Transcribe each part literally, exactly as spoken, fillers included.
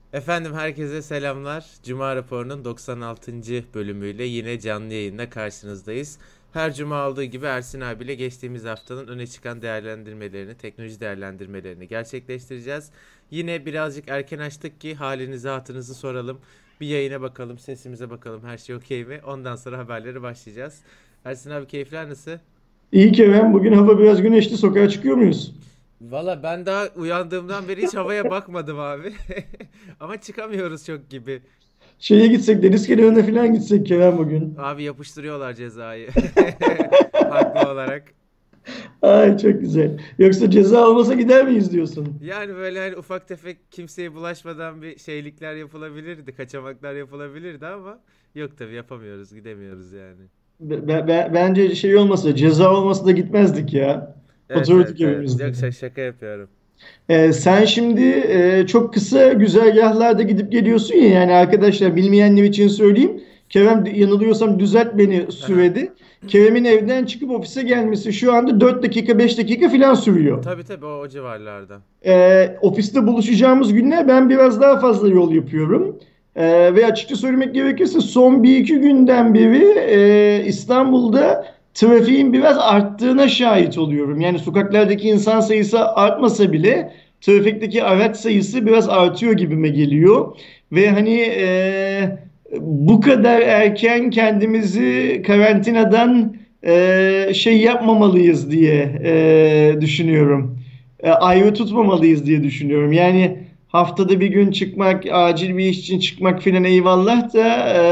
Efendim herkese selamlar. Cuma raporunun doksan altıncı bölümüyle yine canlı yayında karşınızdayız. Her cuma olduğu gibi Ersin abiyle geçtiğimiz haftanın öne çıkan değerlendirmelerini, teknoloji değerlendirmelerini gerçekleştireceğiz. Yine birazcık erken açtık ki halinizi hatırınızı soralım. Bir yayına bakalım, sesimize bakalım her şey okey mi? Ondan sonra haberleri başlayacağız. Ersin abi keyifler nasıl? İyi Kerem, bugün hava biraz güneşli. Sokağa çıkıyor muyuz? Valla ben daha uyandığımdan beri hiç havaya bakmadım abi. Ama çıkamıyoruz çok gibi. Şeye gitsek, deniz kenarına falan gitsek Kerem bugün. Abi yapıştırıyorlar cezayı. Haklı olarak. Ay çok güzel. Yoksa ceza olmasa gider miyiz diyorsun? Yani böyle hani ufak tefek kimseye bulaşmadan bir şeylikler yapılabilirdi. Kaçamaklar yapılabilirdi ama yok tabii yapamıyoruz. Gidemiyoruz yani. Be- be- be- bence şey olmasa, ceza olmasa da gitmezdik ya. Evet Otururduk evet evet. evimizde. Yok şaka, şaka yapıyorum. Ee, sen şimdi e, çok kısa güzergahlarda gidip geliyorsun ya. Yani arkadaşlar bilmeyenler için söyleyeyim. Kerem yanılıyorsam düzelt beni Aha. sürede. Kerem'in evden çıkıp ofise gelmesi şu anda dört dakika beş dakika falan sürüyor. Tabii tabii o, o civarlarda. Ee, ofiste buluşacağımız günler ben biraz daha fazla yol yapıyorum. Ee, ve açıkça söylemek gerekirse son bir iki günden beri e, İstanbul'da trafiğin biraz arttığına şahit oluyorum. Yani sokaklardaki insan sayısı artmasa bile trafikteki araç sayısı biraz artıyor gibime geliyor. Ve hani e, bu kadar erken kendimizi karantinadan e, şey yapmamalıyız diye e, düşünüyorum, e, ayrı tutmamalıyız diye düşünüyorum. Yani haftada bir gün çıkmak, acil bir iş için çıkmak filan eyvallah da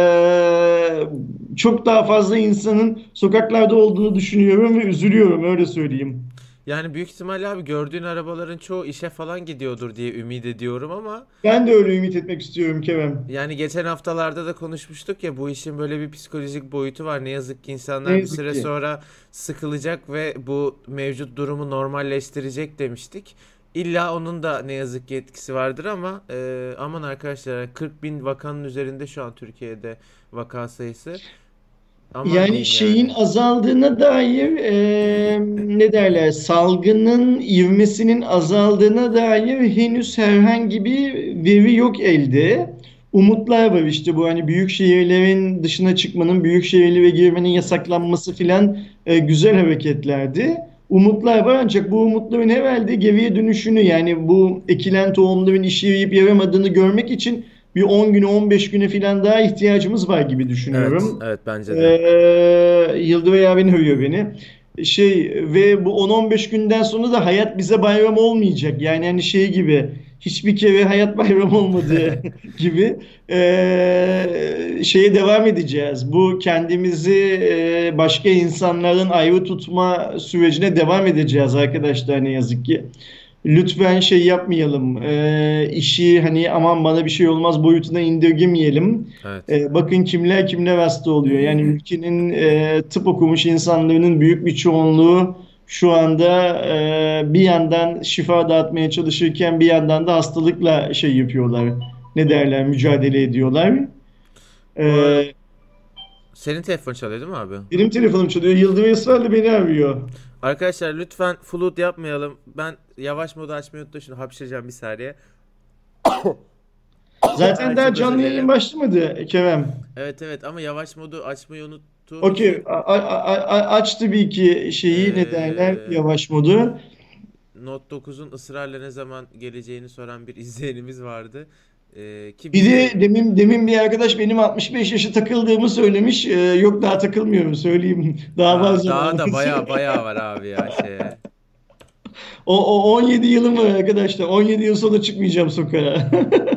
e, çok daha fazla insanın sokaklarda olduğunu düşünüyorum ve üzülüyorum, öyle söyleyeyim. Yani büyük ihtimalle abi gördüğün arabaların çoğu işe falan gidiyordur diye ümit ediyorum ama Ben de öyle ümit etmek istiyorum Kerem. yani geçen haftalarda da konuşmuştuk ya bu işin böyle bir psikolojik boyutu var. Ne yazık ki Ne insanlar bir yazık süre ki. sonra sıkılacak ve bu mevcut durumu normalleştirecek demiştik. İlla onun da ne yazık ki etkisi vardır ama e, aman arkadaşlar yani kırk bin vakanın üzerinde şu an Türkiye'de vaka sayısı. Aman Yani diyeyim şeyin yani. azaldığına dair e, ne derler, salgının ivmesinin azaldığına dair henüz herhangi bir veri yok elde. Umutlar var, işte bu hani büyük şehirlerin dışına çıkmanın, büyük şehirlere girmenin yasaklanması filan e, güzel hareketlerdi. Umutlar var ancak bu umutların herhalde geriye dönüşünü, yani bu ekilen tohumların işe yarayıp yaramadığını görmek için bir on güne on beş güne filan daha ihtiyacımız var gibi Evet, düşünüyorum. evet bence de. Ee, Yıldıray abin hövüyor beni. Şey, ve bu on on beş günden sonra da hayat bize bayram olmayacak. Yani hani şey gibi, hiçbir kere hayat bayram olmadığı gibi ee, şeye devam edeceğiz. Bu kendimizi ee, başka insanların ayrı tutma sürecine devam edeceğiz arkadaşlar, ne yazık ki. Lütfen şey yapmayalım. Ee, işi hani aman bana bir şey olmaz boyutuna indirgemeyelim. Evet. Ee, bakın kimler kimler hasta oluyor. Yani ülkenin e, tıp okumuş insanların büyük bir çoğunluğu şu anda e, bir yandan şifa dağıtmaya çalışırken bir yandan da hastalıkla şey yapıyorlar. Ne derler? Mücadele ediyorlar. Bu ara Ee, senin telefon çalıyor değil mi abi? Benim telefonum çalıyor. Yıldırım ısrarla beni arıyor. Arkadaşlar lütfen flood yapmayalım. Ben yavaş modu açmayı unuttum. Şimdi hapşıracağım bir saniye. Zaten Ay daha çok özür canlı yayın dilerim. başlamadı Kerem. Evet evet ama yavaş modu açmayı unuttuğum Okey. için A- a- a- Aç tabii ki şeyi, ne derler, eee yavaş modu. Note dokuzun ısrarla ne zaman geleceğini soran bir izleyenimiz vardı. Eee, ki Bir bize de demin demin bir arkadaş benim altmış beş yaşı takıldığımı söylemiş. Ee, yok, daha takılmıyorum, söyleyeyim. Daha var daha, daha da zamanımız. baya baya var abi ya şeye. O, o on yedi yılım var arkadaşlar. on yedi yıl sonra çıkmayacağım sokağa.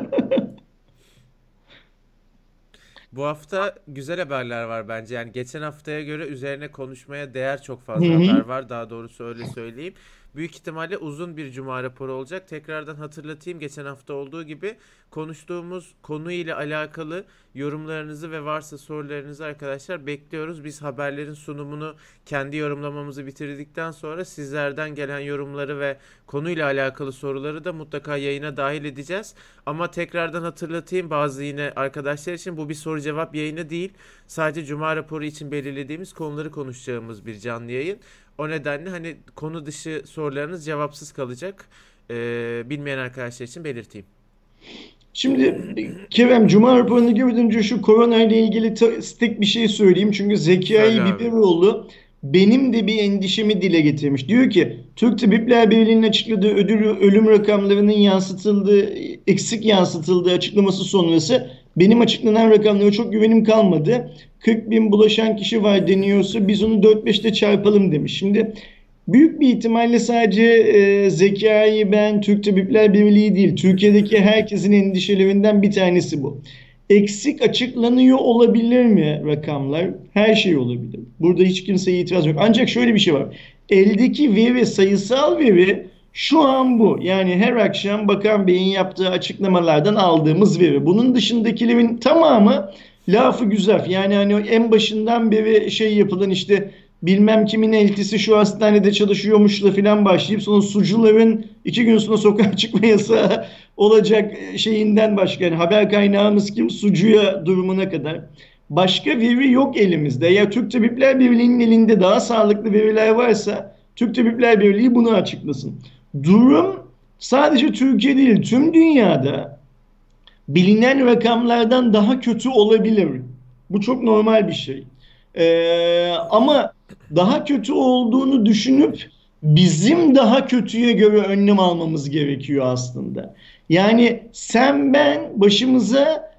Bu hafta güzel haberler var bence. Yani geçen haftaya göre üzerine konuşmaya değer çok Hı fazla haber hı. var. Daha doğrusu öyle söyleyeyim. Büyük ihtimalle uzun bir cuma raporu olacak. Tekrardan hatırlatayım. Geçen hafta olduğu gibi konuştuğumuz konu ile alakalı yorumlarınızı ve varsa sorularınızı arkadaşlar bekliyoruz. Biz haberlerin sunumunu kendi yorumlamamızı bitirdikten sonra sizlerden gelen yorumları ve konuyla alakalı soruları da mutlaka yayına dahil edeceğiz. Ama tekrardan hatırlatayım bazı yine arkadaşlar için bu bir soru cevap yayını değil. Sadece cuma raporu için belirlediğimiz konuları konuşacağımız bir canlı yayın. O nedenle hani konu dışı sorularınız cevapsız kalacak. Ee, bilmeyen arkadaşlar için belirteyim. Şimdi Kerem, Cuma raporunu görmeden önce şu korona ile ilgili ta- tek bir şey söyleyeyim. Çünkü Söyle Zekai abi. Biberoğlu benim de bir endişemi dile getirmiş. Diyor ki Türk Tabipler Birliği'nin açıkladığı ödül, ölüm rakamlarının yansıtıldığı, eksik yansıtıldığı açıklaması sonrası benim açıklanan rakamlara çok güvenim kalmadı. kırk bin bulaşan kişi var deniyorsa biz onu dört beşte çarpalım demiş. Şimdi büyük bir ihtimalle sadece e, Zekai, ben, Türk Tabipler Birliği değil, Türkiye'deki herkesin endişelerinden bir tanesi bu. Eksik açıklanıyor olabilir mi rakamlar? Her şey olabilir. Burada hiç kimseye itiraz yok. Ancak şöyle bir şey var. Eldeki veri, sayısal veri şu an bu. Yani her akşam Bakan Bey'in yaptığı açıklamalardan aldığımız veri. Bunun dışındakilerin tamamı lafı güzel. Yani hani en başından beri şey yapılan işte bilmem kimin eltisi şu hastanede çalışıyormuşla falan başlayıp sonra sucuların iki gün sonra sokağa çıkma yasağı olacak şeyinden başka, yani haber kaynağımız kim, sucuya durumuna kadar başka veri yok elimizde. Ya Türk Tabipler Birliği'nin elinde daha sağlıklı veriler varsa Türk Tabipler Birliği bunu açıklasın. Durum sadece Türkiye değil, tüm dünyada bilinen rakamlardan daha kötü olabilir. Bu çok normal bir şey. Ee, ama daha kötü olduğunu düşünüp bizim daha kötüye göre önlem almamız gerekiyor aslında. Yani sen ben başımıza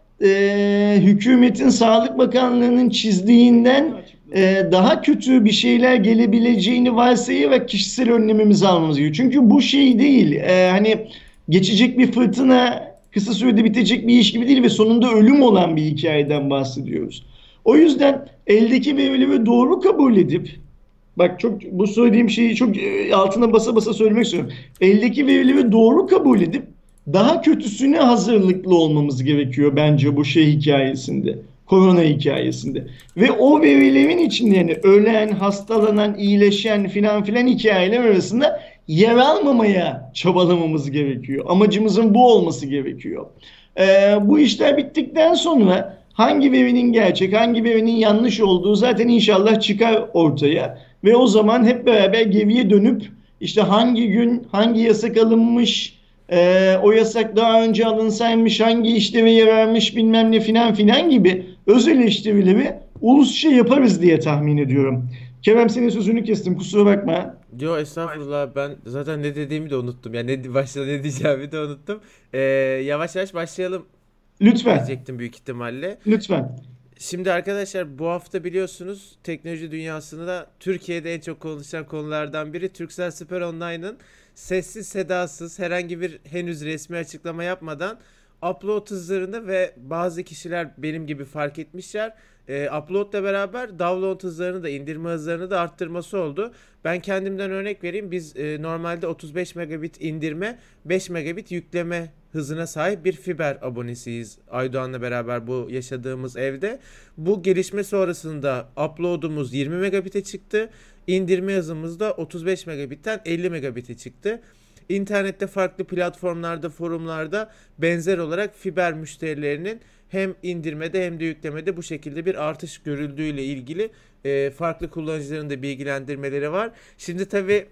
e, hükümetin, Sağlık Bakanlığı'nın çizdiğinden e, daha kötü bir şeyler gelebileceğini varsayarak kişisel önlemimizi almamız gerekiyor. Çünkü bu şey değil. E, hani geçecek bir fırtına, kısa sürede bitecek bir iş gibi değil ve sonunda ölüm olan bir hikayeden bahsediyoruz. O yüzden eldeki verileri doğru kabul edip, bak çok bu söylediğim şeyi çok e, altına basa basa söylemek istiyorum. Eldeki verileri doğru kabul edip daha kötüsüne hazırlıklı olmamız gerekiyor bence bu şey hikayesinde. Korona hikayesinde. Ve o verilerin içinde yani ölen, hastalanan, iyileşen filan filan hikayeler arasında yer almamaya çabalamamız gerekiyor. Amacımızın bu olması gerekiyor. Ee, bu işler bittikten sonra hangi verinin gerçek, hangi verinin yanlış olduğu zaten inşallah çıkar ortaya. Ve o zaman hep beraber geriye dönüp işte hangi gün hangi yasak alınmış, e, o yasak daha önce alınsaymış, hangi işleve yararmış bilmem ne filan filan gibi öz eleştirileri ulusça yaparız diye tahmin ediyorum. Kerem, senin sözünü kestim, kusura bakma. Yo, estağfurullah, ben zaten ne dediğimi de unuttum. Yani ne başta ne diyeceğimi de unuttum. Ee, Yavaş yavaş başlayalım Lütfen, diyecektim büyük ihtimalle. lütfen. Şimdi arkadaşlar, bu hafta biliyorsunuz teknoloji dünyasında Türkiye'de en çok konuşulan konulardan biri Turkcell Süper Online'ın sessiz sedasız herhangi bir henüz resmi açıklama yapmadan upload hızlarını ve bazı kişiler benim gibi fark etmişler. E, uploadla beraber download hızlarını da indirme hızlarını da arttırması oldu. Ben kendimden örnek vereyim. Biz e, normalde otuz beş megabit indirme, beş megabit yükleme hızına sahip bir fiber abonesiyiz Aydoğan'la beraber bu yaşadığımız evde. Bu gelişme sonrasında upload'umuz yirmi megabit'e çıktı. İndirme hızımız da otuz beş megabit'ten elli megabit'e çıktı. İnternette farklı platformlarda, forumlarda benzer olarak fiber müşterilerinin hem indirmede hem de yüklemede bu şekilde bir artış görüldüğüyle ilgili e, farklı kullanıcıların da bilgilendirmeleri var. Şimdi tabii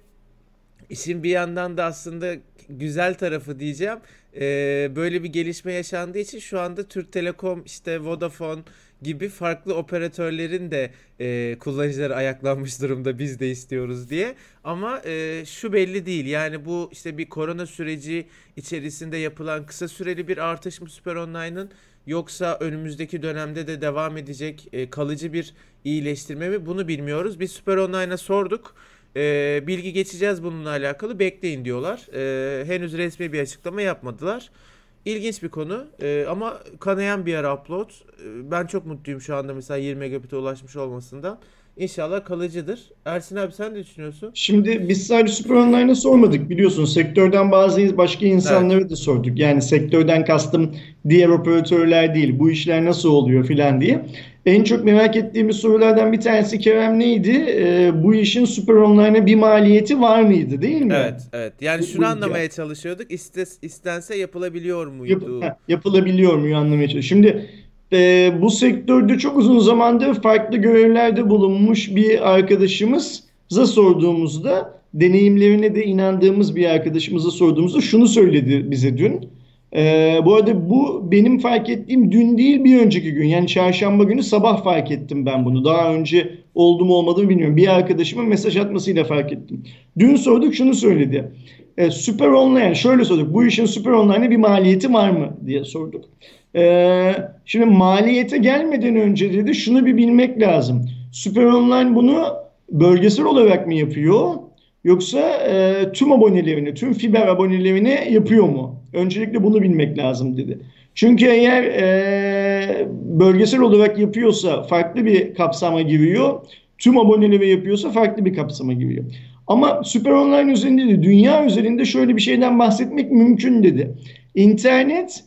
İşin bir yandan da aslında güzel tarafı diyeceğim. Ee, böyle bir gelişme yaşandığı için şu anda Türk Telekom, işte Vodafone gibi farklı operatörlerin de e, kullanıcıları ayaklanmış durumda, biz de istiyoruz diye. Ama e, şu belli değil, yani bu işte bir korona süreci içerisinde yapılan kısa süreli bir artış mı Süper Online'ın, yoksa önümüzdeki dönemde de devam edecek e, kalıcı bir iyileştirme mi, bunu bilmiyoruz. Biz Süper Online'a sorduk. Ee, bilgi geçeceğiz bununla alakalı, bekleyin diyorlar. Ee, henüz resmi bir açıklama yapmadılar. İlginç bir konu. Ee, ama kanayan bir ara upload. Ee, ben çok mutluyum şu anda mesela yirmi megabit'e ulaşmış olmasından. İnşallah kalıcıdır. Ersin abi, sen ne düşünüyorsun? Şimdi biz sadece Süper Online'a sormadık, biliyorsun. Sektörden bazı başka Evet. insanlara da sorduk. Yani sektörden kastım diğer operatörler değil. Bu işler nasıl oluyor filan diye. En çok merak ettiğimiz sorulardan bir tanesi, Kerem, neydi? Ee, bu işin Süper Online'a bir maliyeti var mıydı, değil mi? Evet, evet. Yani Bu, şunu bu hikaye. anlamaya çalışıyorduk. İste, istense yapılabiliyor Yap- muydu? heh, yapılabiliyor mu anlamaya çalışıyorum. Şimdi e, bu sektörde çok uzun zamandır farklı görevlerde bulunmuş bir arkadaşımıza sorduğumuzda, deneyimlerine de inandığımız bir arkadaşımıza sorduğumuzda şunu söyledi bize dün. Ee, bu arada bu benim fark ettiğim dün değil bir önceki gün. Yani çarşamba günü sabah fark ettim ben bunu. Daha önce oldu mu olmadı mı bilmiyorum. Bir arkadaşımın mesaj atmasıyla fark ettim. Dün sorduk şunu söyledi. Ee, süper online şöyle sorduk. Bu işin süper online'e bir maliyeti var mı diye sorduk. Ee, şimdi maliyete gelmeden önce dedi şunu bir bilmek lazım. Süper online bunu bölgesel olarak mı yapıyor? Yoksa e, tüm abonelerini, tüm fiber abonelerini yapıyor mu? Öncelikle bunu bilmek lazım dedi. Çünkü eğer e, bölgesel olarak yapıyorsa farklı bir kapsama giriyor. Tüm aboneleri yapıyorsa farklı bir kapsama giriyor. Ama Süper Online üzerinde de dünya üzerinde şöyle bir şeyden bahsetmek mümkün dedi. İnternet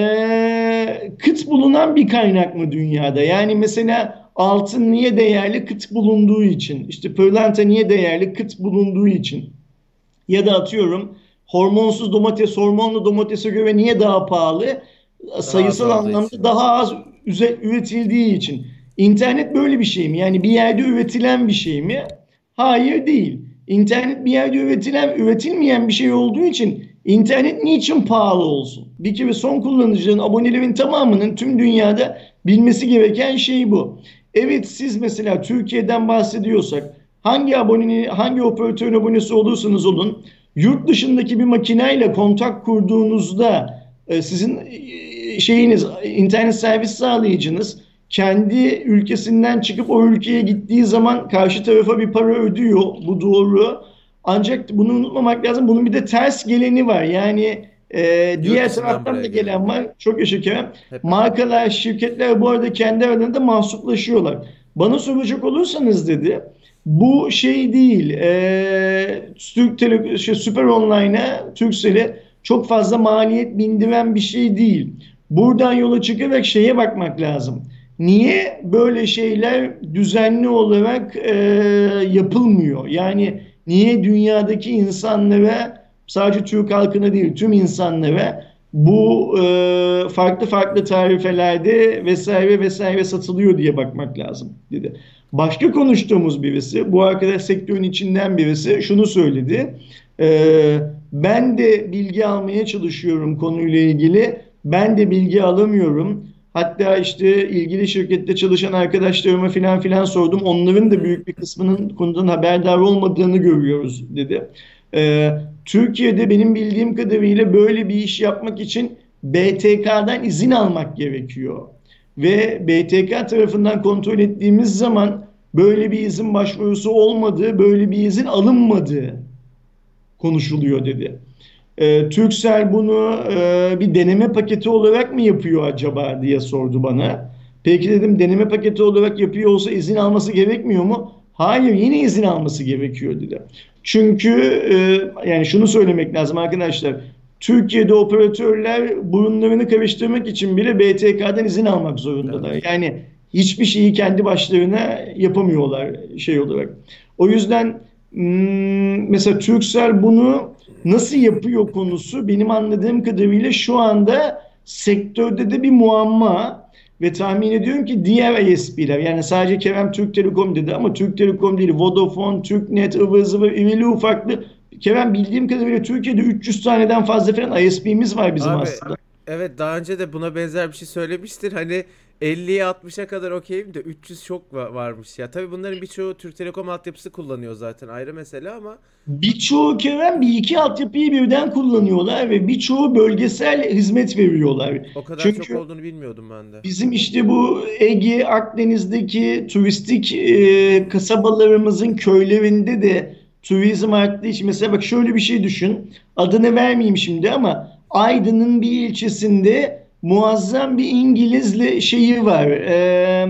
e, kıt bulunan bir kaynak mı dünyada? Yani mesela altın niye değerli? Kıt bulunduğu için. İşte pırlanta niye değerli? Kıt bulunduğu için. Ya da atıyorum hormonsuz domates hormonlu domatese göre niye daha pahalı? Daha az Sayısal olduğu anlamda için. daha az üretildiği için. İnternet böyle bir şey mi? Yani bir yerde üretilen bir şey mi? Hayır değil. İnternet bir yerde üretilen, üretilmeyen bir şey olduğu için internet niçin pahalı olsun? Bir kere son kullanıcıların, abonelerin tamamının tüm dünyada bilmesi gereken şey bu. Evet siz mesela Türkiye'den bahsediyorsak hangi abonenin, hangi operatörün abonesi olursanız olun yurt dışındaki bir makineyle kontak kurduğunuzda e, sizin e, şeyiniz internet servis sağlayıcınız kendi ülkesinden çıkıp o ülkeye gittiği zaman karşı tarafa bir para ödüyor. Bu doğru. Ancak bunu unutmamak lazım. Bunun bir de ters geleni var. Yani e, Yurt diğer dışından taraftan buraya da gelen gelen var. var. Çok yaşa Kerem. Hep beraber. Markalar, şirketler bu arada kendi aralarında mahsuplaşıyorlar. Bana soracak olursanız dedi. Bu şey değil. E, Türk Tele, şey, Süper Online'a, Turkcell'e çok fazla maliyet bindiren bir şey değil. Buradan yola çıkarak şeye bakmak lazım. Niye böyle şeyler düzenli olarak e, yapılmıyor? Yani niye dünyadaki insanlara sadece Türk halkına değil tüm insanlara bu e, farklı farklı tarifelerde vesaire vesaire satılıyor diye bakmak lazım dedi. Başka konuştuğumuz birisi, bu arkadaş sektörün içinden birisi şunu söyledi. E, ben de bilgi almaya çalışıyorum konuyla ilgili. Ben de bilgi alamıyorum. Hatta işte ilgili şirkette çalışan arkadaşlarıma filan filan sordum. Onların da büyük bir kısmının konudan haberdar olmadığını görüyoruz dedi. Ee, Türkiye'de benim bildiğim kadarıyla böyle bir iş yapmak için B T K'dan izin almak gerekiyor. Ve B T K tarafından kontrol ettiğimiz zaman böyle bir izin başvurusu olmadığı, böyle bir izin alınmadığı konuşuluyor dedi. E, Turkcell bunu e, bir deneme paketi olarak mı yapıyor acaba diye sordu bana. Peki dedim deneme paketi olarak yapıyor olsa izin alması gerekmiyor mu? Hayır yine izin alması gerekiyor dedi. Çünkü e, yani şunu söylemek lazım arkadaşlar. Türkiye'de operatörler burunlarını karıştırmak için bile B T K'dan izin almak zorundalar. Evet. Yani hiçbir şeyi kendi başlarına yapamıyorlar şey olarak. O yüzden hmm, mesela Turkcell bunu nasıl yapıyor konusu benim anladığım kadarıyla şu anda sektörde de bir muamma ve tahmin ediyorum ki diğer I S P'ler yani sadece Kerem Türk Telekom dedi ama Türk Telekom değil Vodafone, Türknet, ıvır zıvır irili ufaklı. Kerem bildiğim kadarıyla Türkiye'de üç yüz taneden fazla falan I S P'miz var bizim Abi aslında. evet daha önce de buna benzer bir şey söylemiştir. Hani elliye altmışa kadar okeyim de üç yüz çok va- varmış ya. Tabii bunların birçoğu Türk Telekom altyapısı kullanıyor zaten ayrı mesele ama Birçoğu Kerem bir iki altyapıyı birden kullanıyorlar ve birçoğu bölgesel hizmet veriyorlar. o kadar çok Çünkü olduğunu bilmiyordum ben de. bizim işte bu Ege, Akdeniz'deki turistik e, kasabalarımızın köylerinde de turizm arttığı için mesela bak şöyle bir şey düşün. Adını vermeyeyim şimdi ama Aydın'ın bir ilçesinde muazzam bir İngilizle şeyi var. E,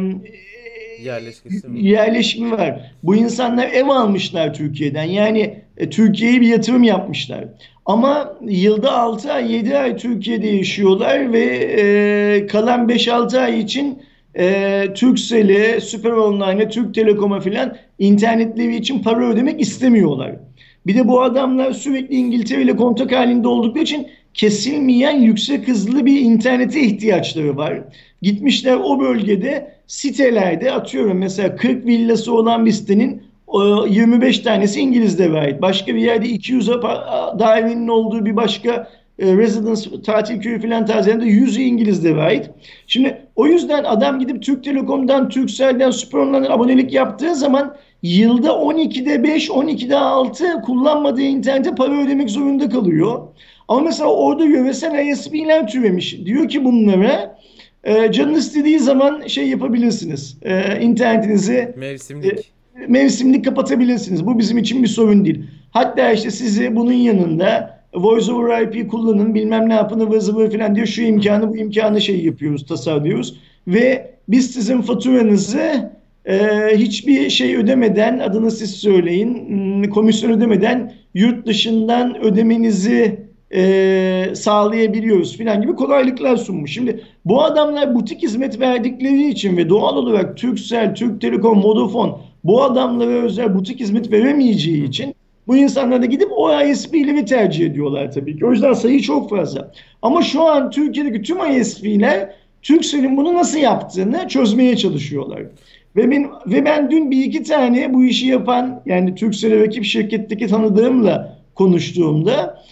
Yerleşkesi mi? yerleşimi var. Bu insanlar ev almışlar Türkiye'den. Yani e, Türkiye'ye bir yatırım yapmışlar. Ama yılda altı ay yedi ay Türkiye'de yaşıyorlar ve e, kalan beş altı ay için e, Turkcell'e, Süper Online'e, Türk Telekom'a filan internetleri için para ödemek istemiyorlar. Bir de bu adamlar sürekli İngiltere ile kontak halinde oldukları için kesilmeyen yüksek hızlı bir internete ihtiyaçları var. Gitmişler o bölgede sitelerde atıyorum mesela kırk villası olan bir sitenin yirmi beş tanesi İngilizlere ait. Başka bir yerde iki yüz dairenin olduğu bir başka e, residence, tatil köyü falan tarzlarında yüzü İngilizlere ait. Şimdi o yüzden adam gidip Türk Telekom'dan, Turkcell'den, Süperon'dan abonelik yaptığı zaman yılda on ikide beş, on ikide altı kullanmadığı internete para ödemek zorunda kalıyor. Ama mesela orada yöresel I S P'ler türemiş. Diyor ki bunlara e, canın istediği zaman şey yapabilirsiniz. E, internetinizi e, Mevsimlik. mevsimlik kapatabilirsiniz. Bu bizim için bir sorun değil. Hatta işte sizi bunun yanında Voice over I P kullanın, bilmem ne yapın, ıvır zıvır falan diyor. Şu Hı hı. imkanı, bu imkanı şey yapıyoruz, tasarlıyoruz. Ve biz sizin faturanızı e, hiçbir şey ödemeden, adını siz söyleyin, hmm, komisyon ödemeden yurt dışından ödemenizi e, sağlayabiliyoruz falan gibi kolaylıklar sunmuş. Şimdi bu adamlar butik hizmet verdikleri için ve doğal olarak Turkcell, Türk Telekom, Vodafone bu adamlara özel butik hizmet Hı veremeyeceği hı. için bu insanlar da gidip o I S P'leri tercih ediyorlar tabii ki. O yüzden sayı çok fazla. Ama şu an Türkiye'deki tüm I S P'ler Turkcell'in bunu nasıl yaptığını çözmeye çalışıyorlar. Ve ben, ve ben dün bir iki tane bu işi yapan, yani Turkcell'e rakip şirketteki tanıdığımla konuştuğumda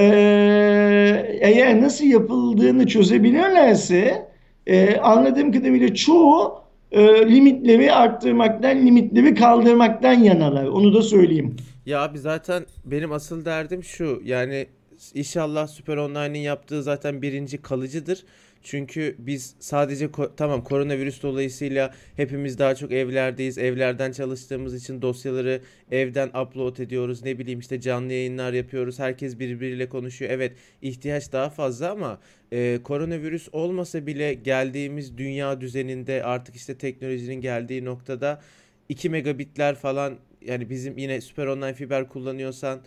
eee, eğer nasıl yapıldığını çözebilirlerse eee, anladığım kadarıyla çoğu eee, limitleri arttırmaktan, limitleri kaldırmaktan yanalar. Onu da söyleyeyim. Ya abi zaten benim asıl derdim şu. Yani inşallah Süper Online'ın yaptığı zaten birinci kalıcıdır. Çünkü biz sadece ko- tamam koronavirüs dolayısıyla hepimiz daha çok evlerdeyiz. Evlerden çalıştığımız için dosyaları evden upload ediyoruz. Ne bileyim işte canlı yayınlar yapıyoruz. Herkes birbiriyle konuşuyor. Evet, ihtiyaç daha fazla ama e, koronavirüs olmasa bile geldiğimiz dünya düzeninde artık işte teknolojinin geldiği noktada iki megabitler falan, yani bizim yine Süper Online fiber kullanıyorsan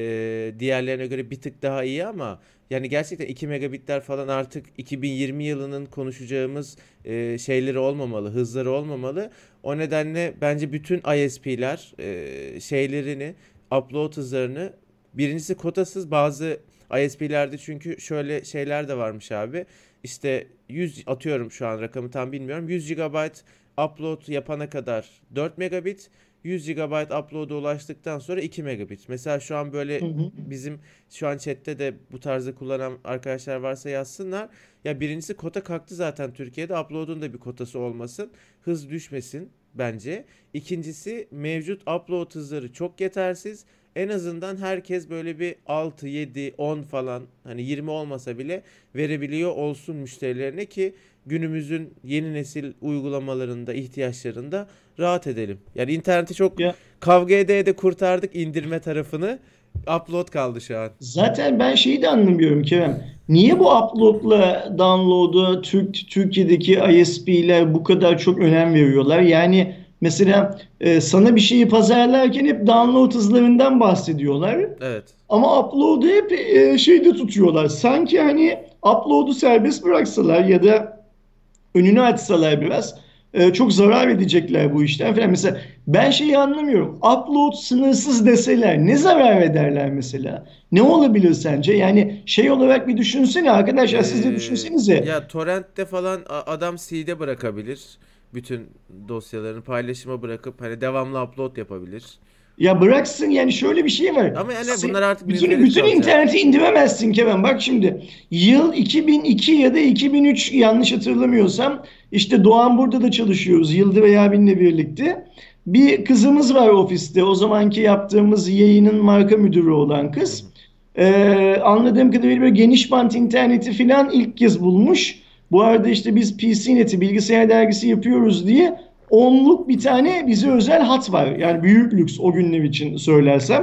e, diğerlerine göre bir tık daha iyi ama yani gerçekten iki megabitler falan artık iki bin yirmi yılının konuşacağımız e, şeyleri olmamalı, hızları olmamalı. O nedenle bence bütün I S P'ler e, şeylerini, upload hızlarını, birincisi kotasız, bazı I S P'lerde çünkü şöyle şeyler de varmış abi. İşte yüz, atıyorum şu an rakamı tam bilmiyorum, yüz gigabayt upload yapana kadar dört megabit, yüz gigabayt upload'a ulaştıktan sonra iki megabit. Mesela şu an Hı böyle hı. bizim şu an chatte de bu tarzda kullanan arkadaşlar varsa yazsınlar. Ya birincisi kota kalktı zaten Türkiye'de. Upload'un da bir kotası olmasın. Hız düşmesin bence. İkincisi mevcut upload hızları çok yetersiz. En azından herkes böyle bir altı, yedi, on falan, hani yirmi olmasa bile verebiliyor olsun müşterilerine ki günümüzün yeni nesil uygulamalarında, ihtiyaçlarında rahat edelim. Yani interneti çok Ya kavga ede ede kurtardık indirme tarafını. Upload kaldı şu an. zaten ben şeyi de anlamıyorum Kerem. Niye bu upload'la download'a Türk, Türkiye'deki I S P'ler bu kadar çok önem veriyorlar? Yani mesela e, sana bir şeyi pazarlarken hep download hızlarından bahsediyorlar. Evet. Ama upload'u hep e, şeyde tutuyorlar. Sanki hani upload'u serbest bıraksalar ya da önünü açsalar biraz e, çok zarar edecekler bu işten falan. Mesela ben şeyi anlamıyorum. Upload sınırsız deseler ne zarar ederler mesela? Ne olabilir sence? Yani şey olarak bir düşünsene arkadaşlar, siz de Ee, düşünsenize. ya torrentte falan a- adam C'de bırakabilir. Bütün dosyalarını paylaşıma bırakıp hani devamlı upload yapabilir. Ya bıraksın, yani şöyle bir şey var. Ama yani Se- bunlar artık Bütün, münferit bütün kalacak. interneti indiremezsin Kerem. Bak şimdi yıl iki bin iki ya da iki bin üç, yanlış hatırlamıyorsam, işte Doğan burada da çalışıyoruz Yıldı ve abinle birlikte. Bir kızımız var ofiste, o zamanki yaptığımız yayının marka müdürü olan Hı kız. hı. Ee, anladığım kadarıyla böyle geniş bant interneti falan ilk kez bulmuş. Bu arada işte biz P C Net'i, bilgisayar dergisi yapıyoruz diye onluk bir tane bize özel hat var. Yani büyük lüks o günler için söylersem.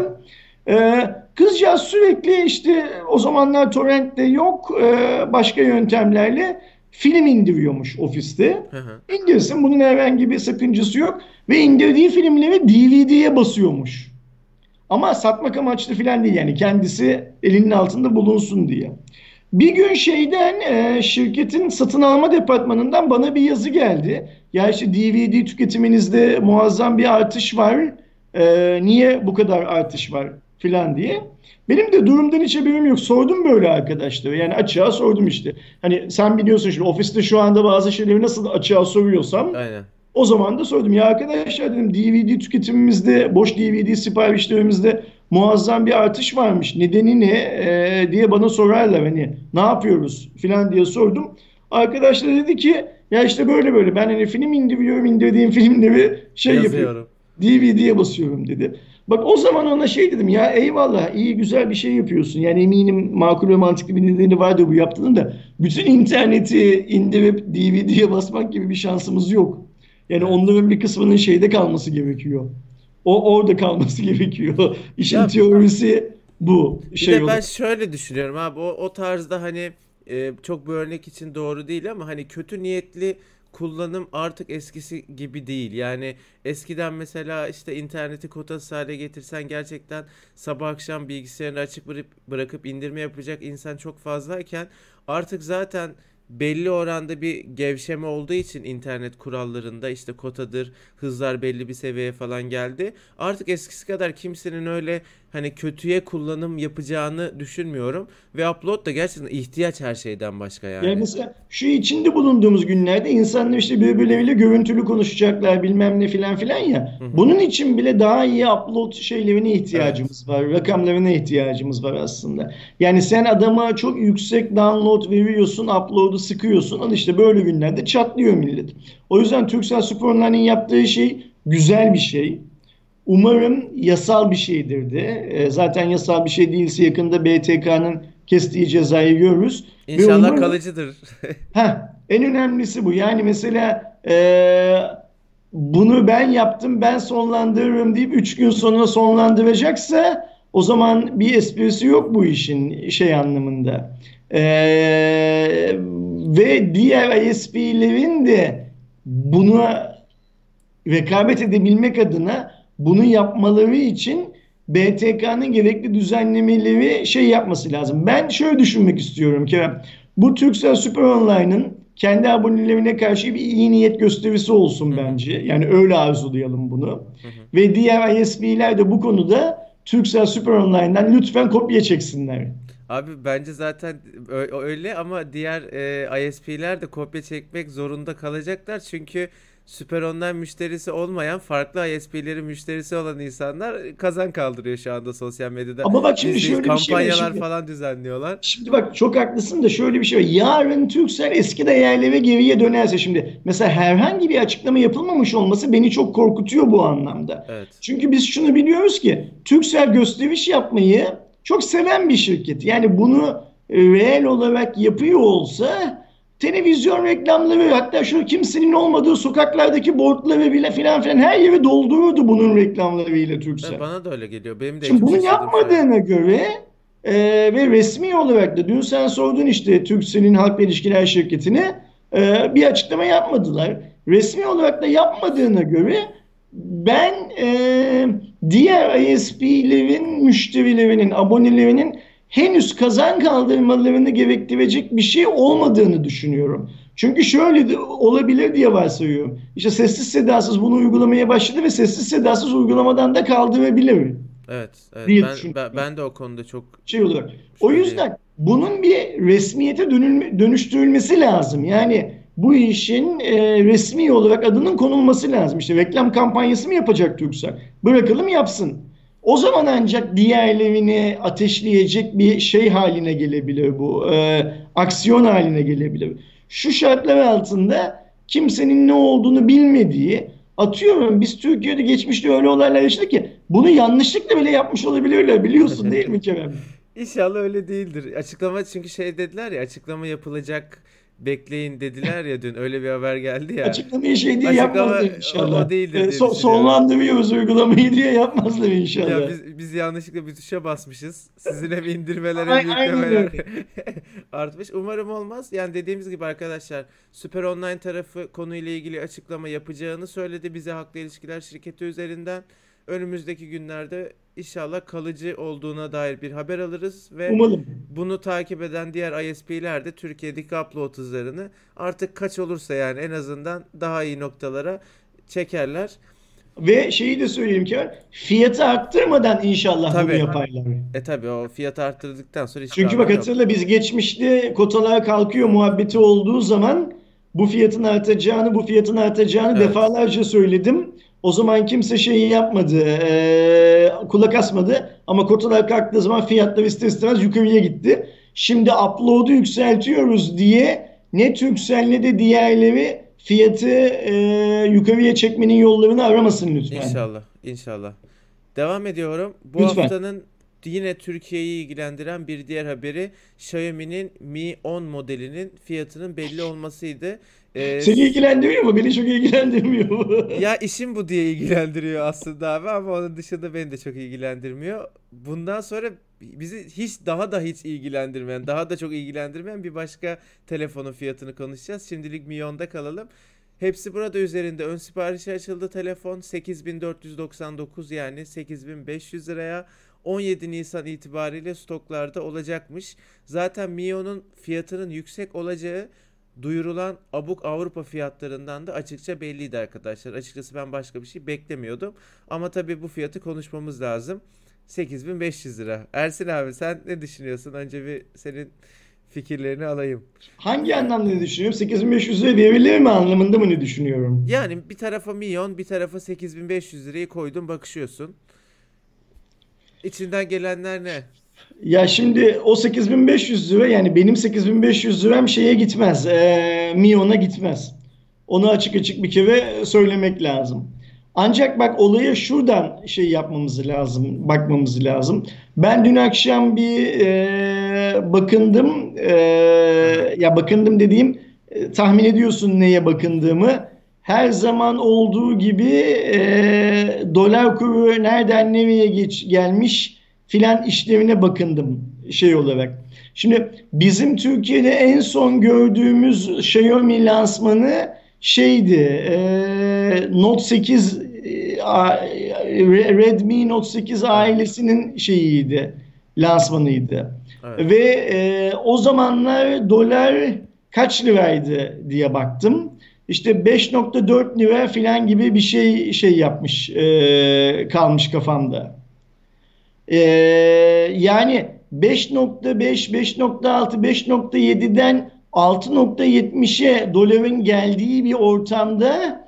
Ee, Kızcağız sürekli işte o zamanlar torrent de yok, e, başka yöntemlerle film indiriyormuş ofiste. Hı hı. İndirsin, bunun herhangi bir sakıncası yok. Ve indirdiği filmleri D V D'ye basıyormuş. Ama satmak amaçlı falan değil, yani kendisi elinin altında bulunsun diye. Bir gün şeyden e, şirketin satın alma departmanından bana bir yazı geldi. Ya işte D V D tüketiminizde muazzam bir artış var. E, niye bu kadar artış var filan diye. Benim de durumdan hiç haberim yok. Sordum böyle arkadaşlara. Yani açığa sordum işte. Hani sen biliyorsun şimdi ofiste şu anda bazı şeyleri nasıl açığa soruyorsam Aynen. o zaman da sordum. Ya arkadaşlar dedim, D V D tüketimimizde, boş D V D siparişlerimizde muazzam bir artış varmış. Nedeni ne e, diye bana sorarlar, hani ne yapıyoruz filan diye sordum. Arkadaş da dedi ki ya işte böyle böyle ben hani film indiriyorum, indirdiğim filmleri şey yapıyorum, Yazıyorum. D V D'ye basıyorum dedi. Bak o zaman ona şey dedim ya, eyvallah iyi güzel bir şey yapıyorsun. Yani eminim makul ve mantıklı bir nedeni vardır bu yaptığının da. Bütün interneti indirip D V D'ye basmak gibi bir şansımız yok. Yani Evet. onların bir kısmının şeyde kalması gerekiyor. O orada kalması gerekiyor. İşin Ya teorisi bu bir şey de ben olarak. şöyle düşünüyorum abi, o, o tarzda hani e, çok bu örnek için doğru değil ama hani kötü niyetli kullanım artık eskisi gibi değil. Yani eskiden mesela işte interneti kotasız hale getirsen gerçekten sabah akşam bilgisayarını açık bırakıp, bırakıp indirme yapacak insan çok fazlayken artık zaten belli oranda bir gevşeme olduğu için internet kurallarında işte kotadır, hızlar belli bir seviyeye falan geldi. Artık eskisi kadar kimsenin öyle hani kötüye kullanım yapacağını düşünmüyorum. Ve upload da gerçekten ihtiyaç her şeyden başka Yani yani. mesela şu içinde bulunduğumuz günlerde insanlar işte birbirleriyle görüntülü konuşacaklar bilmem ne filan filan ya. Hı hı. Bunun için bile daha iyi upload şeylerine Evet. ihtiyacımız var. Rakamlarına ihtiyacımız var aslında. Yani sen adama çok yüksek download veriyorsun, upload'u sıkıyorsun. Al işte böyle günlerde çatlıyor millet. O yüzden Turkcell Super Online'in yaptığı şey güzel bir şey. Umarım yasal bir şeydir de. E, zaten yasal bir şey değilse yakında B T K'nın kestiği cezayı görürüz. Ve İnşallah umarım kalıcıdır. Ha, en önemlisi bu. Yani mesela eee, bunu ben yaptım, ben sonlandırırım deyip üç gün sonra sonlandıracaksa o zaman bir esprisi yok bu işin şey anlamında. Eee, ve diğer I S P'lerin de buna rekabet edebilmek adına bunu yapmaları için B T K'nın gerekli düzenlemeleri şey yapması lazım. Ben şöyle düşünmek istiyorum Kerem. Bu Turkcell Super Online'ın kendi abonelerine karşı bir iyi niyet gösterisi Hı olsun hı. bence. Yani öyle arzulayalım bunu. Hı hı. Ve diğer I S P'ler de bu konuda Turkcell Super Online'dan lütfen kopya çeksinler. Abi bence zaten ö- öyle ama diğer e, I S P'ler de kopya çekmek zorunda kalacaklar. Çünkü Süper Online müşterisi olmayan farklı I S P'lerin müşterisi olan insanlar kazan kaldırıyor şu anda sosyal medyada. Ama bak şimdi Bizdeyiz şöyle bir şey var. kampanyalar Şimdi falan düzenliyorlar. Şimdi bak çok haklısın da şöyle bir şey var. Yarın Turkcell eski değerlere geriye dönerse şimdi mesela herhangi bir açıklama yapılmamış olması beni çok korkutuyor bu anlamda. Evet. Çünkü biz şunu biliyoruz ki Turkcell gösteriş yapmayı çok seven bir şirket. Yani bunu e, reel olarak yapıyor olsa televizyon reklamları hatta şu kimsenin olmadığı sokaklardaki boardları bile filan filan her yeri doldururdu bunun reklamlarıyla E, Turkcell. Bana da öyle geliyor. Benim de en Şimdi çok bunu şaşırdığım şey o. yapmadığına göre e, ve resmi olarak da dün sen sordun işte Turkcell'in halkla ilişkiler şirketine e, bir açıklama yapmadılar. Resmi olarak da yapmadığına göre ben e, diğer I S P'lerin müşterilerinin, abonelerinin henüz kazan kaldırmalarını gerektirecek bir şey olmadığını düşünüyorum. Çünkü şöyle de olabilir diye varsayıyorum. İşte sessiz sedasız bunu uygulamaya başladı ve sessiz sedasız uygulamadan da kaldırabilir Evet, evet. diye Ben, ben düşünüyorum ben de o konuda çok şey olarak. O şüpheliyim. yüzden bunun bir resmiyete dönülme, dönüştürülmesi lazım. Yani bu işin e, resmi olarak adının konulması lazım. İşte reklam kampanyası mı yapacak Turkcell? Bırakalım yapsın. O zaman ancak diğerlerini ateşleyecek bir şey haline gelebilir bu. E, aksiyon haline gelebilir. Şu şartlar altında kimsenin ne olduğunu bilmediği, atıyorum biz Türkiye'de geçmişte öyle olaylar yaşadık ki bunu yanlışlıkla bile yapmış olabilirler biliyorsun değil mi Kerem? İnşallah öyle değildir. Açıklama çünkü şey dediler ya, açıklama yapılacak bekleyin dediler ya, dün öyle bir haber geldi ya. Açıklamayı şey diye Açıklama yapmazlar o, o inşallah. E, değildir diye so- düşünüyorum. sonlandırıyoruz uygulamayı diye yapmazlar Ya inşallah. biz biz yanlışlıkla bir tuşa basmışız. Sizin hem indirmeler hem A- aynen yüklemeler öyle. artmış. Umarım olmaz. Yani dediğimiz gibi arkadaşlar, Süper Online tarafı konuyla ilgili açıklama yapacağını söyledi bize Halkla İlişkiler şirketi üzerinden. Önümüzdeki günlerde inşallah kalıcı olduğuna dair bir haber alırız ve Umalım. bunu takip eden diğer I S P'ler de Türkiye'deki upload hızlarını artık kaç olursa yani en azından daha iyi noktalara çekerler. Ve şeyi de söyleyeyim ki fiyatı arttırmadan inşallah bunu Tabii. yaparlar. E tabii o fiyatı arttırdıktan sonra hiçbir Çünkü bak anlamı yok. hatırla biz geçmişte kotalar kalkıyor muhabbeti olduğu zaman bu fiyatın artacağını, bu fiyatın artacağını Evet. defalarca söyledim. O zaman kimse şeyi yapmadı, e, kulak asmadı. Ama kotalar kalktığı zaman fiyatlar ister istemez yukarıya gitti. Şimdi upload'u yükseltiyoruz diye ne Turkcell ne de diğerleri fiyatı e, yukarıya çekmenin yollarını aramasın lütfen. İnşallah, inşallah. Devam ediyorum. Bu Lütfen. haftanın yine Türkiye'yi ilgilendiren bir diğer haberi Xiaomi'nin Mi on modelinin fiyatının belli olmasıydı. Ee, Seni s- ilgilendiriyor mu? Beni çok ilgilendirmiyor bu. Ya işim bu diye ilgilendiriyor aslında abi, ama onun dışında beni de çok ilgilendirmiyor. Bundan sonra bizi hiç daha da hiç ilgilendirmeyen, daha da çok ilgilendirmeyen bir başka telefonun fiyatını konuşacağız. Şimdilik Mi onda kalalım. Hepsi burada üzerinde ön siparişi açıldı telefon sekiz bin dört yüz doksan dokuz, yani sekiz bin beş yüz liraya on yedi Nisan itibariyle stoklarda olacakmış. Zaten Mi onun fiyatının yüksek olacağı duyurulan abuk Avrupa fiyatlarından da açıkça belliydi arkadaşlar. Açıkçası ben başka bir şey beklemiyordum. Ama tabii bu fiyatı konuşmamız lazım. sekiz bin beş yüz lira. Ersin abi, sen ne düşünüyorsun? Önce bir senin fikirlerini alayım. Hangi anlamda ne düşünüyorum? sekiz bin beş yüz lira verilir mi anlamında mı ne düşünüyorum? Yani bir tarafa milyon, bir tarafa sekiz bin beş yüz lirayı koydun, bakışıyorsun. İçinden gelenler ne? Ya şimdi o sekiz bin beş yüz lira, yani benim sekiz bin beş yüz liram şeye gitmez. E, Mion'a gitmez. Onu açık açık bir kere söylemek lazım. Ancak bak, olaya şuradan şey yapmamız lazım, bakmamız lazım. Ben dün akşam bir e, bakındım. E, Aha. ya bakındım dediğim, e, tahmin ediyorsun neye bakındığımı. Her zaman olduğu gibi e, dolar kuru nereden nereye geç gelmiş filan işlemine bakındım şey olarak. Şimdi bizim Türkiye'de en son gördüğümüz Xiaomi lansmanı şeydi, e, Note sekiz, e, Redmi Note sekiz Evet. ailesinin şeyiydi, lansmanıydı. Evet. Ve e, o zamanlar dolar kaç liraydı diye baktım. İşte beş nokta dört lira filan gibi bir şey şey yapmış, e, kalmış kafamda. Ee, yani beş nokta beş, beş nokta altı, beş nokta yediden altı nokta yetmişe doların geldiği bir ortamda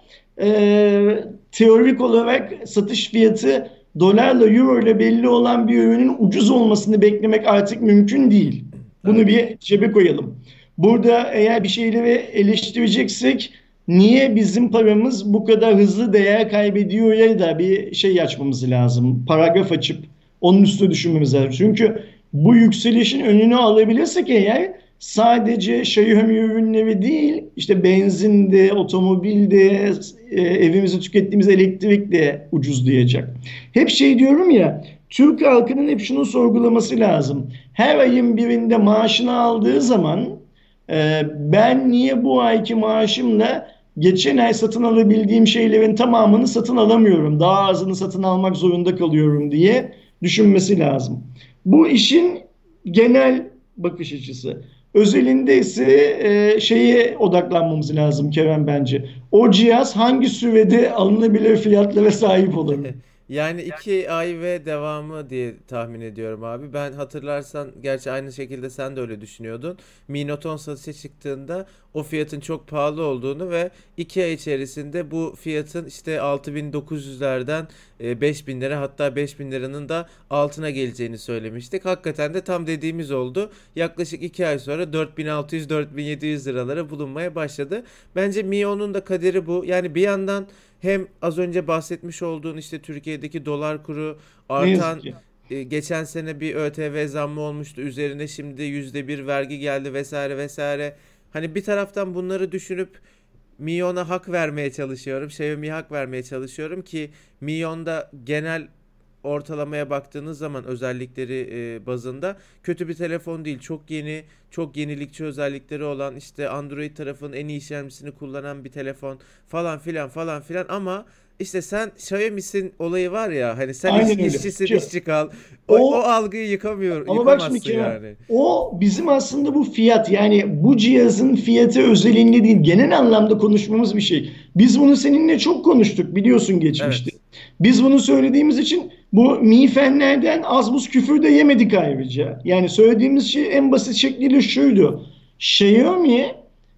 e, teorik olarak satış fiyatı dolarla euro ile belli olan bir ürünün ucuz olmasını beklemek artık mümkün değil. Bunu Evet. bir cebe koyalım. Burada eğer bir şeyleri eleştireceksek, niye bizim paramız bu kadar hızlı değer kaybediyor ya da bir şey açmamız lazım. Paragraf açıp onun üstüne düşünmemiz lazım. Çünkü bu yükselişin önünü alabilirsek eğer, sadece Xiaomi ürünleri değil, işte benzinde, otomobilde, e, evimizde tükettiğimiz elektrik de ucuzlayacak. Hep şey diyorum ya, Türk halkının hep şunu sorgulaması lazım. Her ayın birinde maaşını aldığı zaman, e, ben niye bu ayki maaşımla geçen ay satın alabildiğim şeylerin tamamını satın alamıyorum, daha azını satın almak zorunda kalıyorum diye düşünmesi lazım. Bu işin genel bakış açısı. Özelinde ise e, şeye odaklanmamız lazım Kerem, bence. O cihaz hangi sürede alınabilir fiyatlara sahip olur? Yani iki ay ve devamı diye tahmin ediyorum abi. Ben, hatırlarsan, gerçi aynı şekilde sen de öyle düşünüyordun. Mi Note on satışa çıktığında o fiyatın çok pahalı olduğunu ve iki ay içerisinde bu fiyatın işte altı bin dokuz yüzlerden e, beş bin lira, hatta beş bin liranın da altına geleceğini söylemiştik. Hakikaten de tam dediğimiz oldu. Yaklaşık iki ay sonra dört bin altı yüz dört bin yedi yüz liralara bulunmaya başladı. Bence Mi onun da kaderi bu. Yani bir yandan hem az önce bahsetmiş olduğun işte Türkiye'deki dolar kuru Ne yazık artan, ki. e, geçen sene bir ÖTV zammı olmuştu. Üzerine şimdi yüzde bir vergi geldi vesaire vesaire. Hani bir taraftan bunları düşünüp Mion'a hak vermeye çalışıyorum. Xiaomi'ye hak vermeye çalışıyorum ki Mion'da genel ortalamaya baktığınız zaman özellikleri e, bazında kötü bir telefon değil. Çok yeni, çok yenilikçi özellikleri olan, işte Android tarafının en iyi işlemcisini kullanan bir telefon falan filan falan filan, ama işte sen Xiaomi'sin olayı var ya, hani sen iş, Aynen öyle. işçisin, Şu, işçi kal. O, o o algıyı yıkamıyor, Ama bak şimdi yıkamazsın Kerem, yani. o bizim aslında bu fiyat, yani bu cihazın fiyatı özelinde değil, genel anlamda konuşmamız bir şey. Biz bunu seninle çok konuştuk biliyorsun geçmişte. Evet. Biz bunu söylediğimiz için bu mifenlerden az buz küfür de yemedik ayrıca. Yani söylediğimiz şey en basit şekliyle şuydu. Xiaomi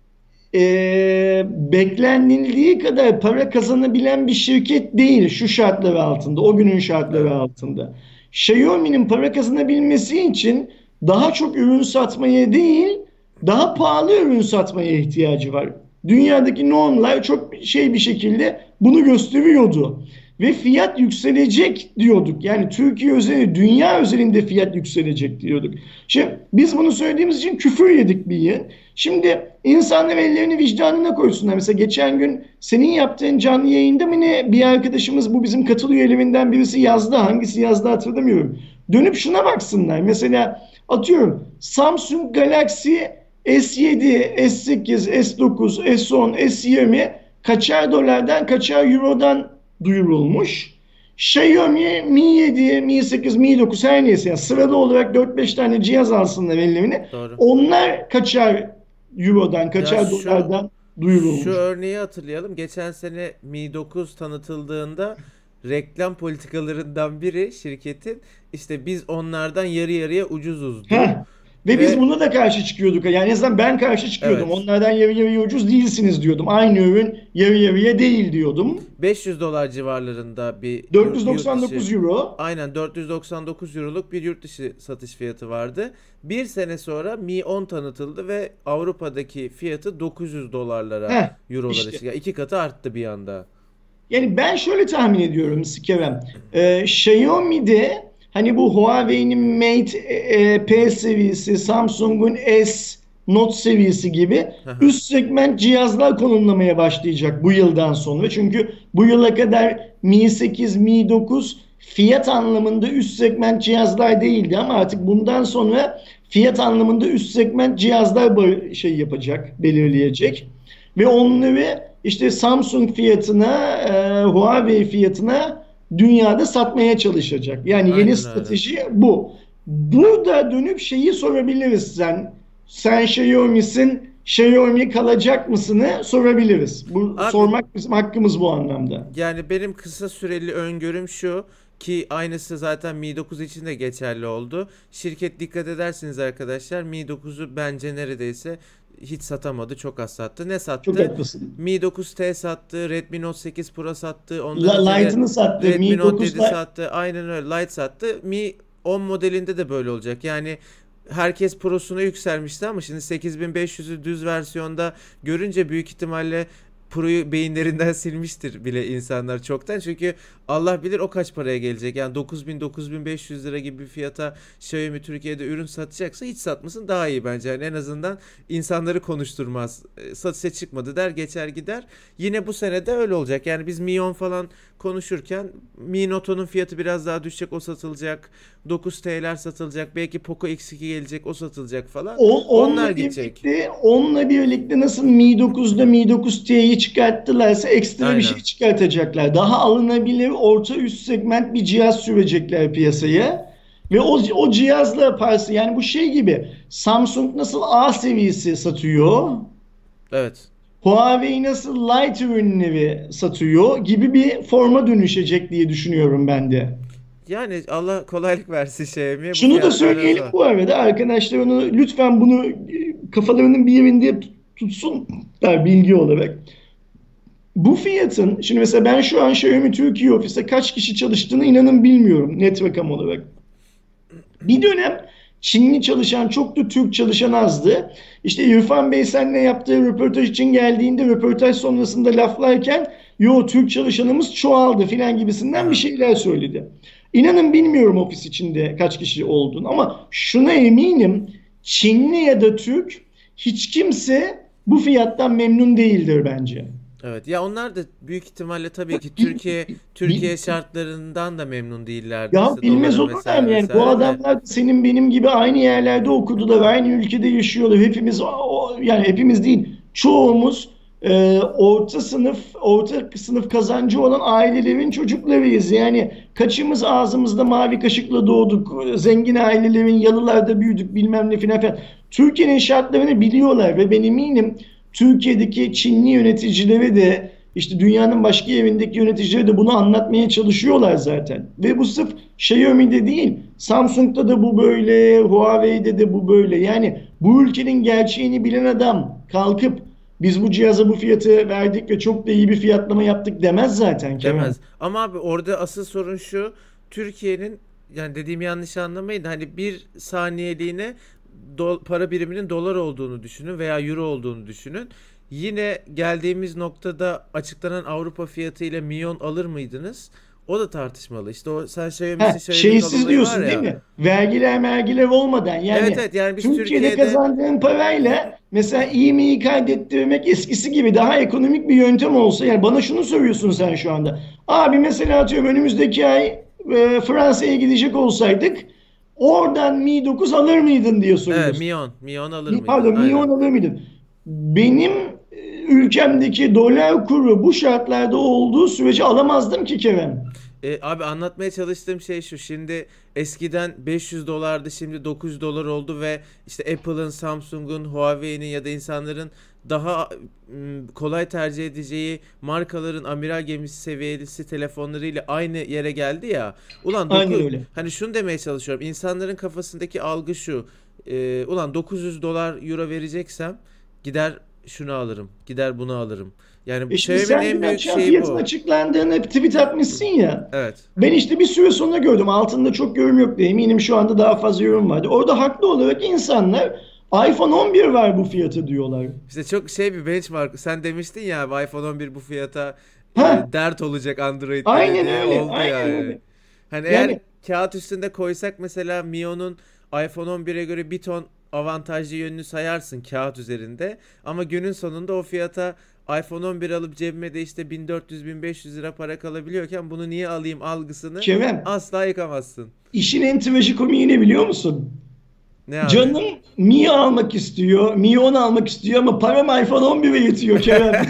e, beklenildiği kadar para kazanabilen bir şirket değil şu şartlar altında, o günün şartları Evet. altında. Xiaomi'nin para kazanabilmesi için daha çok ürün satmaya değil, daha pahalı ürün satmaya ihtiyacı var. Dünyadaki normlar çok şey bir şekilde bunu gösteriyordu. Ve fiyat yükselecek diyorduk. Yani Türkiye özelinde, dünya özelinde fiyat yükselecek diyorduk. Şimdi biz bunu söylediğimiz için küfür yedik bir yer. Şimdi insanlar ellerini vicdanına koysunlar. Mesela geçen gün senin yaptığın canlı yayında mı ne bir arkadaşımız, bu bizim katıl üyelerinden birisi yazdı. Hangisi yazdı hatırlamıyorum. Dönüp şuna baksınlar. Mesela atıyorum Samsung Galaxy S yedi, S sekiz, S dokuz, S on, S yirmi kaçar dolardan kaçar eurodan duyurulmuş. Xiaomi Mi yedi, Mi sekiz, Mi dokuz her neyse yani sıralı olarak dört beş tane cihaz alsınlar ellerine. Doğru. Onlar kaçar eurodan, Ya kaçar şu dolardan şu duyurulmuş. örneği hatırlayalım. Geçen sene Mi dokuz tanıtıldığında reklam politikalarından biri şirketin, işte biz onlardan yarı yarıya ucuzuzdu Heh. Ve biz ve buna da karşı çıkıyorduk. Yani en azından ben karşı çıkıyordum. evet, Onlardan yarı yarıya ucuz değilsiniz diyordum. Aynı ürün yarı yarıya değil diyordum. beş yüz dolar civarlarında bir yurt, yurt dışı, dört yüz doksan dokuz euro. aynen dört yüz doksan dokuz euroluk bir yurt dışı satış fiyatı vardı. Bir sene sonra Mi on tanıtıldı ve Avrupa'daki fiyatı dokuz yüz dolarlara, Heh, eurolara işte. çıktı. Yani iki katı arttı bir anda. Yani ben şöyle tahmin ediyorum Kerem. Ee, Xiaomi'de hani bu Huawei'nin Mate e, P serisi, Samsung'un S Note serisi gibi üst segment cihazlar konumlamaya başlayacak bu yıldan sonra. Çünkü bu yıla kadar Mi sekiz, Mi dokuz fiyat anlamında üst segment cihazlar değildi ama artık bundan sonra fiyat anlamında üst segment cihazlar şey yapacak, belirleyecek. Ve onları işte Samsung fiyatına, e, Huawei fiyatına dünyada satmaya çalışacak. Yani yeni Aynen öyle. strateji bu. Burada dönüp şeyi sorabiliriz sen. Sen Xiaomi'sin, Xiaomi kalacak mısını sorabiliriz. Bu Abi, sormak bizim hakkımız bu anlamda. yani benim kısa süreli öngörüm şu ki aynısı zaten Mi dokuz için de geçerli oldu. Şirket, dikkat edersiniz arkadaşlar, Mi dokuzu bence neredeyse hiç satamadı. Çok az sattı. Ne Çok sattı? haklısın. Mi dokuz T sattı. Redmi Note sekiz Pro sattı. Ondan La- önce de Light'ını sattı. Redmi Mi Note yedi dokuzla sattı. Aynen öyle. Lite sattı. Mi on modelinde de böyle olacak. Yani herkes Pro'suna yükselmişti ama şimdi sekiz bin beş yüzü düz versiyonda görünce büyük ihtimalle Pro'yu beyinlerinden silmiştir bile insanlar çoktan. Çünkü Allah bilir o kaç paraya gelecek. Yani dokuz bin dokuz bin beş yüz lira gibi bir fiyata Xiaomi Türkiye'de ürün satacaksa hiç satmasın, daha iyi bence. Yani en azından insanları konuşturmaz. E, Satışa çıkmadı der, geçer gider. Yine bu sene de öyle olacak. Yani biz Mi on falan konuşurken Mi Note'un fiyatı biraz daha düşecek, o satılacak. dokuz T'ler satılacak. Belki Poco X iki gelecek, o satılacak falan. O, Onlar onunla gidecek. birlikte onunla birlikte nasıl Mi dokuzda Mi dokuz T'yi çıkarttılarsa ekstra bir şey Aynen. çıkartacaklar. Daha alınabilir orta üst segment bir cihaz sürecekler piyasaya. Ve o, o cihazla yaparsın. Yani bu şey gibi Samsung nasıl A seviyesi satıyor, Evet. Huawei nasıl light ürünleri satıyor gibi bir forma dönüşecek diye düşünüyorum ben de. Yani Allah kolaylık versin Xiaomi'ye bu Şunu da fiyatlardan söyleyelim sonra. bu arada arkadaşlar, onu lütfen bunu e, kafalarının bir yerinde tutsunlar bilgi olarak. Bu fiyatın şimdi mesela ben şu an Xiaomi Türkiye ofiste kaç kişi çalıştığını inanın bilmiyorum net rakam olarak. Bir dönem Çinli çalışan çoktu, Türk çalışan azdı. İşte İrfan Bey seninle yaptığı röportaj için geldiğinde röportaj sonrasında laflarken yo Türk çalışanımız çoğaldı filan gibisinden bir Aha. şeyler söyledi. İnanın bilmiyorum ofis içinde kaç kişi olduğunu ama şuna eminim, Çinli ya da Türk hiç kimse bu fiyattan memnun değildir bence. Evet. Ya onlar da büyük ihtimalle tabii ki Bil- Türkiye bil- Türkiye şartlarından da memnun değillerdir. Ya İşte bilmez doların olurlar mı vesaire yani? Bu vesaire de. adamlar da senin benim gibi aynı yerlerde okudular, aynı ülkede yaşıyorlar. Hepimiz o- yani hepimiz değil, çoğumuz e, orta sınıf, orta sınıf kazancı olan ailelerin çocuklarıyız. Yani kaçımız ağzımızda mavi kaşıkla doğduk, zengin ailelerin yalılarda büyüdük bilmem ne filan filan. Türkiye'nin şartlarını biliyorlar ve ben eminim Türkiye'deki Çinli yöneticileri de işte dünyanın başka yerindeki yöneticileri de bunu anlatmaya çalışıyorlar zaten. Ve bu sırf Xiaomi'de değil, Samsung'da da bu böyle, Huawei'de de bu böyle. Yani bu ülkenin gerçeğini bilen adam kalkıp biz bu cihaza bu fiyatı verdik ve çok da iyi bir fiyatlama yaptık demez zaten Kerem. Demez. Ama abi orada asıl sorun şu. Türkiye'nin, yani dediğimi yanlış anlamayın, hani bir saniyeliğine do- para biriminin dolar olduğunu düşünün veya euro olduğunu düşünün. Yine geldiğimiz noktada açıklanan Avrupa fiyatı ile milyon alır mıydınız? O da tartışmalı. İşte o sen Ha, söylemişsin, şöyle bir kalın şeysiz olayı var diyorsun değil ya. mi? Vergiler mergiler olmadan Evet yani evet, yani biz Türkiye'de Türkiye'de kazandığın parayla mesela iyi mi iyi kaydettirmek eskisi gibi daha ekonomik bir yöntem olsa, yani bana şunu söylüyorsun sen şu anda. Abi mesela atıyorum önümüzdeki ay e, Fransa'ya gidecek olsaydık oradan Mi dokuz alır mıydın diye evet, soruyorsun. milyon milyon alır Mi- mıydın? Pardon, Mi Aynen. on alır mıydın? Benim e, ülkemdeki dolar kuru bu şartlarda olduğu sürece alamazdım ki Kerem. E, abi anlatmaya çalıştığım şey şu. Şimdi eskiden beş yüz dolardı, şimdi dokuz yüz dolar oldu ve işte Apple'ın, Samsung'un, Huawei'nin ya da insanların daha m, kolay tercih edeceği markaların amiral gemisi seviyesi telefonlarıyla aynı yere geldi ya. Ulan Aynen dokuz, öyle. hani şunu demeye çalışıyorum. İnsanların kafasındaki algı şu. E, ulan dokuz yüz dolar euro vereceksem gider şunu alırım. Gider bunu alırım. Yani E şimdi Xiaomi'nin sen en dün büyük akşam şeyi fiyatın bu. açıklandığını hep tweet atmışsın ya. Evet. Ben işte bir süre sonra gördüm. Altında çok yorum yok diye. Eminim şu anda daha fazla yorum vardı. Orada haklı olarak insanlar iPhone on bir var bu fiyatı diyorlar. İşte çok şey bir benchmark. Sen demiştin ya abi, iPhone on bir bu fiyata e, Ha, dert olacak Android'lere aynen diye, öyle. oldu Aynen yani. öyle. Hani eğer Yani kağıt üstünde koysak mesela Mio'nun iPhone on bire göre bir ton avantajlı yönünü sayarsın kağıt üzerinde. Ama günün sonunda o fiyata iPhone on bir alıp cebime de işte bin dört yüz bin beş yüz lira para kalabiliyorken bunu niye alayım algısını Kerem, asla yıkamazsın. işin en trajikomiği ne biliyor musun? Ne abi? Canım Mi almak istiyor. Mi on almak istiyor ama param iPhone on bire yetiyor Kerem.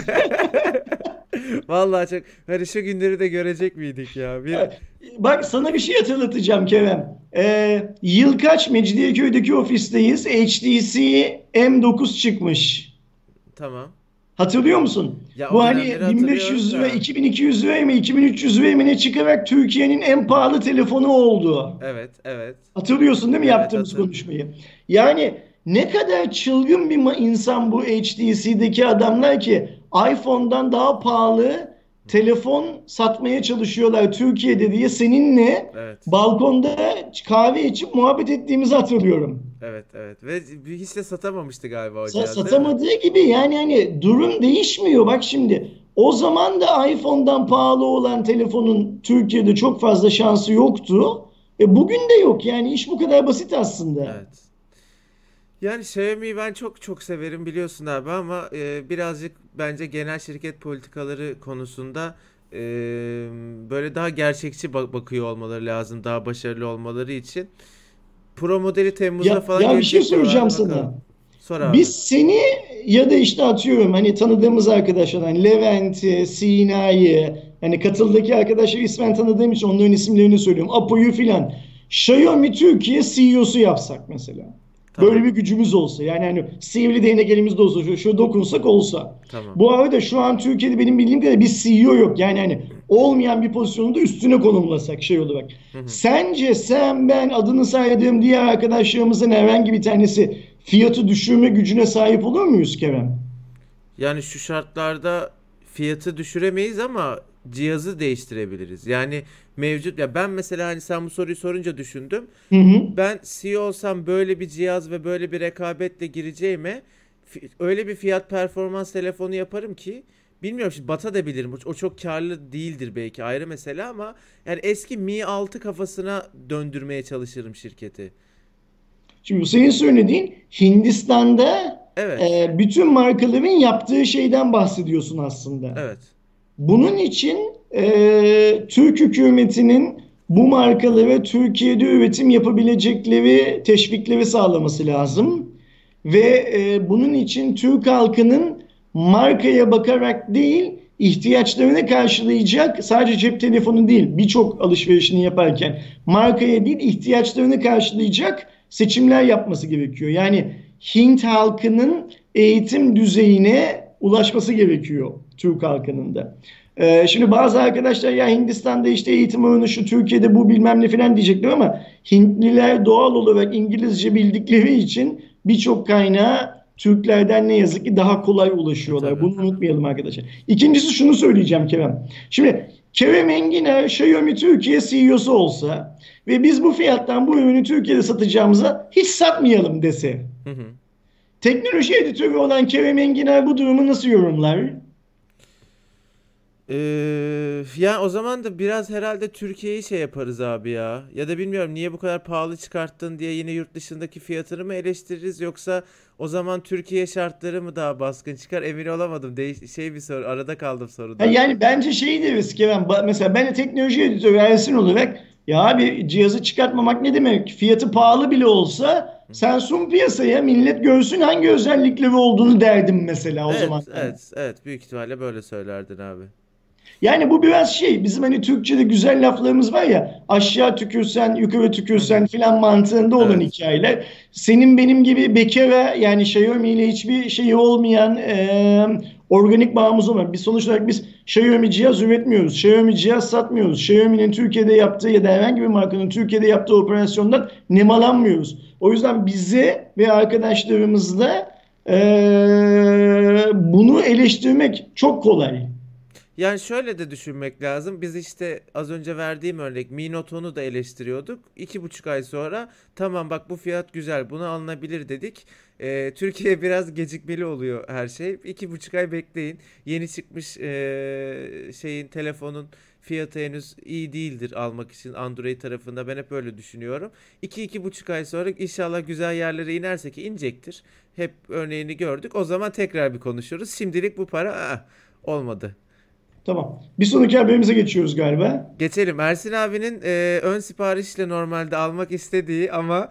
Vallahi çok, hani şu günleri de görecek miydik ya? Bir Bak sana bir şey hatırlatacağım Kerem. Ee, yıl kaç? Mecidiyeköy'deki ofisteyiz. H T C M dokuz çıkmış. tamam. Hatırlıyor musun? Ya Bu o dönemleri hani hatırlıyorum bin beş yüz lira, da. iki bin iki yüz liraya mı, iki bin üç yüz liraya mı ne çıkarak Türkiye'nin en pahalı telefonu oldu. Evet, evet. Hatırlıyorsun değil mi Evet, yaptığımız hatır. konuşmayı? Yani ne kadar çılgın bir ma- insan bu H T C'deki adamlar ki iPhone'dan daha pahalı telefon satmaya çalışıyorlar Türkiye'de diye seninle Evet. balkonda kahve içip muhabbet ettiğimizi hatırlıyorum. Evet, evet. Ve hiç de satamamıştı galiba o Sa- cihaz, değil mi? satamadığı gibi yani hani durum değişmiyor. Bak şimdi o zaman da iPhone'dan pahalı olan telefonun Türkiye'de çok fazla şansı yoktu. E bugün de yok yani iş bu kadar basit aslında. Evet. Yani Xiaomi'yi ben çok çok severim biliyorsun abi, ama e, birazcık bence genel şirket politikaları konusunda e, böyle daha gerçekçi bak bakıyor olmaları lazım, daha başarılı olmaları için. Pro modeli Temmuz'da Ya, falan ya bir şey gelecek soracağım diyorlardı, bakalım. sana. Sor abi. Biz seni ya da işte atıyorum hani tanıdığımız arkadaşlardan Levent'i, Sina'yı hani katıldaki arkadaşları ismen tanıdığım için onların isimlerini söylüyorum. Apo'yu filan. Xiaomi Türkiye C E O'su yapsak mesela. Böyle Tamam. bir gücümüz olsa yani hani sivri değnek elimizde olsa şu, şu dokunsak olsa. Tamam. Bu arada şu an Türkiye'de benim bildiğim kadarıyla bir C E O yok. Yani hani olmayan bir pozisyonu da üstüne konumlasak şey olarak. Hı hı. Sence sen ben adını saydığım diğer arkadaşlarımızın herhangi bir tanesi fiyatı düşürme gücüne sahip olur muyuz Kerem? Yani şu şartlarda fiyatı düşüremeyiz ama cihazı değiştirebiliriz. Yani mevcut, ya ben mesela hani sen bu soruyu sorunca düşündüm. Hı hı. Ben C E O olsam böyle bir cihaz ve böyle bir rekabetle gireceğime fi- öyle bir fiyat performans telefonu yaparım ki, bilmiyorum, şimdi batabilirim. O o çok karlı değildir belki, ayrı mesele, ama yani eski Mi altı kafasına döndürmeye çalışırım şirketi. Şimdi bu senin söylediğin Hindistan'da Evet. e, bütün markaların yaptığı şeyden bahsediyorsun aslında. Evet. Bunun için e, Türk hükümetinin bu markalara Türkiye'de üretim yapabilecekleri teşvikleri sağlaması lazım. Ve e, bunun için Türk halkının markaya bakarak değil, ihtiyaçlarını karşılayacak sadece cep telefonu değil birçok alışverişini yaparken markaya değil ihtiyaçlarını karşılayacak seçimler yapması gerekiyor. Yani Hint halkının eğitim düzeyine ulaşması gerekiyor Türk halkının da. Ee, şimdi bazı arkadaşlar ya Hindistan'da işte eğitim oranı şu Türkiye'de bu bilmem ne falan diyecekler ama Hintliler doğal olarak İngilizce bildikleri için birçok kaynağı Türklerden ne yazık ki daha kolay E, ulaşıyorlar. tabii. Bunu unutmayalım arkadaşlar. İkincisi şunu söyleyeceğim Kerem. Şimdi Kerem Enginer Xiaomi Türkiye C E O'su olsa ve biz bu fiyattan bu ürünü Türkiye'de satacağımıza hiç satmayalım dese. Hı hı. Teknoloji editörü olan Kerem Enginer bu durumu nasıl yorumlar? Ee, yani o zaman da biraz herhalde Türkiye'yi şey yaparız abi ya. Ya da bilmiyorum niye bu kadar pahalı çıkarttın diye yine yurt dışındaki fiyatını mı eleştiririz yoksa o zaman Türkiye şartları mı daha baskın çıkar emin olamadım. Değiş şey bir soru arada kaldım Ha, soruda. yani bence şeyi de risk Kerem. Ba- Mesela ben de teknoloji editörü Ersin olarak ya abi cihazı çıkartmamak ne demek? Fiyatı pahalı bile olsa Hı hı. sen sun piyasaya millet görsün hangi özellikleri olduğunu derdim mesela o zaman. Evet, evet, evet. Büyük ihtimalle böyle söylerdin abi. Yani bu biraz şey bizim hani Türkçe'de güzel laflarımız var ya aşağı tükürsen yukarı Hı tükürsen hı. filan mantığında olan Evet. hikayeler. Senin benim gibi bekara yani Xiaomi ile hiçbir şeyi olmayan e, organik bağımız olmayan. Biz sonuç olarak biz Xiaomi cihaz üretmiyoruz. Xiaomi cihaz satmıyoruz. Xiaomi'nin Türkiye'de yaptığı ya da herhangi bir markanın Türkiye'de yaptığı operasyondan nemalanmıyoruz. O yüzden bize ve arkadaşlarımızla e, bunu eleştirmek çok kolay. Yani şöyle de düşünmek lazım. Biz işte az önce verdiğim örnek Mi Note onu da eleştiriyorduk. İki buçuk ay sonra tamam bak bu fiyat güzel bunu alınabilir dedik. Ee, Türkiye biraz gecikmeli oluyor her şey. İki buçuk ay bekleyin. Yeni çıkmış ee, şeyin telefonun fiyatı henüz iyi değildir almak için Android tarafında. Ben hep öyle düşünüyorum. İki iki buçuk ay sonra inşallah güzel yerlere inerse ki inecektir. Hep örneğini gördük. O zaman tekrar bir konuşuruz. Şimdilik bu para aa, olmadı. Tamam. Bir sonraki haberimize geçiyoruz galiba. Geçelim. Ersin abinin e, ön siparişle normalde almak istediği ama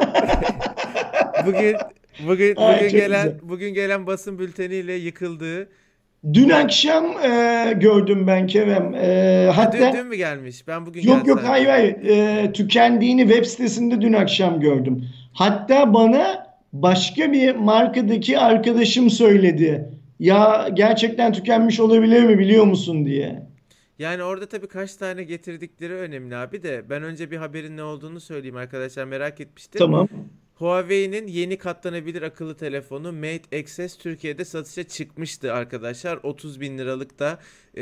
bugün bugün Ay bugün çok gelen güzel. bugün gelen basın bülteniyle yıkıldığı. Dün akşam e, gördüm ben Kerem. E, Ha, dün, hatta dün mü gelmiş? Ben bugün yok geldi yok hayır zannettim. hayır. E, tükendiğini web sitesinde dün akşam gördüm. Hatta bana başka bir markadaki arkadaşım söyledi. Ya gerçekten tükenmiş olabilir mi biliyor musun diye. Yani orada tabii kaç tane getirdikleri önemli abi de ben önce bir haberin ne olduğunu söyleyeyim arkadaşlar merak etmiştir. Tamam. Huawei'nin yeni katlanabilir akıllı telefonu Mate X S Türkiye'de satışa çıkmıştı arkadaşlar. otuz bin liralık da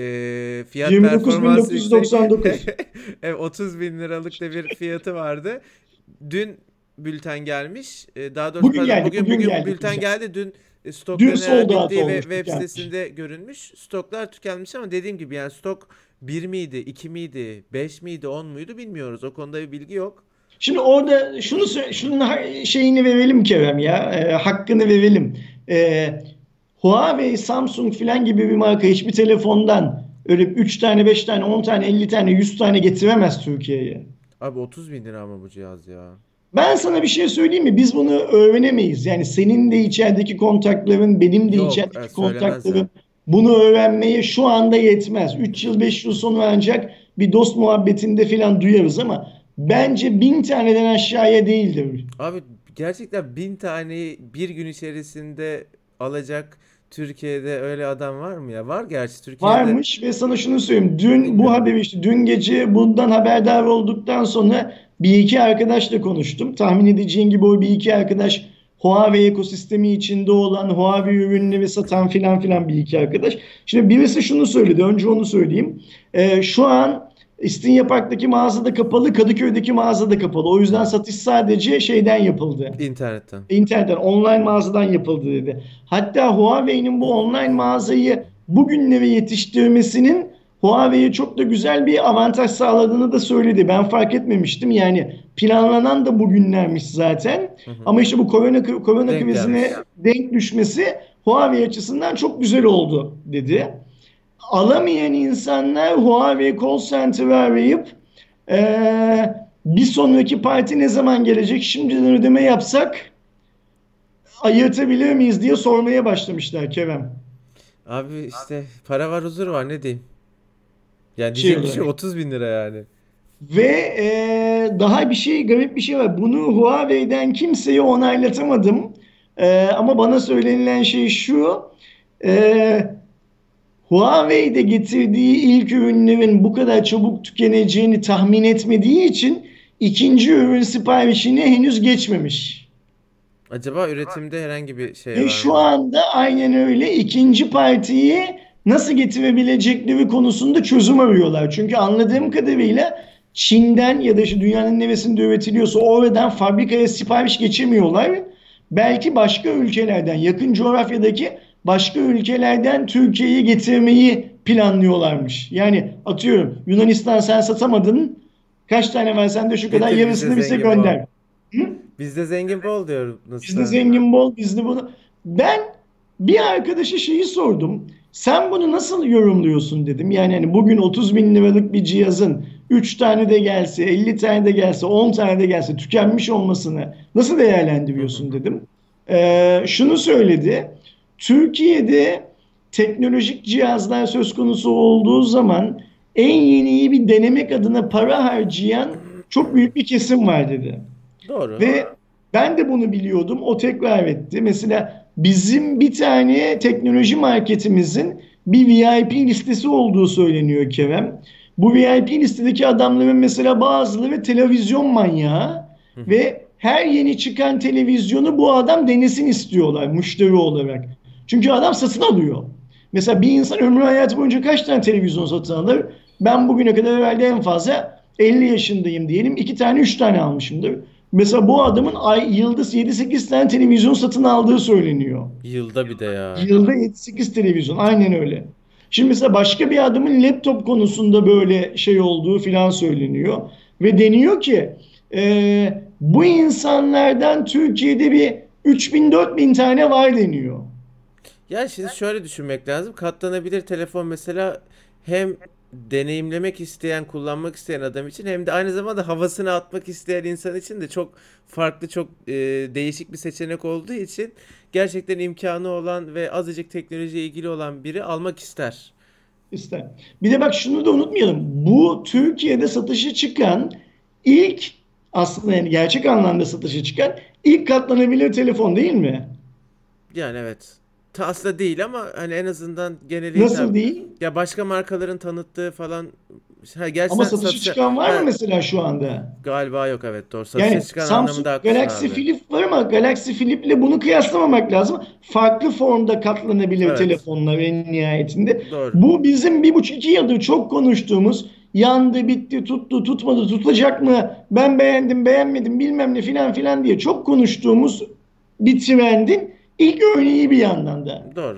e, fiyat performansı yüksek. yirmi dokuz bin dokuz yüz doksan dokuz. Evet, otuz bin liralık da bir fiyatı vardı. Dün bülten gelmiş. E, daha doğrusu Bugün pardon geldi. bugün Bugün bugün geldi. bülten Güzel. geldi. Dün e, Dün stokların herhalde sold out bittiği ve olmuş. web Tükenmiş. sitesinde görünmüş. Stoklar tükenmiş ama dediğim gibi yani stok bir miydi, iki miydi, beş miydi, on muydu bilmiyoruz. O konuda bir bilgi yok. Şimdi orada şunu sö- şunun ha- şeyini verelim Kerem ya. E, hakkını verelim. E, Huawei, Samsung filan gibi bir marka hiçbir telefondan öyle üç tane, beş tane, on tane, elli tane, yüz tane getiremez Türkiye'ye. Abi otuz bin lira ama bu cihaz ya. Ben sana bir şey söyleyeyim mi? Biz bunu öğrenemeyiz. Yani senin de içerideki kontakların, benim de Yok, e, içerideki söylemezler. kontaklarım bunu öğrenmeye şu anda yetmez. Üç yıl, beş yıl sonra ancak bir dost muhabbetinde filan duyarız ama bence bin taneden aşağıya değildir. Abi gerçekten bin taneyi bir gün içerisinde alacak Türkiye'de öyle adam var mı ya? Var gerçi Türkiye'de Varmış ve sana şunu söyleyeyim. Dün bu bilmiyorum. haberi işte dün gece bundan haberdar olduktan sonra bir iki arkadaşla konuştum. Tahmin edeceğin gibi o bir iki arkadaş Huawei ekosistemi içinde olan Huawei ürünleri satan filan filan bir iki arkadaş. Şimdi birisi şunu söyledi. Önce onu söyleyeyim. Ee, şu an İstinye Park'taki mağazada kapalı, Kadıköy'deki mağazada kapalı. O yüzden Hı. satış sadece şeyden yapıldı. İnternetten. İnternetten, online mağazadan yapıldı dedi. Hatta Huawei'nin bu online mağazayı bugünlere yetiştirmesinin Huawei'ye çok da güzel bir avantaj sağladığını da söyledi. Ben fark etmemiştim. Yani planlanan da bugünlermiş zaten. Hı hı. Ama işte bu korona, korona Denk krizine gelmiş. denk düşmesi Huawei açısından çok güzel oldu dedi. Alamayan insanlar Huawei call center'ı arayıp eee, bir sonraki parti ne zaman gelecek? Şimdiden ödeme yapsak ayırtabilir miyiz diye sormaya başlamışlar Kerem. Abi işte para var huzur var ne diyeyim. Yani Şey diyecek bir şey olarak. yok, otuz bin lira yani. Ve eee, daha bir şey garip bir şey var. Bunu Huawei'den kimseye onaylatamadım. Eee, ama bana söylenilen şey şu. Eee Huawei'de getirdiği ilk ürünlerin bu kadar çabuk tükeneceğini tahmin etmediği için ikinci ürün siparişine henüz geçmemiş. Acaba üretimde herhangi bir şey Ve var şu mı? anda aynen öyle ikinci partiyi nasıl getirebilecekleri konusunda çözüm arıyorlar. Çünkü anladığım Hmm. kadarıyla Çin'den ya da işte dünyanın neresinde üretiliyorsa oradan fabrikaya sipariş geçirmiyorlar. Belki başka ülkelerden, yakın coğrafyadaki başka ülkelerden Türkiye'ye getirmeyi planlıyorlarmış. Yani atıyorum Yunanistan sen satamadın, kaç tane var sende şu kadar Getir bizde yarısını bize zengin bol. gönder. Hı? Bizde zengin bol diyorsunuz Bizde da. zengin bol, bizde bunu. Ben bir arkadaşa şeyi sordum. Sen bunu nasıl yorumluyorsun dedim. Yani hani bugün otuz bin liralık bir cihazın üç tane de gelse, elli tane de gelse, on tane de gelse tükenmiş olmasını nasıl Hı hı değerlendiriyorsun hı. dedim. Ee, şunu söyledi. Türkiye'de teknolojik cihazlar söz konusu olduğu zaman en yeniyi bir denemek adına para harcayan çok büyük bir kesim var dedi. Doğru. Ve ben de bunu biliyordum. O tekrar etti. Mesela bizim bir tane teknoloji marketimizin bir V I P listesi olduğu söyleniyor Kerem. Bu V I P listedeki adamların mesela bazıları televizyon manyağı Hı hı. ve her yeni çıkan televizyonu bu adam denesin istiyorlar müşteri olarak. Çünkü adam satın alıyor. Mesela bir insan ömrü hayatı boyunca kaç tane televizyon satın alır? Ben bugüne kadar herhalde en fazla elli yaşındayım diyelim. iki tane üç tane almışımdır. Mesela bu adamın ay yıldız yedi sekiz tane televizyon satın aldığı söyleniyor. Yılda bir de ya. Yılda yedi sekiz televizyon aynen öyle. Şimdi mesela başka bir adamın laptop konusunda böyle şey olduğu filan söyleniyor. Ve deniyor ki e, bu insanlardan Türkiye'de bir üç bin dört bin tane var deniyor. Ya şimdi şöyle düşünmek lazım. Katlanabilir telefon mesela hem deneyimlemek isteyen, kullanmak isteyen adam için hem de aynı zamanda havasını atmak isteyen insan için de çok farklı, çok e, değişik bir seçenek olduğu için gerçekten imkanı olan ve azıcık teknolojiye ilgili olan biri almak ister. İşte. Bir de bak şunu da unutmayalım. Bu Türkiye'de satışa çıkan ilk aslında yani gerçek anlamda satışa çıkan ilk katlanabilir telefon değil mi? Yani evet. Ta aslında değil ama hani en azından genele Nasıl hitap. değil? Ya başka markaların tanıttığı falan. Ha gerçi Ama sen satışa satışa çıkan var mı ha mesela şu anda? galiba yok, evet, doğru. Satışa Yani çıkan Samsung anlamında haklısın Galaxy abi. Flip var ama Galaxy Flip'le bunu kıyaslamamak lazım. Farklı formda katlanabilir Evet. telefonlar en nihayetinde. Doğru. Bu bizim bir buçuk iki yıldır çok konuştuğumuz yandı, bitti, tuttu, tutmadı, tutacak mı? Ben beğendim, beğenmedim, bilmem ne filan filan diye çok konuştuğumuz bir trendin ilk örneği bir yandan da. Doğru.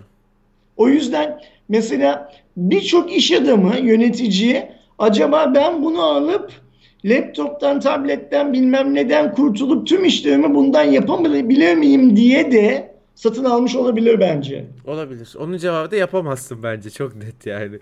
O yüzden mesela birçok iş adamı, yönetici acaba ben bunu alıp laptoptan, tabletten bilmem neden kurtulup tüm işlerimi bundan yapabilir miyim diye de satın almış olabilir bence. Olabilir. Onun cevabı da yapamazsın bence. Çok net yani.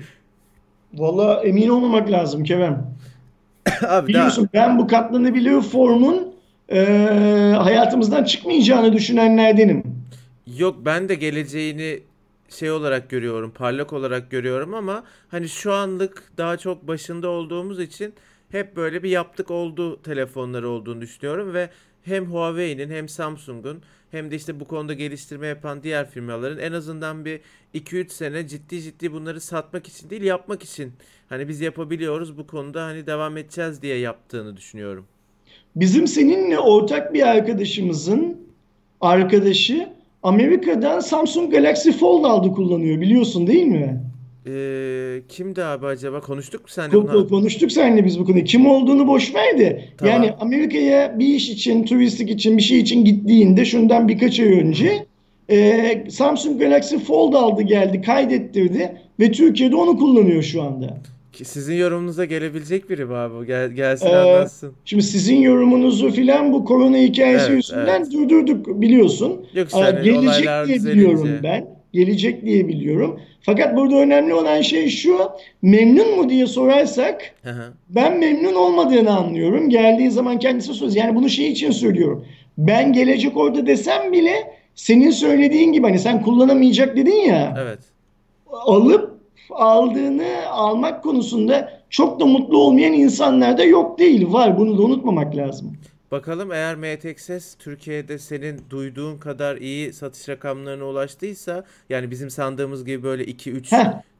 Valla emin olmamak lazım Kerem. Abi daha Biliyorsun ben bu katlanabilir formun e, hayatımızdan çıkmayacağını düşünenlerdenim. yok, ben de geleceğini şey olarak görüyorum, parlak olarak görüyorum ama hani şu anlık daha çok başında olduğumuz için hep böyle bir yaptık oldu telefonları olduğunu düşünüyorum ve hem Huawei'nin hem Samsung'un hem de işte bu konuda geliştirme yapan diğer firmaların en azından bir iki üç sene ciddi ciddi bunları satmak için değil, yapmak için, hani biz yapabiliyoruz bu konuda, hani devam edeceğiz diye yaptığını düşünüyorum. Bizim seninle ortak bir arkadaşımızın arkadaşı Amerika'dan Samsung Galaxy Fold aldı kullanıyor biliyorsun değil mi? Ee, kimdi abi acaba? Konuştuk mu seninle Ko- ko- bunu? Konuştuk seninle biz bu konuyu. Kim olduğunu boş ver de. Yani Tamam. Amerika'ya bir iş için, turistik için, bir şey için gittiğinde şundan birkaç ay Hı hı. önce e, Samsung Galaxy Fold aldı geldi, kaydettirdi ve Türkiye'de onu kullanıyor şu anda. Ki sizin yorumunuza gelebilecek biri mi abi? Gel, gelsin Ee, anlatsın. Şimdi sizin yorumunuzu filan bu korona hikayesi Evet, yüzünden evet. durdurduk biliyorsun. Yok Ee, işte hani gelecek olaylar diye biliyorum düzelince. ben. Gelecek diye biliyorum. Fakat burada önemli olan şey şu. Memnun mu diye sorarsak Hı hı. ben memnun olmadığını anlıyorum. Geldiği zaman kendisi söz. Yani bunu şey için söylüyorum. Ben gelecek orada desem bile senin söylediğin gibi hani sen kullanamayacak dedin ya Evet. alıp aldığını almak konusunda çok da mutlu olmayan insanlar da yok değil. Var. Bunu da unutmamak lazım. Bakalım, eğer M T X S Türkiye'de senin duyduğun kadar iyi satış rakamlarına ulaştıysa, yani bizim sandığımız gibi böyle iki üç Heh,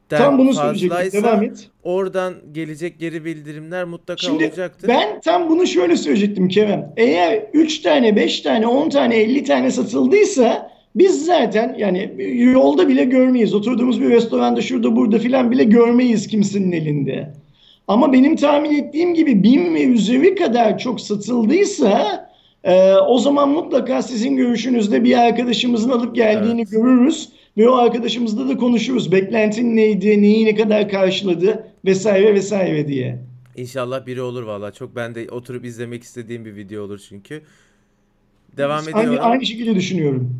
Tam bunu söyleyecektim. Devam fazlaysa et. oradan gelecek geri bildirimler mutlaka Şimdi olacaktır. ben tam bunu şöyle söyleyecektim Kerem. Eğer üç tane, beş tane, on tane, elli tane satıldıysa biz zaten yani yolda bile görmeyiz. Oturduğumuz bir restoranda şurada burada filan bile görmeyiz kimsenin elinde. Ama benim tahmin ettiğim gibi bin ve üzeri kadar çok satıldıysa e, o zaman mutlaka sizin görüşünüzde bir arkadaşımızın alıp geldiğini Evet. görürüz. Ve o arkadaşımızla da konuşuruz. Beklentin neydi, neyi ne kadar karşıladı vesaire vesaire diye. İnşallah biri olur valla. Çok ben de oturup izlemek istediğim bir video olur çünkü. Devam Aynı, ediyorum. aynı şekilde düşünüyorum.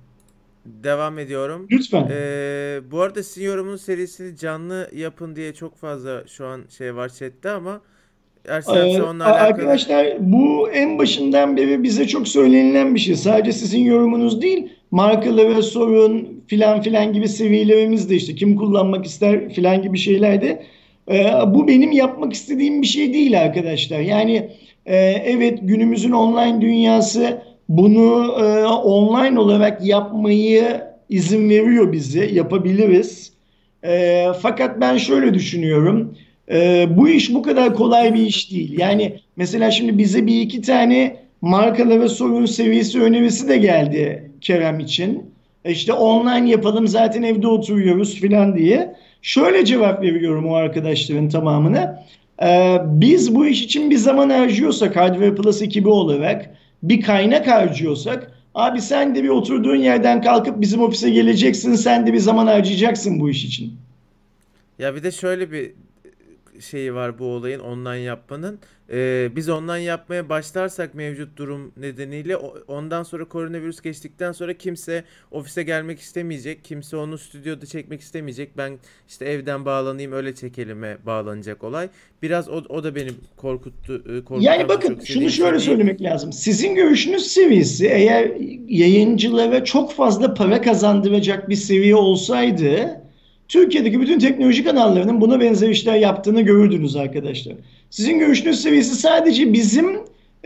Devam ediyorum. Lütfen. Ee, bu arada sizin yorumun serisini canlı yapın diye çok fazla şu an şey var chatte ama Ersense Ee, onunla alakalı. arkadaşlar bu en başından beri bize çok söylenilen bir şey. Sadece sizin yorumunuz değil, markalara sorun filan filan gibi seviyelerimiz de işte kim kullanmak ister filan gibi şeyler de. Ee, bu benim yapmak istediğim bir şey değil arkadaşlar. Yani e, evet günümüzün online dünyası bunu e, online olarak yapmayı izin veriyor bize, yapabiliriz. E, fakat ben şöyle düşünüyorum. Ee, bu iş bu kadar kolay bir iş değil. Yani mesela şimdi bize bir iki tane markalara sorun seviyesi önerisi de geldi Kerem için. E İşte online yapalım zaten evde oturuyoruz filan diye. Şöyle cevap veriyorum o arkadaşların tamamına. Ee, biz bu iş için bir zaman harcıyorsak Hardware Plus ekibi olarak bir kaynak harcıyorsak abi sen de bir oturduğun yerden kalkıp bizim ofise geleceksin sen de bir zaman harcayacaksın bu iş için. Ya bir de şöyle bir şeyi var bu olayın online yapmanın. Ee, biz online yapmaya başlarsak mevcut durum nedeniyle o- ondan sonra koronavirüs geçtikten sonra kimse ofise gelmek istemeyecek. Kimse onu stüdyoda çekmek istemeyecek. Ben işte evden bağlanayım öyle çekelime bağlanacak olay. Biraz o, o da benim korkuttu, e, Yani korkutan bakın çok şunu istediğim şey şöyle değil. söylemek lazım. Sizin görüşünüz seviyesi eğer yayıncılara çok fazla para kazandıracak bir seviye olsaydı Türkiye'deki bütün teknoloji kanallarının buna benzer işler yaptığını görürdünüz arkadaşlar. Sizin görüşünüz seviyesi sadece bizim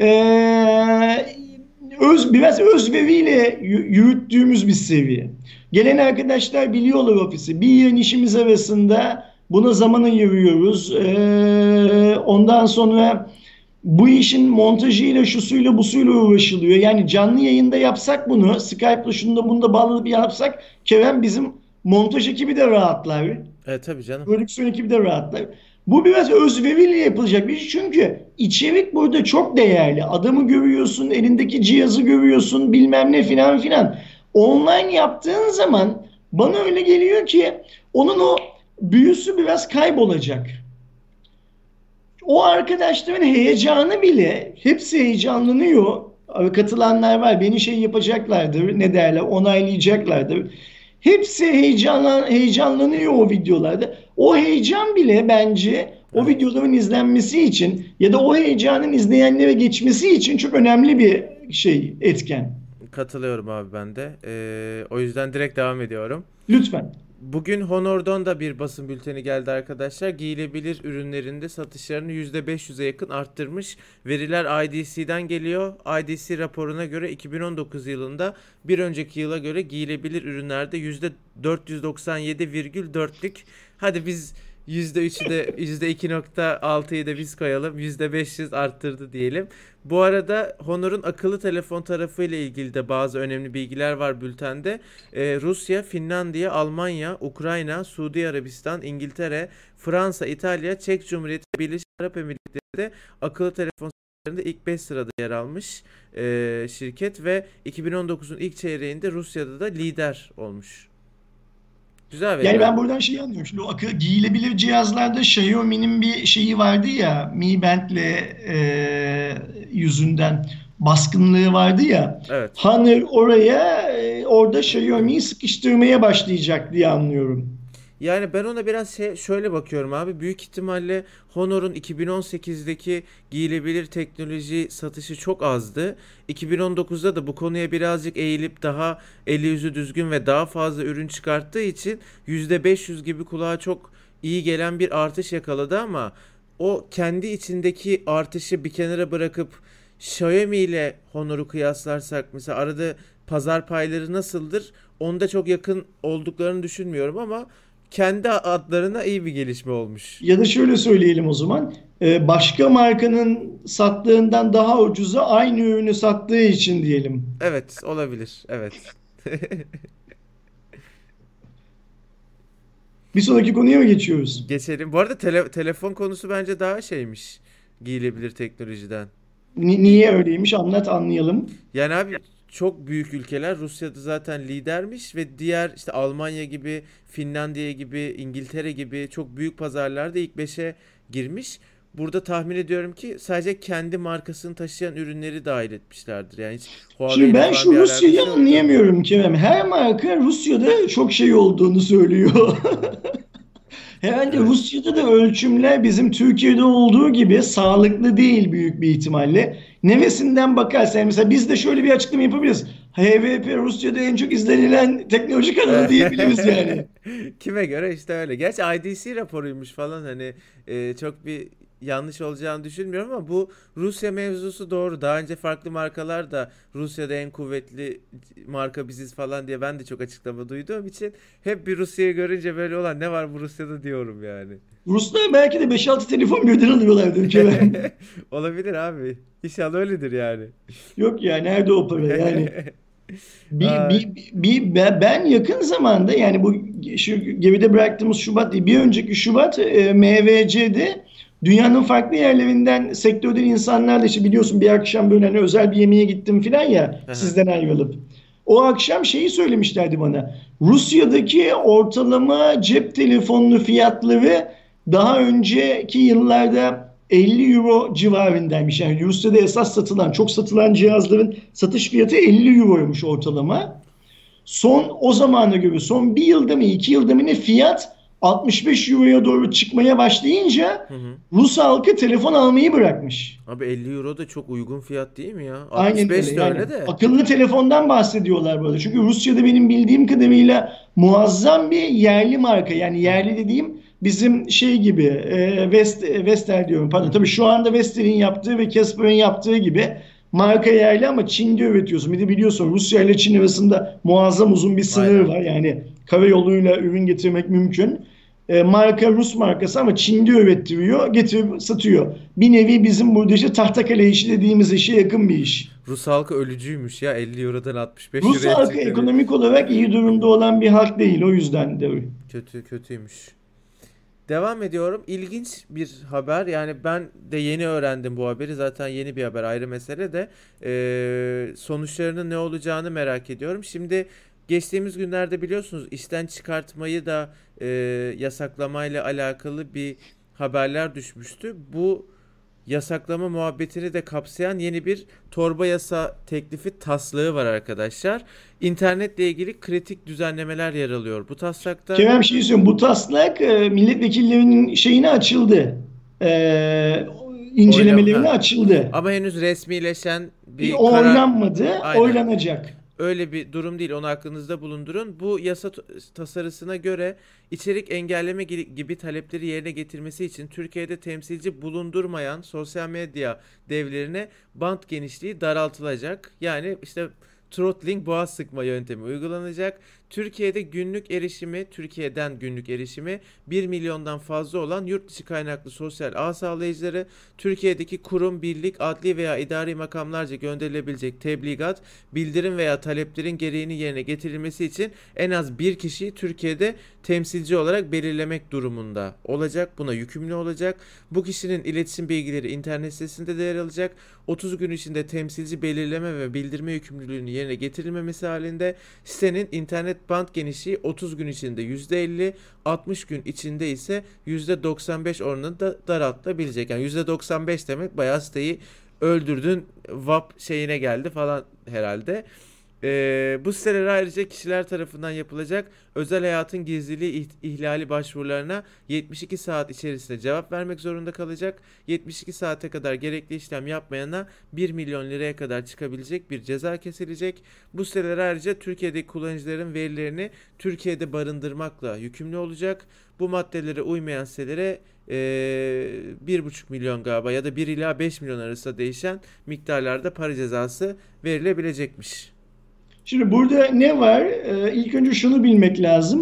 eee, öz, biraz özveriyle yürüttüğümüz bir seviye. Gelen arkadaşlar biliyorlar ofisi. Bir yığın işimiz arasında buna zaman ayırıyoruz. Eee, ondan sonra bu işin montajıyla, şusuyla, busuyla uğraşılıyor. Yani canlı yayında yapsak bunu, Skype'la şunu da bunu da bağlanıp yapsak, Kerem bizim montaj ekibi de rahatlar. E tabii canım. Prodüksiyon ekibi de rahatlar. Bu biraz özveriyle yapılacak bir şey. Çünkü içerik burada çok değerli. Adamı görüyorsun, elindeki cihazı görüyorsun, bilmem ne filan filan. Online yaptığın zaman bana öyle geliyor ki onun o büyüsü biraz kaybolacak. O arkadaşların heyecanı bile hepsi heyecanlanıyor. Katılanlar var. Beni şey yapacaklardır. Ne derler? Onaylayacaklardır. Hepsi heyecanlan, heyecanlanıyor o videolarda. O heyecan bile bence o Evet. videoların izlenmesi için ya da o heyecanın izleyenlere geçmesi için çok önemli bir şey, etken. Katılıyorum abi ben de. Ee, o yüzden direkt devam ediyorum. Lütfen. Bugün Honor'dan da bir basın bülteni geldi arkadaşlar. Giyilebilir ürünlerinde satışlarını yüzde beş yüze yakın arttırmış. Veriler I D C'den geliyor. I D C raporuna göre iki bin on dokuz yılında bir önceki yıla göre giyilebilir ürünlerde yüzde dört yüz doksan yedi virgül dörtlük. Hadi biz yüzde üçü de yüzde iki nokta altıyı da biz koyalım. yüzde beş yüz arttırdı diyelim. Bu arada Honor'un akıllı telefon tarafıyla ilgili de bazı önemli bilgiler var bültende. Ee, Rusya, Finlandiya, Almanya, Ukrayna, Suudi Arabistan, İngiltere, Fransa, İtalya, Çek Cumhuriyeti, Birleşik Arap Emirlikleri de akıllı telefon satışlarında ilk beş sırada yer almış ee, şirket ve iki bin on dokuzun ilk çeyreğinde Rusya'da da lider olmuş. Güzel Yani veriler ben bu. buradan şeyi anlıyorum. Şimdi o akı, giyilebilir cihazlarda Xiaomi'nin bir şeyi vardı ya, Mi Band'le e, yüzünden baskınlığı vardı ya. Evet. Honor oraya e, orada Xiaomi'yi sıkıştırmaya başlayacak diye anlıyorum. Yani ben ona biraz şey, şöyle bakıyorum abi. Büyük ihtimalle Honor'un iki bin on sekizdeki giyilebilir teknoloji satışı çok azdı. iki bin on dokuzda da bu konuya birazcık eğilip daha eli yüzü düzgün ve daha fazla ürün çıkarttığı için yüzde beş yüz gibi kulağa çok iyi gelen bir artış yakaladı ama o kendi içindeki artışı bir kenara bırakıp Xiaomi ile Honor'u kıyaslarsak mesela arada pazar payları nasıldır? Onda çok yakın olduklarını düşünmüyorum ama kendi adlarına iyi bir gelişme olmuş. Ya da şöyle söyleyelim o zaman. Ee, başka markanın sattığından daha ucuza aynı ürünü sattığı için diyelim. Evet, olabilir. Evet. Bir sonraki konuya mı geçiyoruz? Geçelim. Bu arada tele- telefon konusu bence daha şeymiş. Giyilebilir teknolojiden. Ni- İ- niye öyleymiş? Anlat, anlayalım. Yani abi çok büyük ülkeler Rusya'da zaten lidermiş ve diğer işte Almanya gibi, Finlandiya gibi, İngiltere gibi çok büyük pazarlarda ilk beşe girmiş. Burada tahmin ediyorum ki sadece kendi markasını taşıyan ürünleri dahil etmişlerdir. Yani hiç Huawei Şimdi ile ben falan şu bir Rusya'yı alakası yoktur. anlayamıyorum Kerem. Her marka Rusya'da çok şey olduğunu söylüyor. Herhalde Evet. Rusya'da da ölçümler bizim Türkiye'de olduğu gibi sağlıklı değil büyük bir ihtimalle. Neresinden bakarsan mesela biz de şöyle bir açıklama yapabiliriz. H V P Rusya'da en çok izlenilen teknoloji kanalı diyebiliriz yani. Kime göre işte öyle. Gerçi I D C raporuymuş falan hani e, çok bir yanlış olacağını düşünmüyorum ama bu Rusya mevzusu doğru. Daha önce farklı markalar da Rusya'da en kuvvetli marka biziz falan diye ben de çok açıklama duyduğum için hep bir Rusya'yı görünce böyle olan ne var bu Rusya'da diyorum yani. Ruslar belki de beş altı telefon birden alıyorlardır Kerem. Olabilir abi. İnşallah öyledir yani. Yok ya, nerede o para yani. Bir, Ay, bir, bir, ben yakın zamanda yani bu şu geride bıraktığımız Şubat değil, bir önceki Şubat e, M V C'de dünyanın farklı yerlerinden sektörden insanlarla işte biliyorsun bir akşam böyle hani özel bir yemeğe gittim falan ya aha, sizden ayrılıp. O akşam şeyi söylemişlerdi bana. Rusya'daki ortalama cep telefonlu fiyatları daha önceki yıllarda elli euro civarındaymış. Yani Rusya'da esas satılan, çok satılan cihazların satış fiyatı elli euroymuş ortalama. Son o zamana göre son bir yılda mı iki yılda mı ne fiyat altmış beş euroya doğru çıkmaya başlayınca hı hı. Rus halkı telefon almayı bırakmış. Abi elli euro da çok uygun fiyat değil mi ya? Aynen öyle altmış beş de yani öyle de. akıllı telefondan bahsediyorlar böyle. Çünkü Rusya'da benim bildiğim kadarıyla muazzam bir yerli marka, yani Hı hı. yerli dediğim bizim şey gibi e, West, Vestel diyorum Hı pardon. Tabii hı. şu anda Vestel'in yaptığı ve Casper'ın yaptığı gibi marka yerli ama Çin'de üretiyorsun. Bir de biliyorsun Rusya ile Çin arasında muazzam uzun bir sınır Aynen. var. Yani karayoluyla ürün getirmek mümkün. E, marka Rus markası ama Çin'de ürettiriyor, getirip satıyor. Bir nevi bizim burada işte Tahtakale işi dediğimiz işe yakın bir iş. Rus halkı ölücüymüş ya elli eurodan altmış beş Rus euroya halkı çıktı. ekonomik olarak iyi durumda olan bir halk değil. O yüzden de. Kötü kötüymüş. Devam ediyorum. İlginç bir haber. Yani ben de yeni öğrendim bu haberi. Zaten yeni bir haber ayrı mesele de. Ee, sonuçlarının ne olacağını merak ediyorum. Şimdi geçtiğimiz günlerde biliyorsunuz işten çıkartmayı da e, yasaklamayla alakalı bir haberler düşmüştü. Bu yasaklama muhabbetini de kapsayan yeni bir torba yasa teklifi taslağı var arkadaşlar. İnternetle ilgili kritik düzenlemeler yer alıyor. Bu taslakta Kerem şey söyleyeyim. Bu taslak e, milletvekillerinin şeyine açıldı. E, oylama incelemelerine ha. açıldı. Ama henüz resmileşen Bir bir karar oylanmadı. aynen. Oylanacak. Öyle bir durum değil. Onu aklınızda bulundurun. Bu yasa t- tasarısına göre içerik engelleme gi- gibi talepleri yerine getirmesi için Türkiye'de temsilci bulundurmayan sosyal medya devlerine bant genişliği daraltılacak. Yani işte throttling boğaz sıkma yöntemi uygulanacak. Türkiye'de günlük erişimi, Türkiye'den günlük erişimi bir milyondan fazla olan yurt dışı kaynaklı sosyal ağ sağlayıcıları Türkiye'deki kurum, birlik, adli veya idari makamlarca gönderilebilecek tebligat, bildirim veya taleplerin gereğini yerine getirilmesi için en az bir kişiyi Türkiye'de temsilci olarak belirlemek durumunda olacak. Buna yükümlü olacak. Bu kişinin iletişim bilgileri internet sitesinde de yer alacak. otuz gün içinde temsilci belirleme ve bildirme yükümlülüğünü yerine getirilmemesi halinde sitenin internet band genişliği otuz gün içinde yüzde elli, altmış gün içinde ise yüzde doksan beş oranında daraltılabilecek. Yani yüzde doksan beş demek bayağı siteyi öldürdün, V A P şeyine geldi falan herhalde. Ee, bu siteler ayrıca kişiler tarafından yapılacak özel hayatın gizliliği ihlali başvurularına yetmiş iki saat içerisinde cevap vermek zorunda kalacak. yetmiş iki saate kadar gerekli işlem yapmayana bir milyon liraya kadar çıkabilecek bir ceza kesilecek. Bu siteler ayrıca Türkiye'deki kullanıcıların verilerini Türkiye'de barındırmakla yükümlü olacak. Bu maddelere uymayan sitelere ee, bir buçuk milyon galiba ya da bir ila beş milyon arasında değişen miktarlarda para cezası verilebilecekmiş. Şimdi burada ne var? Ee, ilk önce şunu bilmek lazım.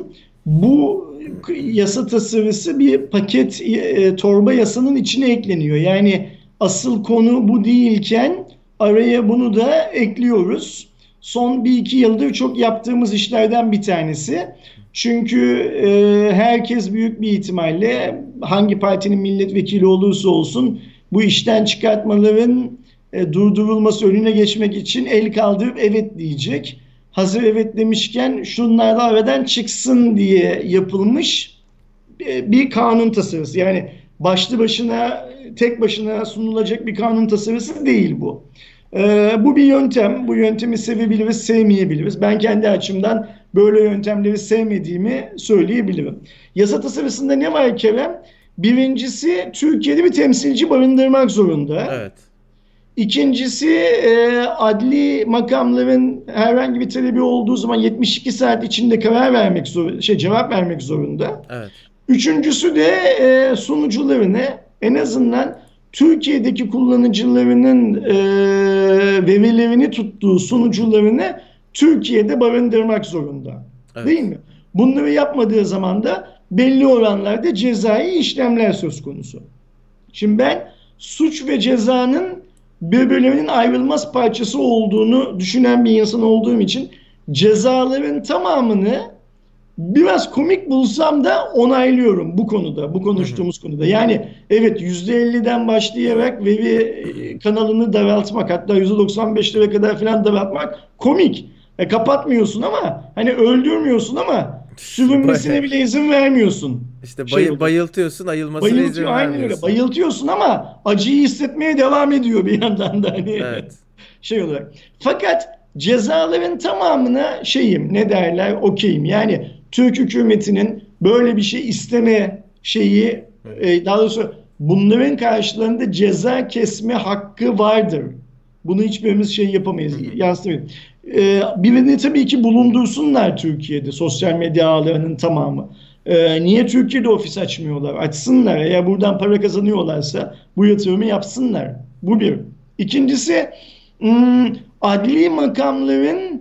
bu yasa tasarısı bir paket e, torba yasanın içine ekleniyor. Yani asıl konu bu değilken araya bunu da ekliyoruz. Son bir iki yıldır çok yaptığımız işlerden bir tanesi. Çünkü e, herkes büyük bir ihtimalle hangi partinin milletvekili olursa olsun bu işten çıkartmaların e, durdurulması, önüne geçmek için el kaldırıp evet diyecek. Hazır evet demişken şunlar da aradan çıksın diye yapılmış e, bir kanun tasarısı. Yani başlı başına, tek başına sunulacak bir kanun tasarısı değil bu. E, bu bir yöntem. Bu yöntemi sevebiliriz, sevmeyebiliriz. Ben kendi açımdan böyle yöntemleri sevmediğimi söyleyebilirim. Yasa tasarısında ne var Kerem? Birincisi, Türkiye'de bir temsilci barındırmak zorunda. Evet. İkincisi, e, adli makamların herhangi bir talebi olduğu zaman yetmiş iki saat içinde karar vermek zor, şey cevap vermek zorunda. Evet. Üçüncüsü de e, sunucularını, en azından Türkiye'deki kullanıcılarının e, verilerini tuttuğu sunucularını Türkiye'de barındırmak zorunda. Evet. Değil mi? Bunları yapmadığı zaman da belli oranlarda cezai işlemler söz konusu. Şimdi ben suç ve cezanın birbirlerinin ayrılmaz parçası olduğunu düşünen bir insan olduğum için cezaların tamamını biraz komik bulsam da onaylıyorum bu konuda, bu konuştuğumuz konuda. Yani evet, yüzde elliden başlayarak veri kanalını daraltmak, hatta yüzde doksan beşlere kadar falan daraltmak komik. E, kapatmıyorsun ama hani öldürmüyorsun ama sürünmesine bile izin vermiyorsun. İşte bay, Şey bayıltıyorsun, ayılmasına izin Bayıltıyor, aynen öyle. vermiyorsun. Bayıltıyorsun ama acıyı hissetmeye devam ediyor bir yandan da hani Evet. şey olarak. Fakat cezaların tamamına şeyim, ne derler, okeyim. Yani Türk hükümetinin böyle bir şey isteme şeyi, e, daha doğrusu bunların karşılığında ceza kesme hakkı vardır. Bunu hiçbirimiz şey yapamayız, yansıtamayız. Ee, birini tabii ki bulundursunlar Türkiye'de, sosyal medya ağlarının tamamı. Ee, niye Türkiye'de ofis açmıyorlar? Açsınlar. Eğer buradan para kazanıyorlarsa bu yatırımı yapsınlar. Bu bir. İkincisi, hmm, adli makamların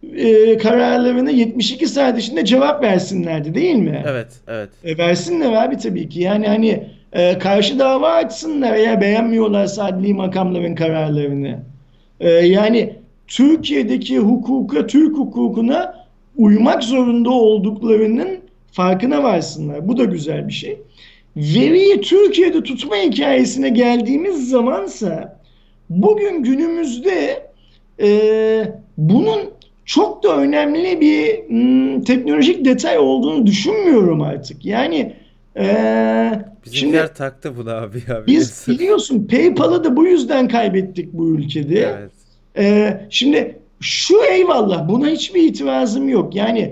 e, kararlarına yetmiş iki saat içinde cevap versinlerdi, değil mi? Evet, evet. E, versinler abi tabii ki. Yani hani e, karşı dava açsınlar eğer beğenmiyorlarsa adli makamların kararlarını. E, yani Türkiye'deki hukuka, Türk hukukuna uymak zorunda olduklarının farkına varsınlar. Bu da güzel bir şey. Veriyi Türkiye'de tutma hikayesine geldiğimiz zamansa bugün günümüzde e, bunun çok da önemli bir m, teknolojik detay olduğunu düşünmüyorum artık. Yani e, Bizimkiler şimdi taktı bunu abi ya. biz biliyorsun PayPal'ı da bu yüzden kaybettik bu ülkede. Evet. E, şimdi şu eyvallah, buna hiçbir itirazım yok. Yani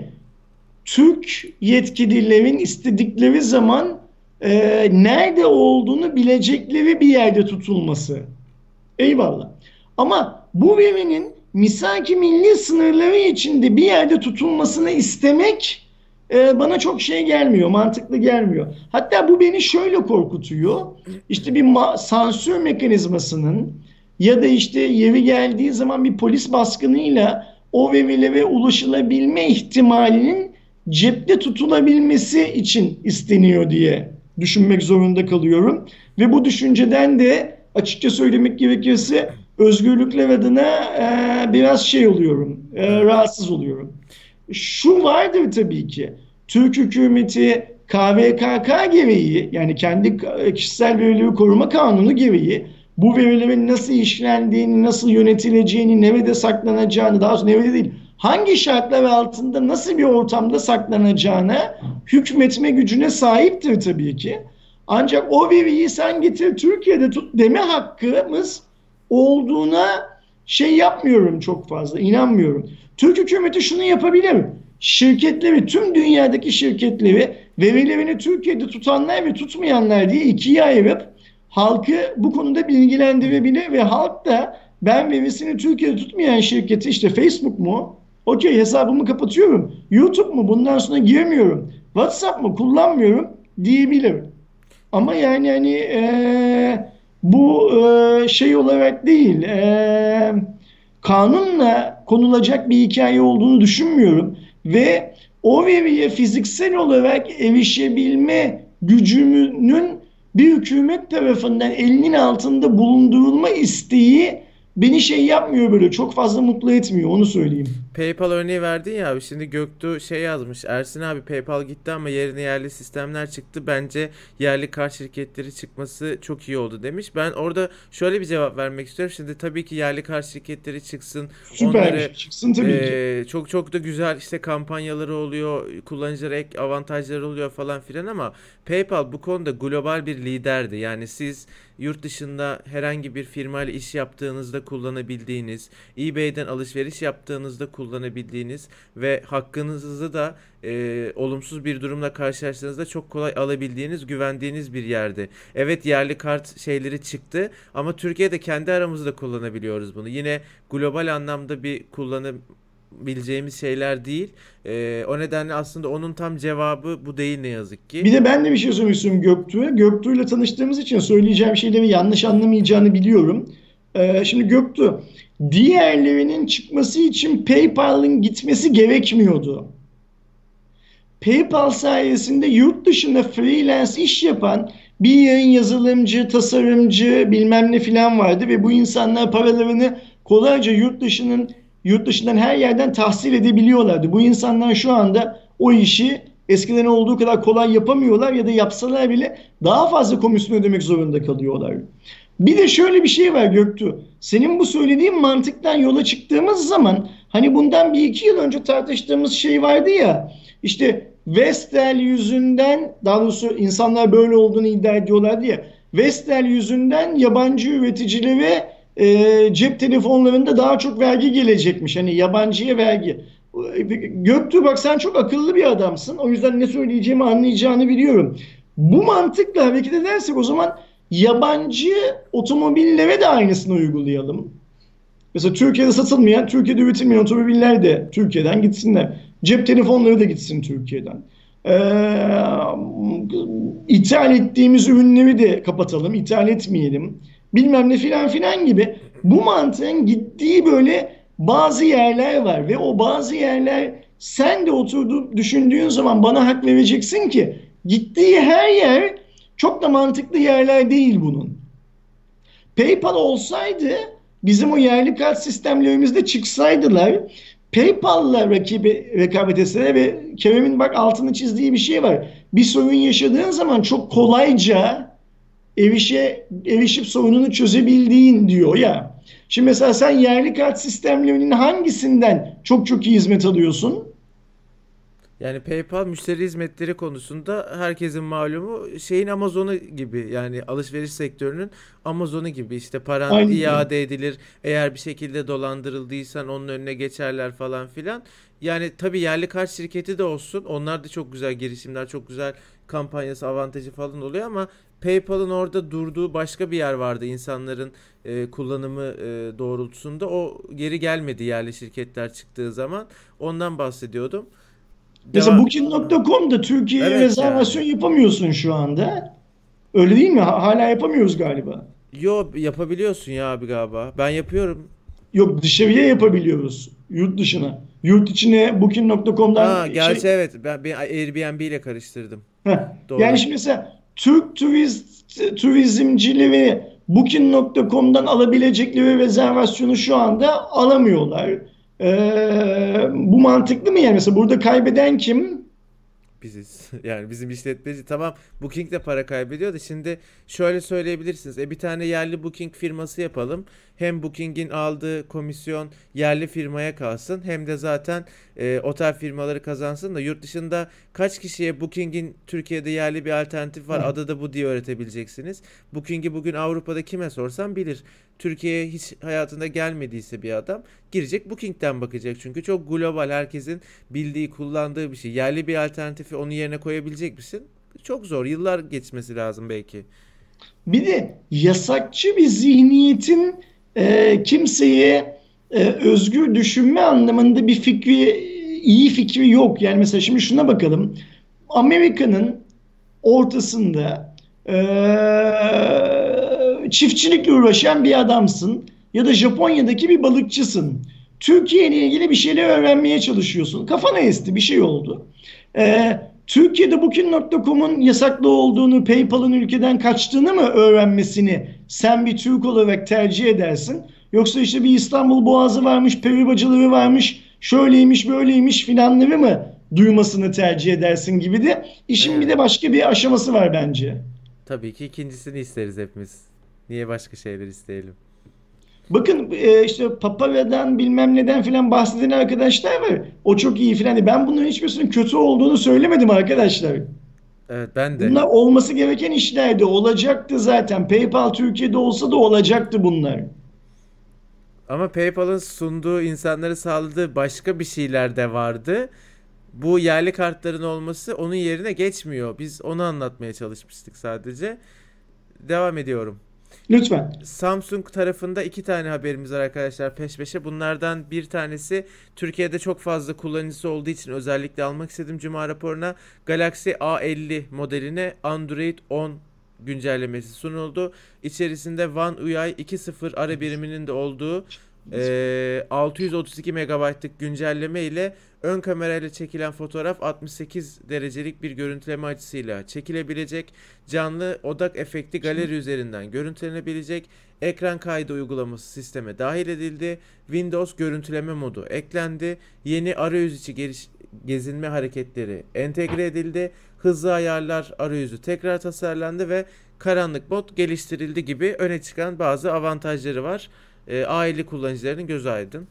Türk yetkililerin istedikleri zaman e, nerede olduğunu bilecekleri bir yerde tutulması. Eyvallah. Ama bu verinin misaki milli sınırları içinde bir yerde tutulmasını istemek e, bana çok şey gelmiyor, mantıklı gelmiyor. Hatta bu beni şöyle korkutuyor. İşte bir ma- sansür mekanizmasının ya da işte yeri geldiği zaman bir polis baskınıyla o verilere ulaşılabilme ihtimalinin cepte tutulabilmesi için isteniyor diye düşünmek zorunda kalıyorum. Ve bu düşünceden de açıkça söylemek gerekirse özgürlükler adına e, biraz şey oluyorum, e, rahatsız oluyorum. Şu vardır tabii ki, Türk hükümeti K V K K gereği, yani kendi kişisel verileri koruma kanunu gereği bu verilerin nasıl işlendiğini, nasıl yönetileceğini, nerede saklanacağını, daha doğrusu nerede değil, hangi şartlar altında nasıl bir ortamda saklanacağına hükmetme gücüne sahiptir tabii ki. Ancak o veriyi sen getir Türkiye'de tut deme hakkımız olduğuna şey yapmıyorum çok fazla, inanmıyorum. Türk hükümeti şunu yapabilir. Şirketleri, tüm dünyadaki şirketleri verilerini Türkiye'de tutanlar ve tutmayanlar diye ikiye ayırıp halkı bu konuda bilgilendirebilir ve halk da ben verisini Türkiye'de tutmayan şirketi, işte Facebook mu? Okey, hesabımı kapatıyorum. YouTube mu? Bundan sonra girmiyorum. WhatsApp mı? Kullanmıyorum diyebilir. Ama yani hani e, bu e, şey olarak değil, e, kanunla konulacak bir hikaye olduğunu düşünmüyorum. Ve o veriye fiziksel olarak erişebilme gücümünün bir hükümet tarafından elinin altında bulundurulma isteği beni şey yapmıyor, böyle çok fazla mutlu etmiyor, onu söyleyeyim. PayPal örneği verdin ya abi, şimdi Göktuğ şey yazmış, Ersin abi PayPal gitti ama yerine yerli sistemler çıktı, bence yerli kart şirketleri çıkması çok iyi oldu demiş. Ben orada şöyle bir cevap vermek istiyorum. Şimdi tabii ki yerli kart şirketleri çıksın, Süper bir onları şey çıksın tabii ki. eee, çok çok da güzel işte kampanyaları oluyor, kullanıcılara ek avantajları oluyor falan filan, ama PayPal bu konuda global bir liderdi. Yani siz yurt dışında herhangi bir firmayla iş yaptığınızda kullanabildiğiniz, eBay'den alışveriş yaptığınızda kullanabildiğiniz ve hakkınızı da e, olumsuz bir durumla karşılaştığınızda çok kolay alabildiğiniz, güvendiğiniz bir yerdi. Evet, yerli kart şeyleri çıktı ama Türkiye'de kendi aramızda kullanabiliyoruz bunu. Yine global anlamda bir kullanabileceğimiz şeyler değil. E, o nedenle aslında onun tam cevabı bu değil ne yazık ki. Bir de ben de bir şey söylemek istiyorum Göktuğ'a. Göktuğ'la tanıştığımız için söyleyeceğim şeyleri yanlış anlamayacağını biliyorum. Ee, şimdi Göktuğ, diğerlerinin çıkması için PayPal'ın gitmesi gerekmiyordu. PayPal sayesinde yurt dışında freelance iş yapan bir yayın yazılımcı, tasarımcı bilmem ne filan vardı ve bu insanlar paralarını kolayca yurt dışının yurt dışından her yerden tahsil edebiliyorlardı. Bu insanlar şu anda o işi eskiden olduğu kadar kolay yapamıyorlar ya da yapsalar bile daha fazla komisyon ödemek zorunda kalıyorlar. Bir de şöyle bir şey var Göktuğ. Senin bu söylediğin mantıktan yola çıktığımız zaman hani bundan bir iki yıl önce tartıştığımız şey vardı ya, işte Vestel yüzünden, daha doğrusu insanlar böyle olduğunu iddia ediyorlardı ya, Vestel yüzünden yabancı üreticilere e, cep telefonlarında daha çok vergi gelecekmiş. Hani yabancıya vergi. Göktuğ bak, sen çok akıllı bir adamsın. O yüzden ne söyleyeceğimi anlayacağını biliyorum. Bu mantıkla hareket edersek o zaman yabancı otomobillere de aynısını uygulayalım. Mesela Türkiye'de satılmayan, Türkiye'de üretilmeyen otomobiller de Türkiye'den gitsinler. Cep telefonları da gitsin Türkiye'den. Ee, ithal ettiğimiz ürünleri de kapatalım, ithal etmeyelim. Bilmem ne filan filan gibi. Bu mantığın gittiği böyle bazı yerler var ve o bazı yerler, sen de oturduğu düşündüğün zaman bana hak vereceksin ki gittiği her yer çok da mantıklı yerler değil bunun. PayPal olsaydı, bizim o yerli kart sistemlerimizde çıksaydılar, PayPal'la rakibi, rekabet etseler ve Kerem'in bak altını çizdiği bir şey var. Bir sorun yaşadığın zaman çok kolayca erişe, erişip sorununu çözebildiğin diyor ya. Şimdi mesela sen yerli kart sistemlerinin hangisinden çok çok iyi hizmet alıyorsun? Yani PayPal müşteri hizmetleri konusunda herkesin malumu şeyin Amazon'u gibi, yani alışveriş sektörünün Amazon'u gibi, işte paran Aynen. iade edilir, eğer bir şekilde dolandırıldıysan onun önüne geçerler falan filan. Yani tabii yerli kart şirketi de olsun, onlar da çok güzel girişimler, çok güzel kampanyası, avantajı falan oluyor ama PayPal'ın orada durduğu başka bir yer vardı insanların e, kullanımı e, doğrultusunda, o geri gelmedi yerli şirketler çıktığı zaman, ondan bahsediyordum. Mesela Devam. Booking nokta com'da Türkiye'ye Evet rezervasyon yani. yapamıyorsun şu anda. Öyle değil mi? Hala yapamıyoruz galiba. Yo, yapabiliyorsun ya abi galiba. Ben yapıyorum. Yok, dışarıya yapabiliyoruz. Yurt dışına. Yurt içine Booking nokta com'dan Ha gerçi şey. evet. Ben, ben Airbnb ile karıştırdım. Heh. Yani Doğru. şimdi mesela Türk turist turizmcileri Booking nokta com'dan alabilecekleri rezervasyonu şu anda alamıyorlar. Ee, bu mantıklı mı yani? Mesela burada kaybeden kim? Biziz. Yani bizim işletmeci tamam, Booking de para kaybediyor da, şimdi şöyle söyleyebilirsiniz. E bir tane yerli Booking firması yapalım. Hem Booking'in aldığı komisyon yerli firmaya kalsın, hem de zaten e, otel firmaları kazansın da, yurt dışında kaç kişiye Booking'in Türkiye'de yerli bir alternatif var, Heh. adı da bu diye öğretebileceksiniz. Booking'i bugün Avrupa'da kime sorsam bilir. Türkiye'ye hiç hayatında gelmediyse bir adam girecek, Booking'den bakacak. Çünkü çok global, herkesin bildiği, kullandığı bir şey. Yerli bir alternatifi onun yerine koyabilecek misin? Çok zor. Yıllar geçmesi lazım belki. Bir de yasakçı bir zihniyetin e, kimseye e, özgür düşünme anlamında bir fikri, iyi fikri yok. Yani mesela şimdi şuna bakalım. Amerika'nın ortasında e, çiftçilikle uğraşan bir adamsın ya da Japonya'daki bir balıkçısın. Türkiye ile ilgili bir şeyler öğrenmeye çalışıyorsun. Kafana esti, bir şey oldu. Ee, Türkiye'de Booking nokta com'un yasaklı olduğunu, PayPal'ın ülkeden kaçtığını mı öğrenmesini sen bir Türk olarak tercih edersin? Yoksa işte bir İstanbul Boğazı varmış, peri bacıları varmış, şöyleymiş, böyleymiş filanları mı duymasını tercih edersin gibi de işin bir Evet. de başka bir aşaması var bence. Tabii ki ikincisini isteriz hepimiz. Niye başka şeyler isteyelim? Bakın e, işte Papara'dan bilmem neden filan bahseden arkadaşlar var. O çok iyi filan. Ben bunların hiçbirisinin kötü olduğunu söylemedim arkadaşlar. Evet, ben de. Bunlar olması gereken işlerdi. Olacaktı zaten. PayPal Türkiye'de olsa da olacaktı bunlar. Ama PayPal'ın sunduğu, insanları sağladığı başka bir şeyler de vardı. Bu yerli kartların olması onun yerine geçmiyor. Biz onu anlatmaya çalışmıştık sadece. Devam ediyorum. Lütfen. Samsung tarafında iki tane haberimiz var arkadaşlar, peş peşe. Bunlardan bir tanesi, Türkiye'de çok fazla kullanıcısı olduğu için özellikle almak istedim Cuma raporuna. Galaxy A elli modeline Android on güncellemesi sunuldu. İçerisinde One U I iki nokta sıfır ara biriminin de olduğu eee, altı yüz otuz iki megabaytlık güncelleme ile ön kamerayla çekilen fotoğraf altmış sekiz derecelik bir görüntüleme açısıyla çekilebilecek. Canlı odak efekti galeri üzerinden görüntülenebilecek. Ekran kaydı uygulaması sisteme dahil edildi. Windows görüntüleme modu eklendi. Yeni arayüz içi geliş, gezinme hareketleri entegre edildi. Hızlı ayarlar arayüzü tekrar tasarlandı ve karanlık mod geliştirildi gibi öne çıkan bazı avantajları var. E, aile kullanıcılarının gözü aydın.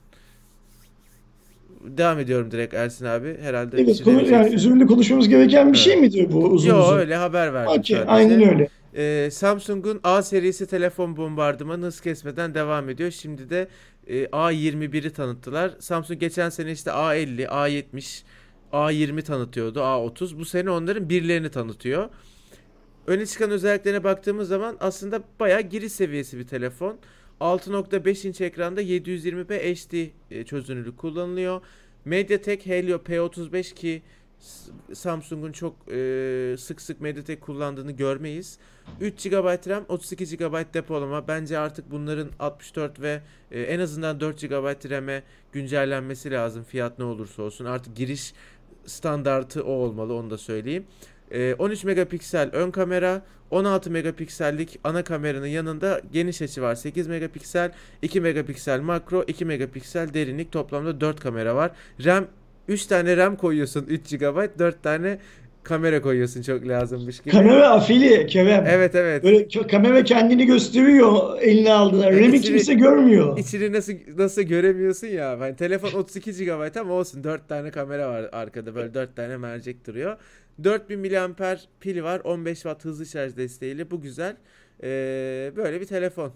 Devam ediyorum direkt Ersin abi. Herhalde bir Evet, şey konu, yani demeyeceksin. üzerinde konuşmamız gereken bir şey Evet. midir bu uzun Yo, uzun? öyle haber verdim Okey, aynen sadece. öyle. Ee, Samsung'un A serisi telefon bombardımanı hız kesmeden devam ediyor. Şimdi de e, A yirmi biri tanıttılar. Samsung geçen sene işte A elli, A yetmiş, A yirmi tanıtıyordu, A otuz. Bu sene onların birlerini tanıtıyor. Öne çıkan özelliklerine baktığımız zaman aslında bayağı giriş seviyesi bir telefon. altı nokta beş inç ekranda yedi yüz yirmi p H D e, çözünürlük kullanılıyor. MediaTek Helio P otuz beş ki Samsung'un çok e, sık sık MediaTek kullandığını görmeyiz. üç gigabayt RAM, otuz iki gigabayt depolama. Bence artık bunların altmış dört ve e, en azından dört gigabayt RAM'e güncellenmesi lazım. Fiyat ne olursa olsun. Artık giriş standartı o olmalı, onu da söyleyeyim. Ee, on üç megapiksel ön kamera, on altı megapiksellik ana kameranın yanında geniş açı var. sekiz megapiksel, iki megapiksel makro, iki megapiksel derinlik, toplamda dört kamera var. RAM, üç tane RAM koyuyorsun üç gigabayt, dört tane kamera koyuyorsun çok lazımmış gibi. Kamera afili Kerem. Evet, evet. Böyle k- kamera kendini gösteriyor eline aldığında. E, RAM'i içini kimse görmüyor. içini nasıl nasıl göremiyorsun ya. Hani telefon otuz iki gigabayt ama olsun, dört tane kamera var arkada. Böyle dört tane mercek duruyor. dört bin miliamper pili var. on beş watt hızlı şarj desteğiyle. Bu güzel. Ee, böyle bir telefon.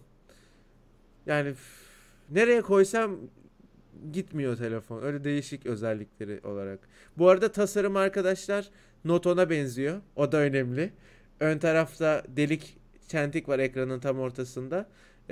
Yani üf, nereye koysam gitmiyor telefon. Öyle değişik özellikleri olarak. Bu arada tasarım arkadaşlar Note ona benziyor. O da önemli. Ön tarafta delik çentik var ekranın tam ortasında.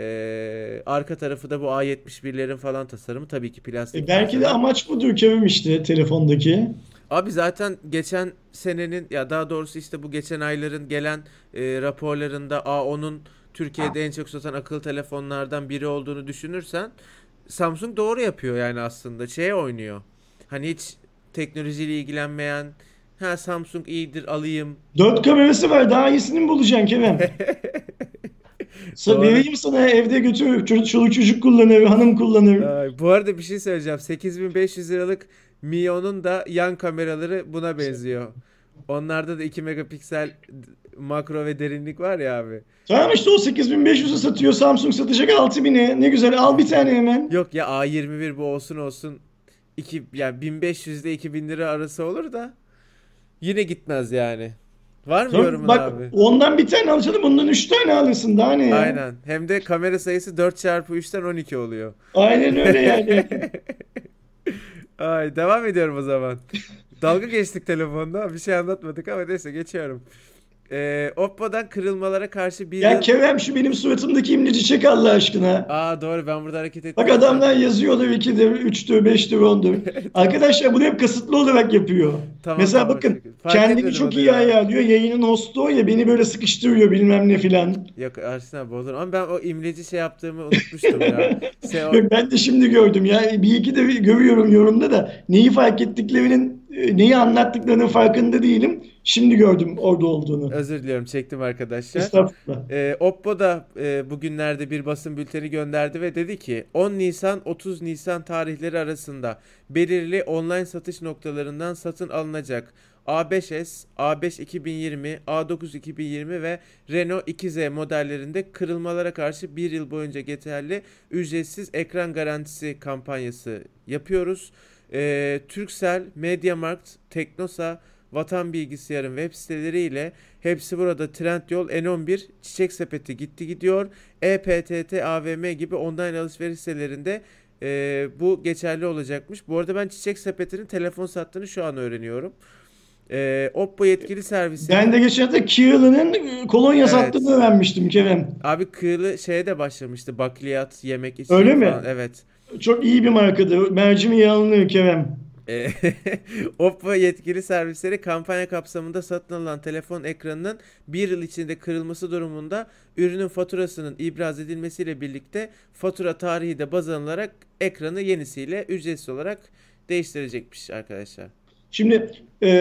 Ee, arka tarafı da bu A yetmiş birlerin falan tasarımı. Tabii ki E plastik belki de malzeme. amaç budur Kerem, işte telefondaki. Abi zaten geçen senenin, ya daha doğrusu işte bu geçen ayların gelen e, raporlarında A onun Türkiye'de en çok satan akıllı telefonlardan biri olduğunu düşünürsen Samsung doğru yapıyor yani aslında. Şeye oynuyor. Hani hiç teknolojiyle ilgilenmeyen, ha Samsung iyidir alayım. Dört kamerası var. Daha iyisini mi bulacaksın Kerem? Sa- Doğru. Vereyim sana, evde götür. Çocuk, çoluk çocuk kullanır, hanım kullanır. Ay, bu arada bir şey söyleyeceğim. sekiz bin beş yüz liralık Mio'nun da yan kameraları buna benziyor. Onlarda da iki megapiksel makro ve derinlik var ya abi. Tamam işte, o sekiz bin beş yüze satıyor. Samsung satacak altı bine. Ne güzel, al bir tane hemen. Yok ya, A yirmi bir bu olsun olsun iki, yani bin beş yüz ile iki bin lira arası olur da yine gitmez yani. Var mı Tamam, yorumun bak, abi? ondan bir tane alacaksın, bundan üç tane alırsın. Daha ne ya? Aynen. Hem de kamera sayısı dört çarpı üçten on iki oluyor. Aynen öyle yani. Ay, devam ediyorum o zaman. Dalga geçtik telefonda. Bir şey anlatmadık ama neyse, geçiyorum. Ee, Oppo'dan kırılmalara karşı bir Ya yıl... Kerem, şu benim suratımdaki imleci çek Allah aşkına. Aa doğru, ben burada hareket Bak ettireyim sen. adamlar yazıyorlar ikidir, üçtür, beştir, ondur. Tamam. Arkadaşlar bunu hep kasıtlı olarak yapıyor. Tamam Mesela tamam. bakın, Fark kendini etmedim çok onu iyi ya. ayarlıyor. Yayının hostu o ya, beni böyle sıkıştırıyor bilmem ne filan. Yok Ersin abi, olur. Ama ben o imleci şey yaptığımı unutmuştum ya. Se o... Yok, ben de şimdi gördüm ya. Bir iki de görüyorum yorumda da neyi fark ettiklerinin, e, neyi anlattıklarının farkında değilim. Şimdi gördüm orada olduğunu. Özür diliyorum, çektim arkadaşlar. Estağfurullah. Ee, Oppo da e, bugünlerde bir basın bülteni gönderdi ve dedi ki on Nisan otuz Nisan tarihleri arasında belirli online satış noktalarından satın alınacak A beş s, A beş iki bin yirmi, A dokuz iki bin yirmi ve Renault iki Z modellerinde kırılmalara karşı bir yıl boyunca geçerli ücretsiz ekran garantisi kampanyası yapıyoruz. Ee, Turkcell, MediaMarkt, Teknosa, Vatan Bilgisayar'ın web siteleriyle hepsi burada, Trendyol, N on bir, Çiçek Sepeti, Gitti Gidiyor, e P T T, A V M gibi online alışveriş sitelerinde e, bu geçerli olacakmış. Bu arada ben Çiçek Sepeti'nin telefon sattığını şu an öğreniyorum. E, Oppo yetkili Ben servisinin... de geçen hafta Kiralı'nın e, kolonya sattığını Evet. öğrenmiştim Kerem. Abi kığlı şeye de başlamıştı. Bakliyat, yemek içecek Öyle falan. mi? Evet. Çok iyi bir markadır. Mercimi yağlanır Kerem. E, Oppo yetkili servisleri kampanya kapsamında satın alınan telefon ekranının bir yıl içinde kırılması durumunda ürünün faturasının ibraz edilmesiyle birlikte fatura tarihi de baz alınarak ekranı yenisiyle ücretsiz olarak değiştirecekmiş arkadaşlar. Şimdi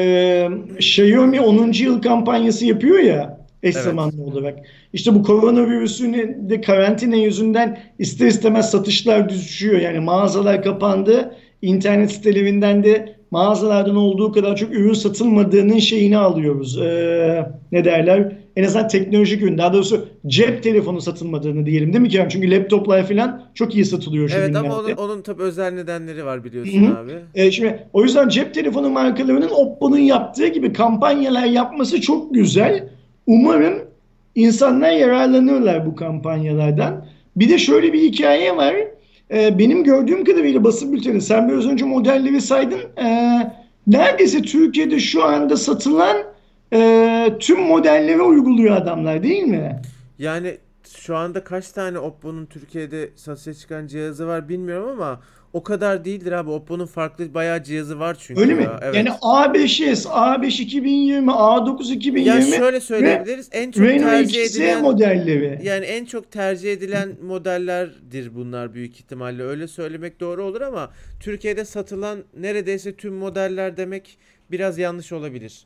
e, Xiaomi onuncu yıl kampanyası yapıyor ya, eş Evet. zamanlı olarak. İşte bu koronavirüsün de karantina yüzünden ister istemez satışlar düşüyor. Yani mağazalar kapandı. İnternet sitelerinden de mağazalardan olduğu kadar çok ürün satılmadığının şeyini alıyoruz. E, ne derler? En azından teknolojik ürün. Daha doğrusu cep telefonu satılmadığını diyelim, değil mi Kerem? Çünkü laptoplar falan çok iyi satılıyor şu Evet ama onun, günlerde. onun tabii özel nedenleri var Hı biliyorsun hı. abi. E, şimdi o yüzden cep telefonu markalarının Oppo'nun yaptığı gibi kampanyalar yapması çok güzel. Umarım insanlar yararlanırlar bu kampanyalardan. Bir de şöyle bir hikaye var. E, benim gördüğüm kadarıyla basın bülteni, sen biraz önce modelleri saydın. E, neredeyse Türkiye'de şu anda satılan e, tüm modellere uyguluyor adamlar, değil mi? Yani şu anda kaç tane Oppo'nun Türkiye'de satışa çıkan cihazı var bilmiyorum ama o kadar değildir abi. Oppo'nun farklı bayağı cihazı var çünkü Öyle mi? ya. Yani Evet. A beş s, A beş iki bin yirmi, A dokuz Ya iki bin yirmi şöyle ve söyleyebiliriz. En çok Renault tercih iki Z edilen, modelleri. yani en çok tercih edilen modellerdir bunlar büyük ihtimalle. Öyle söylemek doğru olur ama Türkiye'de satılan neredeyse tüm modeller demek biraz yanlış olabilir.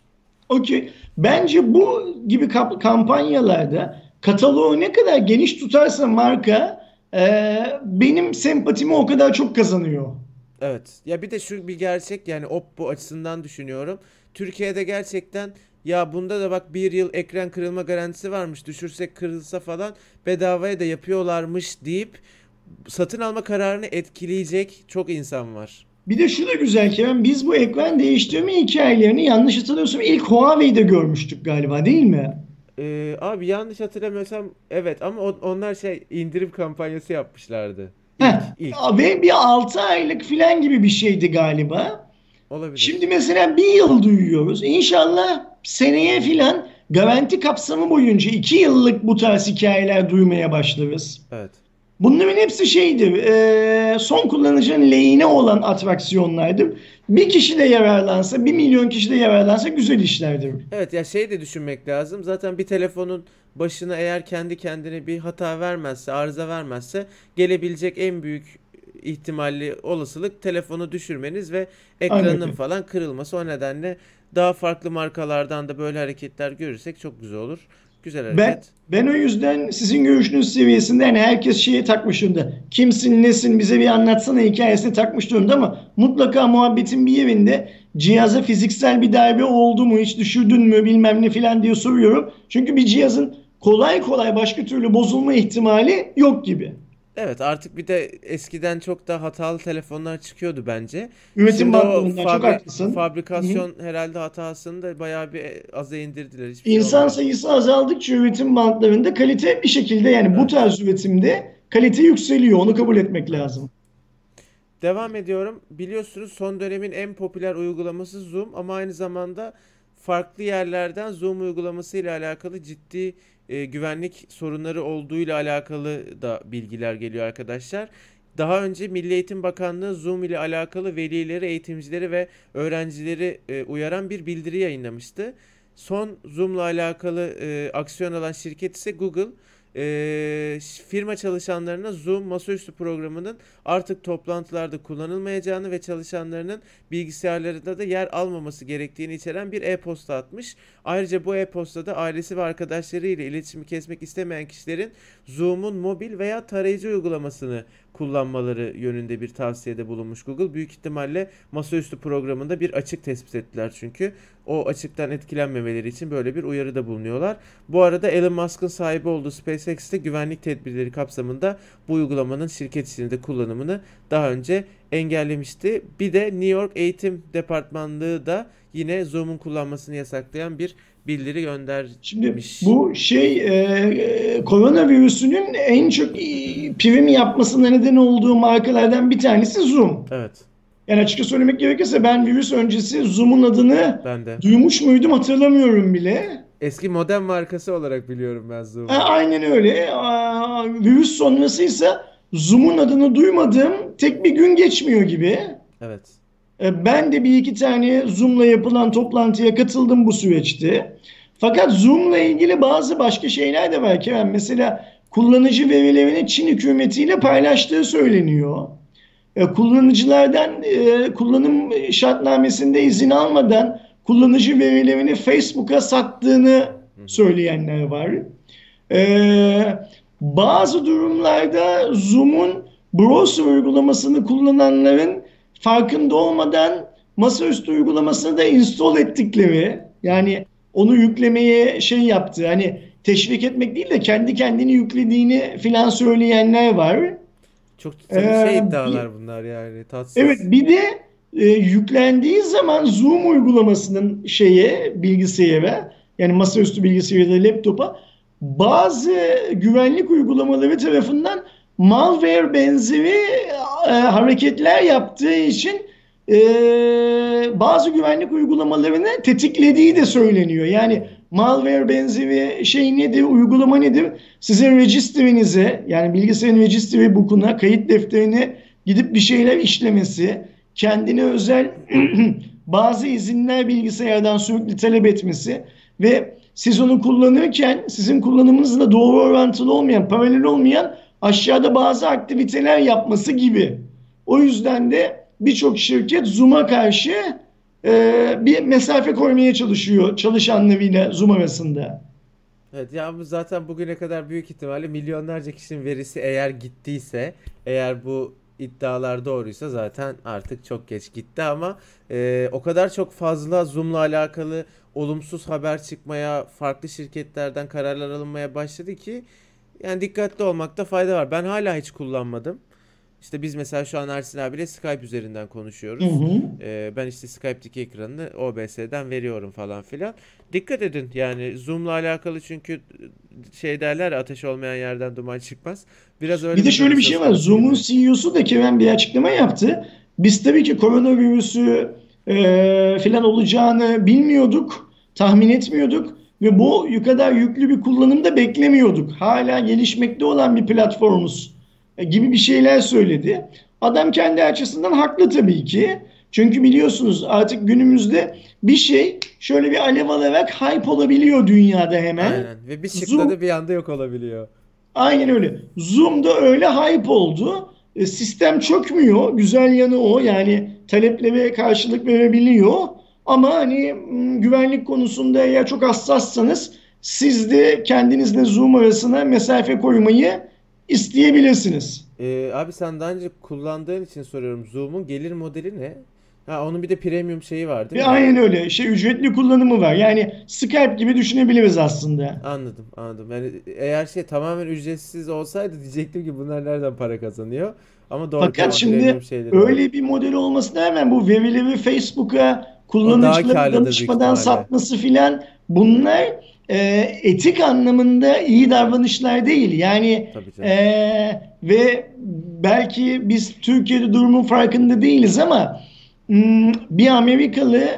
Okey. Bence bu gibi kap- kampanyalarda kataloğu ne kadar geniş tutarsa marka, e, benim sempatimi o kadar çok kazanıyor. Evet. Ya bir de şu bir gerçek, yani Oppo açısından düşünüyorum. Türkiye'de gerçekten ya bunda da bak bir yıl ekran kırılma garantisi varmış. Düşürsek kırılsa falan bedavaya da yapıyorlarmış deyip satın alma kararını etkileyecek çok insan var. Bir de şu da güzel Kerem, biz bu ekran değiştirme hikayelerini yanlış hatırlıyorsam ilk Huawei'de görmüştük galiba, değil mi? Ee, abi yanlış hatırlamıyorsam evet, ama on- onlar şey indirim kampanyası yapmışlardı. Heh. İlk ilk Ve bir altı aylık filan gibi bir şeydi galiba. Şimdi olabilir. mesela bir yıl duyuyoruz. İnşallah seneye filan garanti kapsamı boyunca iki yıllık bu tarz hikayeler duymaya başlarız. Evet. Bunların hepsi şeydir, e, son kullanıcının lehine olan atraksiyonlardır. Bir kişi de yararlansa, bir milyon kişi de yararlansa güzel işlerdir. Evet ya şey de düşünmek lazım. Zaten bir telefonun başına eğer kendi kendine bir hata vermezse, arıza vermezse gelebilecek en büyük ihtimalli olasılık telefonu düşürmeniz ve Aynen ekranının öyle. falan kırılması. O nedenle daha farklı markalardan da böyle hareketler görürsek çok güzel olur. Güzel Ben hareket. ben o yüzden sizin görüşünüz seviyesinde, yani herkes şeye takmış durumda. Kimsin nesin bize bir anlatsana hikayesine takmış durumda, ama mutlaka muhabbetin bir yerinde cihaza fiziksel bir darbe oldu mu, hiç düşürdün mü bilmem ne filan diye soruyorum. Çünkü bir cihazın kolay kolay başka türlü bozulma ihtimali yok gibi. Evet artık bir de eskiden çok da hatalı telefonlar çıkıyordu bence. Üretim Şimdi o bantlarından çok fabri haklısın. Hı hı. fabrikasyon herhalde hatasını da bayağı bir aza indirdiler. Hiçbir şey İnsan olmuyor. sayısı azaldıkça üretim bantlarında kalite bir şekilde, yani bu Evet. tarz üretimde kalite yükseliyor. Onu kabul etmek Evet. lazım. Devam ediyorum. Biliyorsunuz son dönemin en popüler uygulaması Zoom ama aynı zamanda farklı yerlerden Zoom uygulaması ile alakalı ciddi e, güvenlik sorunları olduğu ile alakalı da bilgiler geliyor arkadaşlar. Daha önce Milli Eğitim Bakanlığı Zoom ile alakalı velileri, eğitimcileri ve öğrencileri e, uyaran bir bildiri yayınlamıştı. Son Zoom'la alakalı e, aksiyon alan şirket ise Google. E, firma çalışanlarına Zoom masaüstü programının artık toplantılarda kullanılmayacağını ve çalışanlarının bilgisayarlarında da yer almaması gerektiğini içeren bir e-posta atmış. Ayrıca bu e-postada ailesi ve arkadaşları ile iletişimi kesmek istemeyen kişilerin Zoom'un mobil veya tarayıcı uygulamasını kullanmaları yönünde bir tavsiyede bulunmuş Google. Büyük ihtimalle masaüstü programında bir açık tespit ettiler çünkü. O açıktan etkilenmemeleri için böyle bir uyarıda bulunuyorlar. Bu arada Elon Musk'ın sahibi olduğu SpaceX'te güvenlik tedbirleri kapsamında bu uygulamanın şirket içinde kullanımını daha önce engellemişti. Bir de New York Eğitim Departmanlığı da yine Zoom'un kullanmasını yasaklayan bir bildiri göndermiş. Şimdi bu şey e, koronavirüsünün en çok e, prim yapmasına neden olduğu markalardan bir tanesi Zoom. Evet. Yani açıkça söylemek gerekirse ben virüs öncesi Zoom'un adını Ben de. duymuş muydum hatırlamıyorum bile. Eski modem markası olarak biliyorum ben Zoom'u. Ha, aynen öyle. Aa, virüs sonrasıysa Zoom'un adını duymadığım tek bir gün geçmiyor gibi. Evet. E, Ben de bir iki tane Zoom'la yapılan toplantıya katıldım bu süreçte. Fakat Zoom'la ilgili bazı başka şeyler de var Kerem. Mesela kullanıcı verilerini Çin hükümetiyle paylaştığı söyleniyor. E, kullanıcılardan e, kullanım şartnamesinde izin almadan kullanıcı verilerini Facebook'a sattığını söyleyenler var. E, bazı durumlarda Zoom'un browser uygulamasını kullananların farkında olmadan masaüstü uygulamasını da install ettikleri, yani onu yüklemeye şey yaptı, hani teşvik etmek değil de kendi kendini yüklediğini filan söyleyenler var. Çok tabii Ee, şey iddialar bunlar yani tatsız. Evet, bir de e, yüklendiği zaman Zoom uygulamasının şeye bilgisayara, yani masaüstü bilgisayara, laptopa bazı güvenlik uygulamaları tarafından malware benzeri e, hareketler yaptığı için e, bazı güvenlik uygulamalarını tetiklediği de söyleniyor. Yani malware benzeri şey nedir, uygulama nedir? Sizin register'inize, yani bilgisayarın registry book'una, kayıt defterine gidip bir şeyler işlemesi, kendine özel bazı izinler bilgisayardan sürekli talep etmesi ve siz onu kullanırken sizin kullanımınızla doğru orantılı olmayan, paralel olmayan aşağıda bazı aktiviteler yapması gibi. O yüzden de birçok şirket Zoom'a karşı e, bir mesafe koymaya çalışıyor çalışanlarıyla Zoom arasında. Evet ya bu zaten bugüne kadar büyük ihtimalle milyonlarca kişinin verisi eğer gittiyse, eğer bu iddialar doğruysa zaten artık çok geç gitti ama e, o kadar çok fazla Zoom'la alakalı olumsuz haber çıkmaya, farklı şirketlerden kararlar alınmaya başladı ki yani dikkatli olmakta fayda var. Ben hala hiç kullanmadım. İşte biz mesela şu an Ersin abiyle Skype üzerinden konuşuyoruz. Hı hı. Ee, ben işte Skype'deki ekranını O B S'den veriyorum falan filan. Dikkat edin yani Zoom'la alakalı çünkü şey derler ya, ateş olmayan yerden duman çıkmaz. Biraz öyle Bir de şöyle bir şey var. Zoom'un gibi. C E O'su da Kerem bir açıklama yaptı. Biz tabii ki koronavirüsü e, falan olacağını bilmiyorduk, tahmin etmiyorduk ve bu kadar yüklü bir kullanımda beklemiyorduk. Hala gelişmekte olan bir platformuz e, gibi bir şeyler söyledi. Adam kendi açısından haklı tabii ki. Çünkü biliyorsunuz artık günümüzde bir şey şöyle bir alev alarak hype olabiliyor dünyada hemen. Aynen ve bir Zoom, şıkladı bir anda yok olabiliyor. aynen öyle. Zoom'da öyle hype oldu. E, sistem çökmüyor. Güzel yanı o. Yani taleplere karşılık verebiliyor. Ama hani m, güvenlik konusunda eğer çok hassassanız siz de kendinizle Zoom arasına mesafe koymayı isteyebilirsiniz. Ee, abi sen daha önce kullandığın için soruyorum. Zoom'un gelir modeli ne? Ha onun bir de premium şeyi var değil Ve mi? aynen öyle. Şey, ücretli kullanımı var. Yani Skype gibi düşünebiliriz aslında. Anladım, anladım. Yani eğer şey tamamen ücretsiz olsaydı diyecektim ki bunlar nereden para kazanıyor? Ama doğru, Fakat tamam, şimdi premium şeyleri var. öyle bir model olmasına rağmen bu verileri Facebook'a O daha kullanıcılara karlıdır büyük danışmadan ihtimalle. satması filan, bunlar e, etik anlamında iyi davranışlar değil. Yani Tabii canım. e, ve belki biz Türkiye'de durumun farkında değiliz ama m, bir Amerikalı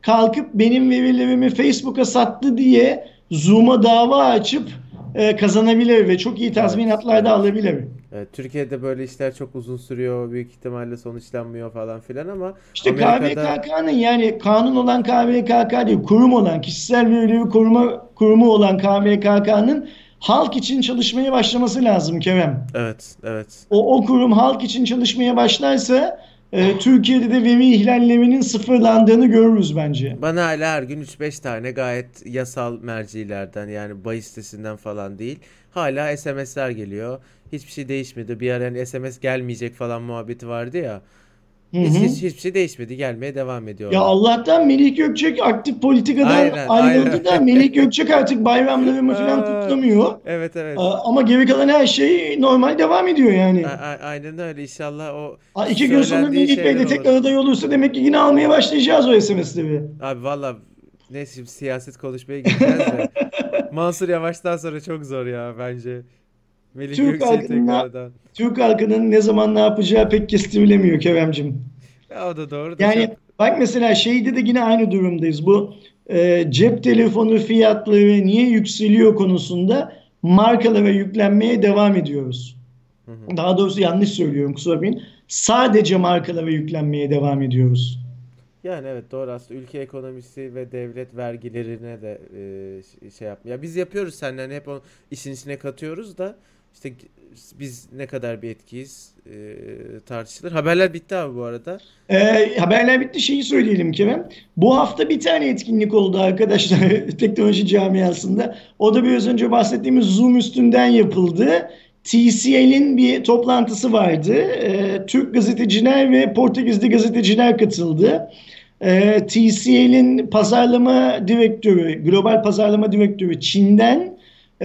kalkıp benim verilerimi Facebook'a sattı diye Zoom'a dava açıp e, kazanabilir ve çok iyi Evet, tazminatlar da evet. alabilir. Evet, Türkiye'de böyle işler çok uzun sürüyor, büyük ihtimalle sonuçlanmıyor falan filan ama İşte Amerika'da K V K K'nın, yani kanun olan K V K K değil, kurum olan, kişisel verileri koruma kurumu olan K V K K'nın halk için çalışmaya başlaması lazım Kerem. evet, evet. O, o kurum halk için çalışmaya başlarsa e, Türkiye'de de veri ihlallerinin sıfırlandığını görürüz bence. Bana hala her gün üç beş tane gayet yasal mercilerden, yani bahis sitesinden falan değil. Hala S M S'ler geliyor. Hiçbir şey değişmedi. Bir ara hani S M S gelmeyecek falan muhabbeti vardı ya. Hı Hiç, hı. hiç hiçbir şey değişmedi. Gelmeye devam Ya ediyorlar. Allah'tan Melih Gökçek aktif politikadan Aynen, aynen. ayrıldı da Melih Gökçek artık bayramlarımı falan Aa, kutlamıyor. evet, evet. Aa, Ama geri kalan her şey normal devam ediyor A- yani. a- aynen öyle. İnşallah o Aa, İki gün sonra söylendiği Melih Bey şeyler de olur. tekrar aday olursa demek ki yine almaya başlayacağız o S M S'leri. Abi valla, neyse, şimdi siyaset konuşmaya gireceğiz de. Mansur Yavaş'tan sonra çok zor ya bence. Melih Türk Gökçek'i halkının ne, tekrardan. Türk halkının ne zaman ne yapacağı pek kestirilemiyor Keremcim. Ya o da doğru da çok. Yani bak mesela şeyde de yine aynı durumdayız. Bu e, cep telefonu fiyatları niye yükseliyor konusunda markalara yüklenmeye devam ediyoruz. Hı hı. Daha doğrusu yanlış söylüyorum, kusura bakmayın. Sadece markalara yüklenmeye devam ediyoruz. Yani evet, doğru, aslında ülke ekonomisi ve devlet vergilerine de e, şey yapmıyor. Ya biz yapıyoruz seninle, hani hep onu işin içine katıyoruz da işte biz ne kadar bir etkiyiz e, tartışılır. Haberler bitti abi bu arada. Ee, haberler bitti, şeyi söyleyelim Kerem. Bu hafta bir tane etkinlik oldu arkadaşlar teknoloji camiasında. O da biraz önce bahsettiğimiz Zoom üstünden yapıldı. T C L'in bir toplantısı vardı. Ee, Türk gazeteciler ve Portekizli gazeteciler katıldı. Ee, T C L'in pazarlama direktörü, global pazarlama direktörü Çin'den,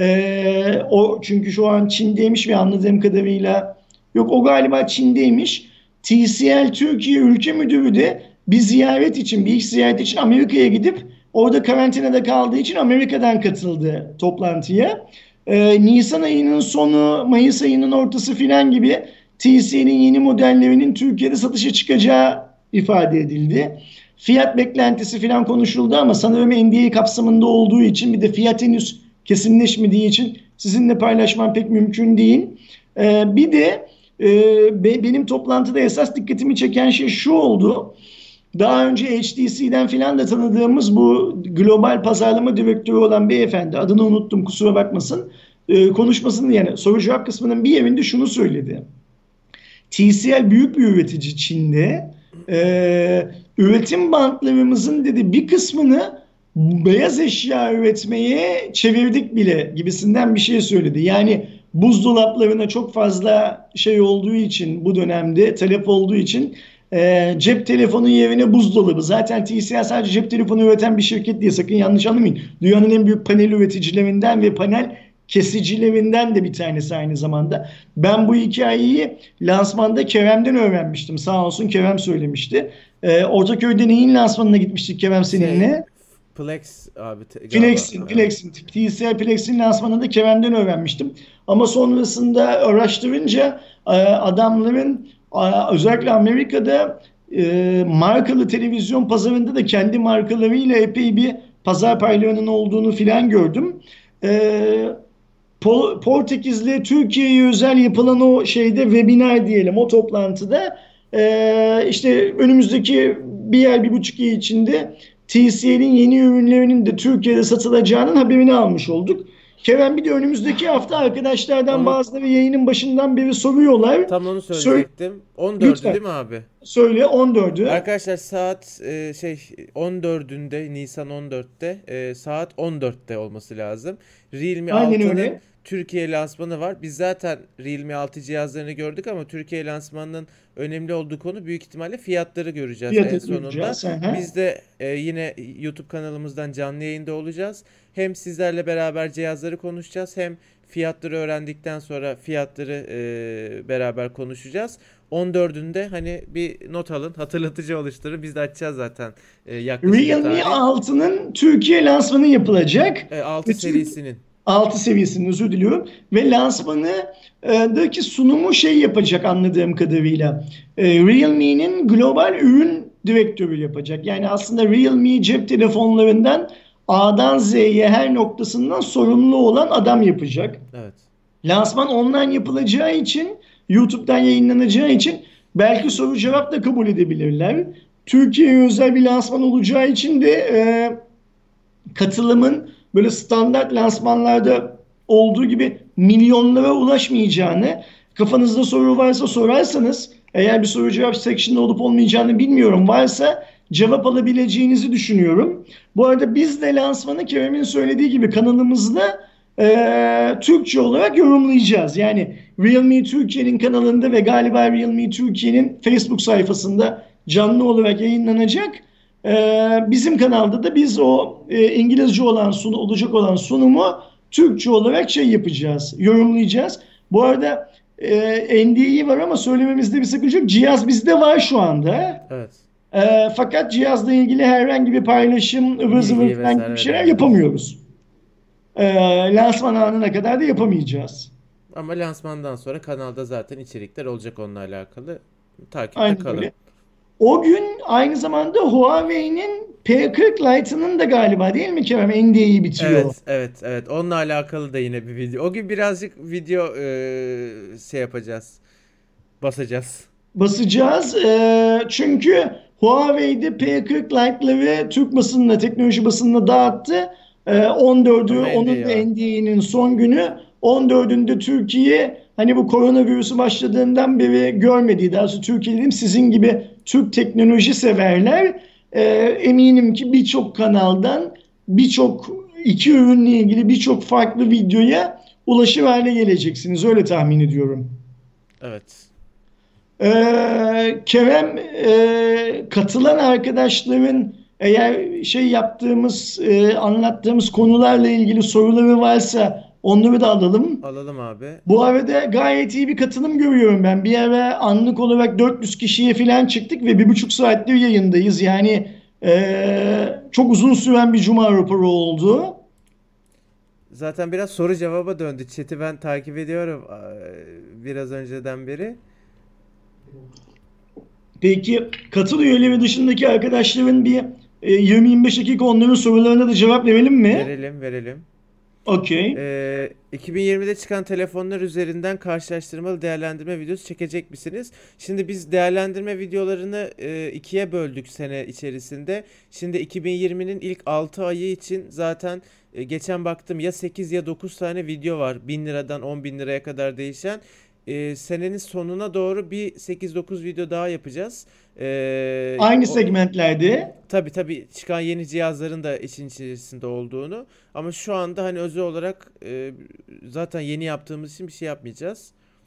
ee, o çünkü şu an Çin'deymiş ve anladığım kadarıyla, yok, o galiba Çin'deymiş. T C L Türkiye Ülke Müdürü de bir ziyaret için, bir iş ziyareti için Amerika'ya gidip orada karantinada kaldığı için Amerika'dan katıldı toplantıya. Ee, Nisan ayının sonu, Mayıs ayının ortası filan gibi T C L'in yeni modellerinin Türkiye'de satışa çıkacağı ifade edildi. Fiyat beklentisi filan konuşuldu ama sanırım N D A kapsamında olduğu için, bir de fiyat henüz kesinleşmediği için sizinle paylaşmam pek mümkün değil. Ee, bir de e, benim toplantıda esas dikkatimi çeken şey şu oldu. Daha önce H T C'den filan da tanıdığımız bu global pazarlama direktörü olan beyefendi, adını unuttum kusura bakmasın, e, konuşmasının, yani soru cevap kısmının bir yerinde şunu söyledi. T C L büyük bir üretici Çin'de. Ee, üretim bantlarımızın dedi bir kısmını beyaz eşya üretmeye çevirdik bile gibisinden bir şey söyledi. Yani buzdolaplarına çok fazla şey olduğu için, bu dönemde talep olduğu için e, cep telefonu yerine buzdolabı. Zaten T C L sadece cep telefonu üreten bir şirket diye, sakın yanlış anlamayın. Dünyanın en büyük panel üreticilerinden ve panel kesicilerinden de bir tanesi aynı zamanda. Ben bu hikayeyi lansmanda Kerem'den öğrenmiştim. Sağ olsun Kerem söylemişti. Ee, Ortaköy'de neyin lansmanına gitmiştik Kerem Şey, seninle? Plex abi te- galiba. Flex'in, Flex'in, T C L Flex'in lansmanında Kerem'den öğrenmiştim. Ama sonrasında araştırınca e, adamların e, özellikle Amerika'da e, markalı televizyon pazarında da kendi markalarıyla epey bir pazar paylarının olduğunu filan gördüm. E, Portekiz'le Türkiye'ye özel yapılan o şeyde, webinar diyelim, o toplantıda e, işte önümüzdeki bir ay, bir buçuk ay içinde T C L'in yeni ürünlerinin de Türkiye'de satılacağının haberini almış olduk. Kerem, bir de önümüzdeki hafta arkadaşlardan Onu bazıları yayının başından beri soruyorlar. tam onu Söyle, söyleyecektim. on dördü lütfen değil mi abi? söyle, on dördü. Arkadaşlar saat e, şey on dördünde, Nisan on dörtte, e, saat on dörtte olması lazım. Realme Aynen altının öyle. Türkiye lansmanı var. Biz zaten Realme altı cihazlarını gördük ama Türkiye lansmanının önemli olduğu konu büyük ihtimalle fiyatları göreceğiz en Fiyatı sonunda. göreceğiz. Hı hı. Biz de e, yine YouTube kanalımızdan canlı yayında olacağız. Hem sizlerle beraber cihazları konuşacağız, hem fiyatları öğrendikten sonra fiyatları e, beraber konuşacağız. on dördünde hani bir not alın, hatırlatıcı oluşturun. Biz de açacağız zaten e, yaklaşık bir Realme tarih. altının Türkiye lansmanı yapılacak. E, altı Ve Türk- serisinin. altı seviyesinin, özür diliyorum. Ve lansmanıdaki sunumu şey yapacak anladığım kadarıyla. E, Realme'nin global ürün direktörü yapacak. Yani aslında Realme cep telefonlarından A'dan Z'ye her noktasından sorumlu olan adam yapacak. Evet. Lansman online yapılacağı için, YouTube'dan yayınlanacağı için belki soru cevap da kabul edebilirler. Türkiye'ye özel bir lansman olacağı için de e, katılımın böyle standart lansmanlarda olduğu gibi milyonlara ulaşmayacağını, kafanızda soru varsa sorarsanız, eğer bir soru cevap section'da olup olmayacağını bilmiyorum, varsa cevap alabileceğinizi düşünüyorum. Bu arada biz de lansmanı Kerem'in söylediği gibi kanalımızda e, Türkçe olarak yorumlayacağız. Yani Realme Türkiye'nin kanalında ve galiba Realme Türkiye'nin Facebook sayfasında canlı olarak yayınlanacak. Ee, bizim kanalda da biz o e, İngilizce olan sunu, olacak olan sunumu Türkçe olarak şey yapacağız, yorumlayacağız. Bu arada e, N D A var ama söylememizde bir sakınca yok. Cihaz bizde var şu anda. Evet. E, fakat cihazla ilgili herhangi bir paylaşım, ıvır zıvır Bilgi falan gibi vesaire bir şeyler veremiyoruz. yapamıyoruz. E, lansman anına kadar da yapamayacağız. Ama lansmandan sonra kanalda zaten içerikler olacak onunla alakalı. Takipte Aynen kalın. öyle. O gün aynı zamanda Huawei'nin P kırk Lite'ının da galiba, değil mi Kerem, N D A'yı bitiyor. Evet, evet, evet. Onunla alakalı da yine bir video. O gün birazcık video e, şey yapacağız. Basacağız. Basacağız. Ee, çünkü Huawei'de P kırk Lite'ları Türk basınına, teknoloji basınına dağıttı. Ee, on dördü Ama onun N D A da var. N D A'nın son günü. on dördünde Türkiye, hani bu koronavirüsü başladığından beri görmediği, daha doğrusu Türkiye dedim, sizin gibi Türk teknoloji severler e, eminim ki birçok kanaldan birçok iki ürünle ilgili birçok farklı videoya ulaşır hale geleceksiniz. Öyle tahmin ediyorum. Evet. Ee, Kerem, e, katılan arkadaşların eğer şey yaptığımız, e, anlattığımız konularla ilgili soruları varsa onları da alalım. Alalım abi. Bu arada gayet iyi bir katılım görüyorum ben. Bir ara anlık olarak dört yüz kişiye falan çıktık ve bir buçuk saattir yayındayız. Yani e, çok uzun süren bir cuma raporu oldu. Zaten biraz soru cevaba döndü. Chat'i ben takip ediyorum eee, biraz önceden beri. Peki katıl üyeleri dışındaki arkadaşların bir e, yirmi yirmi beş dakika onların sorularına da cevap verelim mi? Verelim, verelim. Okey. Ee, iki bin yirmide çıkan telefonlar üzerinden karşılaştırmalı değerlendirme videosu çekecek misiniz? Şimdi biz değerlendirme videolarını e, ikiye böldük sene içerisinde. Şimdi iki bin yirminin ilk altı ayı için zaten e, geçen baktım ya sekiz ya dokuz tane video var. bin liradan on bin liraya kadar değişen. E, senenin sonuna doğru bir sekiz dokuz video daha yapacağız. E, Aynı o, segmentlerde. Tabii tabii çıkan yeni cihazların da için içerisinde olduğunu. Ama şu anda hani özel olarak e, zaten yeni yaptığımız için bir şey yapmayacağız.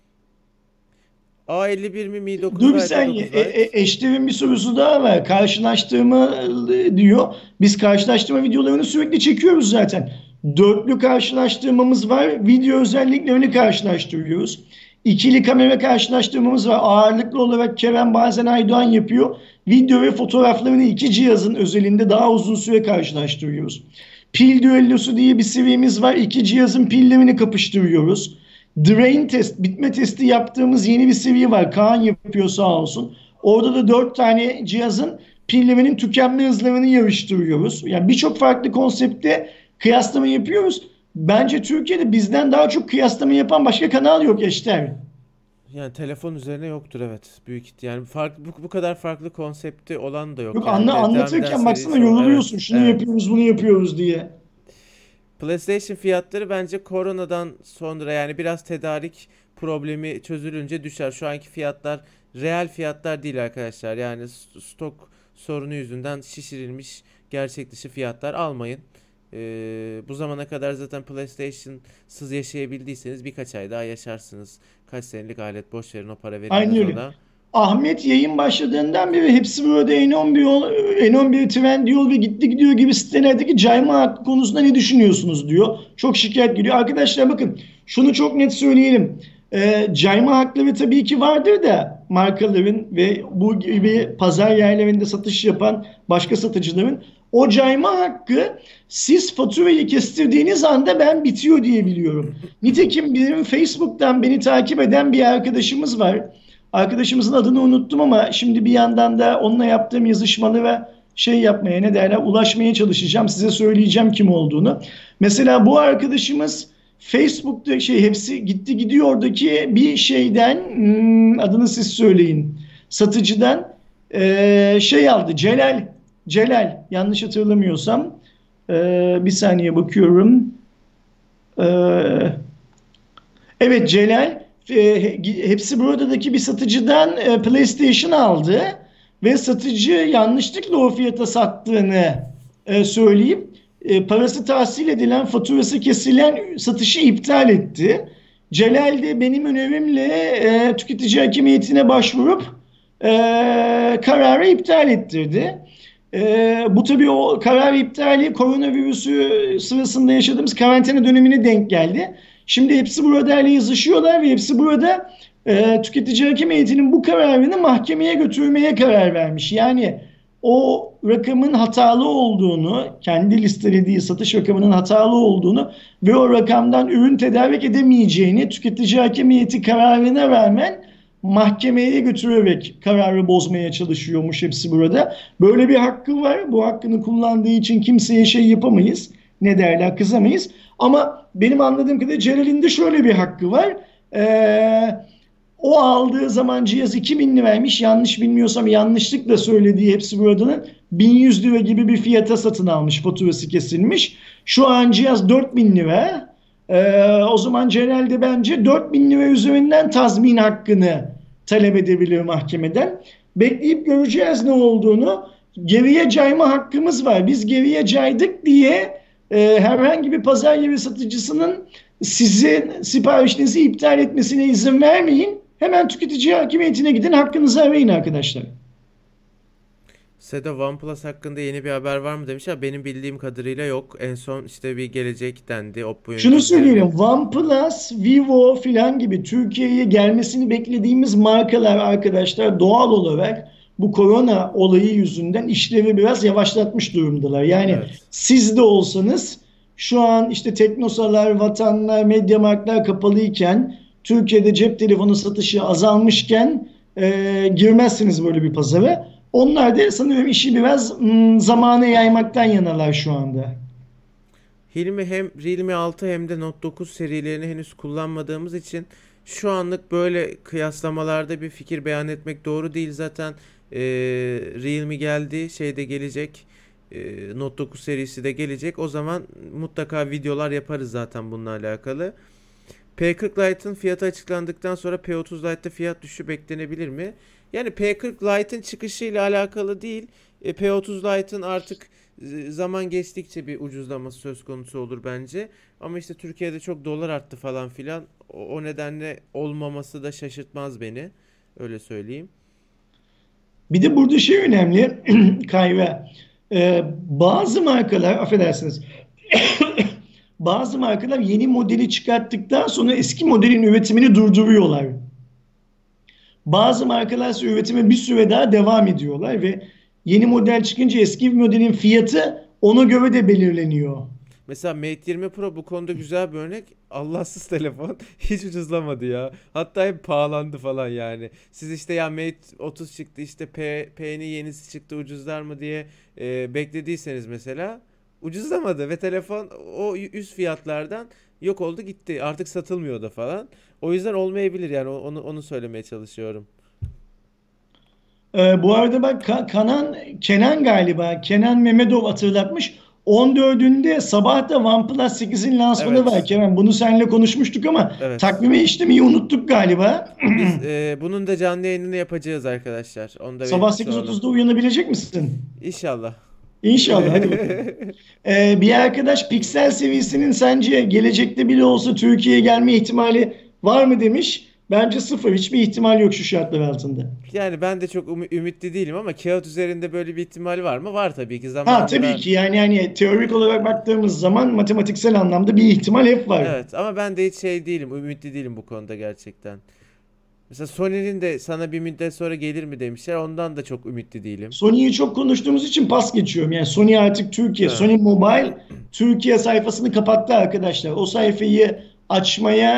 A elli bir mi Mi dokuz Dur bir Lite, saniye. dokuz E, Lite? e, Eşref'in bir sorusu daha var. Karşılaştırma e, diyor. Biz karşılaştırma videolarını sürekli çekiyoruz zaten. Dörtlü karşılaştırmamız var. Video özelliklerini karşılaştırıyoruz. İkili kamera karşılaştırmamız var. Ağırlıklı olarak Kerem, bazen Aydoğan yapıyor. Video ve fotoğraflarını iki cihazın özelinde daha uzun süre karşılaştırıyoruz. Pil düellosu diye bir serimiz var. İki cihazın pillerini kapıştırıyoruz. Drain test, bitme testi yaptığımız yeni bir seri var. Kaan yapıyor sağ olsun. Orada da dört tane cihazın pillerinin tükenme hızlarını yarıştırıyoruz. Yani birçok farklı konsepte kıyaslama yapıyoruz. Bence Türkiye'de bizden daha çok kıyaslama yapan başka kanal yok Eşter. Yani telefon üzerine yoktur, evet. Büyük ihti- yani farklı bu, bu kadar farklı konsepti olan da yok. Yok, Yani anla, de, devam eden anlatırken baksana serisi o. yoruluyorsun. Evet, Şunu evet. yapıyoruz, bunu yapıyoruz diye. PlayStation fiyatları bence koronadan sonra yani biraz tedarik problemi çözülünce düşer. Şu anki fiyatlar reel fiyatlar değil arkadaşlar. Yani s- stok sorunu yüzünden şişirilmiş gerçek dışı fiyatlar almayın. Ee, bu zamana kadar zaten PlayStation'sız yaşayabildiyseniz birkaç ay daha yaşarsınız. Kaç senelik alet, boş verin, o para Aynen verilmez öyle. ona. Ahmet yayın başladığından beri hepsi burada N on bir, yol- N on bir Trendyol ve gitti gidiyor gibi sitelerdeki cayma hakkı konusunda ne düşünüyorsunuz diyor. Çok şikayet geliyor. Arkadaşlar bakın, şunu çok net söyleyelim. Ee, cayma hakları tabii ki vardır da markaların ve bu gibi pazar yerlerinde satış yapan başka satıcıların, o cayma hakkı siz faturayı kestirdiğiniz anda ben bitiyor diye biliyorum. Nitekim benim Facebook'tan beni takip eden bir arkadaşımız var. Arkadaşımızın adını unuttum ama şimdi bir yandan da onunla yaptığım yazışmalara şey yapmaya, ne derler, ulaşmaya çalışacağım. Size söyleyeceğim kim olduğunu. Mesela bu arkadaşımız Facebook'ta şey hepsi gitti gidiyordaki bir şeyden, hmm, adını siz söyleyin, satıcıdan eee, şey aldı. Celal. Celal. Yanlış hatırlamıyorsam. Eee, bir saniye bakıyorum. Eee, evet, Celal e, hepsi buradaki bir satıcıdan e, PlayStation aldı ve satıcı yanlışlıkla o fiyata sattığını e, söyleyip e, parası tahsil edilen, faturası kesilen satışı iptal etti. Celal de benim önerimle e, tüketici hakimiyetine başvurup e, kararı iptal ettirdi. E, bu tabii o karar iptali koronavirüsü sırasında yaşadığımız karantina dönemine denk geldi. Şimdi hepsi burada ile yazışıyorlar ve hepsi burada e, tüketici hakimiyetinin bu kararını mahkemeye götürmeye karar vermiş. Yani o rakamın hatalı olduğunu, kendi listelediği satış rakamının hatalı olduğunu ve o rakamdan ürün tedarik edemeyeceğini tüketici hakimiyeti kararına rağmen mahkemeye götürerek kararı bozmaya çalışıyormuş hepsi burada. Böyle bir hakkı var. Bu hakkını kullandığı için kimseye şey yapamayız. Ne derler, kızamayız. Ama benim anladığım kadarıyla Celal'in de şöyle bir hakkı var. Ee, o aldığı zaman cihaz iki bin liraymış. Yanlış bilmiyorsam, yanlışlıkla söylediği hepsi buradanın bin yüz lira gibi bir fiyata satın almış. Faturası kesilmiş. Şu an cihaz dört bin lira. Ee, o zaman Celal de bence dört bin lira üzerinden tazmin hakkını talep edebilir mahkemeden. Bekleyip göreceğiz ne olduğunu. Geriye cayma hakkımız var. Biz geriye caydık diye e, herhangi bir pazar yeri satıcısının sizin siparişinizi iptal etmesine izin vermeyin. Hemen tüketici hakimiyetine gidin, hakkınızı arayın arkadaşlar. Sedo, OnePlus hakkında yeni bir haber var mı demiş ya, benim bildiğim kadarıyla yok. En son işte bir gelecek dendi. Oppo'nun Şunu söyleyelim, güncelleme. OnePlus, Vivo filan gibi Türkiye'ye gelmesini beklediğimiz markalar arkadaşlar doğal olarak bu korona olayı yüzünden işleri biraz yavaşlatmış durumdalar. Yani Evet. siz de olsanız şu an işte Teknosalar, Vatanlar, Mediamarktlar kapalıyken, Türkiye'de cep telefonu satışı azalmışken e, girmezsiniz böyle bir pazara. Onlar da sanıyorum işi biraz mm, zamana yaymaktan yanalar şu anda. Hilmi, hem Realme altı hem de Note dokuz serilerini henüz kullanmadığımız için şu anlık böyle kıyaslamalarda bir fikir beyan etmek doğru değil. Zaten e, Realme geldi, şey de gelecek, e, Note dokuz serisi de gelecek. O zaman mutlaka videolar yaparız zaten bununla alakalı. P kırk Lite'ın fiyatı açıklandıktan sonra P otuz Lite'da fiyat düşüşü beklenebilir mi? Yani P kırk Lite'ın çıkışıyla alakalı değil. E, P otuz Lite'ın artık e, zaman geçtikçe bir ucuzlaması söz konusu olur bence. Ama işte Türkiye'de çok dolar arttı falan filan. O, o nedenle olmaması da şaşırtmaz beni. Öyle söyleyeyim. Bir de burada şey önemli Kayra. Ee, bazı markalar, affedersiniz, bazı markalar yeni modeli çıkarttıktan sonra eski modelin üretimini durduruyorlar. Bazı markalar ise üretime bir süre daha devam ediyorlar ve yeni model çıkınca eski modelin fiyatı ona göre de belirleniyor. Mesela Mate yirmi Pro bu konuda güzel bir örnek. Allahsız telefon. Hiç ucuzlamadı ya. Hatta hep pahalandı falan yani. Siz işte ya Mate otuz çıktı, işte P, P'nin yenisi çıktı, ucuzlar mı diye e, beklediyseniz mesela ucuzlamadı ve telefon o üst fiyatlardan yok oldu gitti. Artık satılmıyor da falan. O yüzden olmayabilir yani, onu onu söylemeye çalışıyorum. Ee, bu arada bak, Ka- Kanan, Kenan galiba, Kenan Mehmetov hatırlatmış. on dördünde sabah da OnePlus sekizin lansmanı var Evet. Kerem. Bunu seninle konuşmuştuk ama Evet. takvime işlemeyi unuttuk galiba. Biz e, bunun da canlı yayınını yapacağız arkadaşlar. Onu da Sabah veririz sonra. sekiz otuzda uyanabilecek misin? İnşallah. İnşallah, hadi bakalım. Ee, bir arkadaş Pixel serisinin sence gelecekte bile olsa Türkiye'ye gelme ihtimali var mı demiş. Bence sıfır. Hiçbir ihtimal yok şu şartlar altında. Yani ben de çok ümit- ümitli değilim ama kağıt üzerinde böyle bir ihtimal var mı? Var tabii ki, Ha, tabii zamanında. ki yani, yani teorik olarak baktığımız zaman matematiksel anlamda bir ihtimal hep var. Evet, ama ben de hiç şey değilim, ümitli değilim bu konuda gerçekten. Mesela Sony'nin de sana bir müddet sonra gelir mi demişler. Ondan da çok ümitli değilim. Sony'yi çok konuştuğumuz için pas geçiyorum. Yani Sony artık Türkiye, Ha. Sony Mobile Türkiye sayfasını kapattı arkadaşlar. O sayfayı açmaya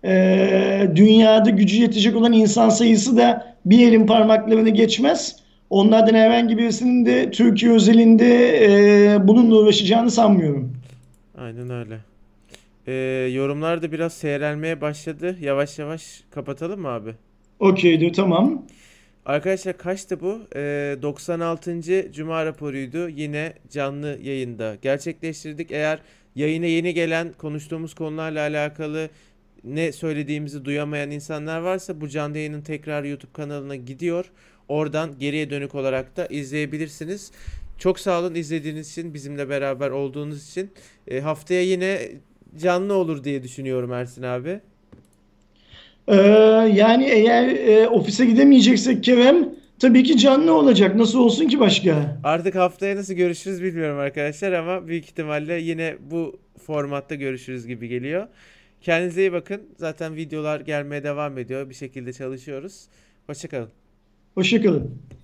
Ee, dünyada gücü yetecek olan insan sayısı da bir elin parmaklarını geçmez. Onlardan herhangi birisinin de Türkiye özelinde e, bununla uğraşacağını sanmıyorum. Aynen öyle. Ee, yorumlar da biraz seyrelmeye başladı. Yavaş yavaş kapatalım mı abi? Okeydir, tamam. Arkadaşlar kaçtı bu? Ee, doksan altıncı. Cuma raporuydu. Yine canlı yayında gerçekleştirdik. Eğer yayına yeni gelen konuştuğumuz konularla alakalı ne söylediğimizi duyamayan insanlar varsa bu canlı yayının tekrar YouTube kanalına gidiyor. Oradan geriye dönük olarak da izleyebilirsiniz. Çok sağ olun izlediğiniz için, bizimle beraber olduğunuz için. Ee, haftaya yine canlı olur diye düşünüyorum Ersin abi. Ee, yani eğer e, ofise gidemeyeceksek Kerem, tabii ki canlı olacak. Nasıl olsun ki başka? Artık haftaya nasıl görüşürüz bilmiyorum arkadaşlar ama büyük ihtimalle yine bu formatta görüşürüz gibi geliyor. Kendinize iyi bakın. Zaten videolar gelmeye devam ediyor. Bir şekilde çalışıyoruz. Hoşça kalın. Hoşça kalın.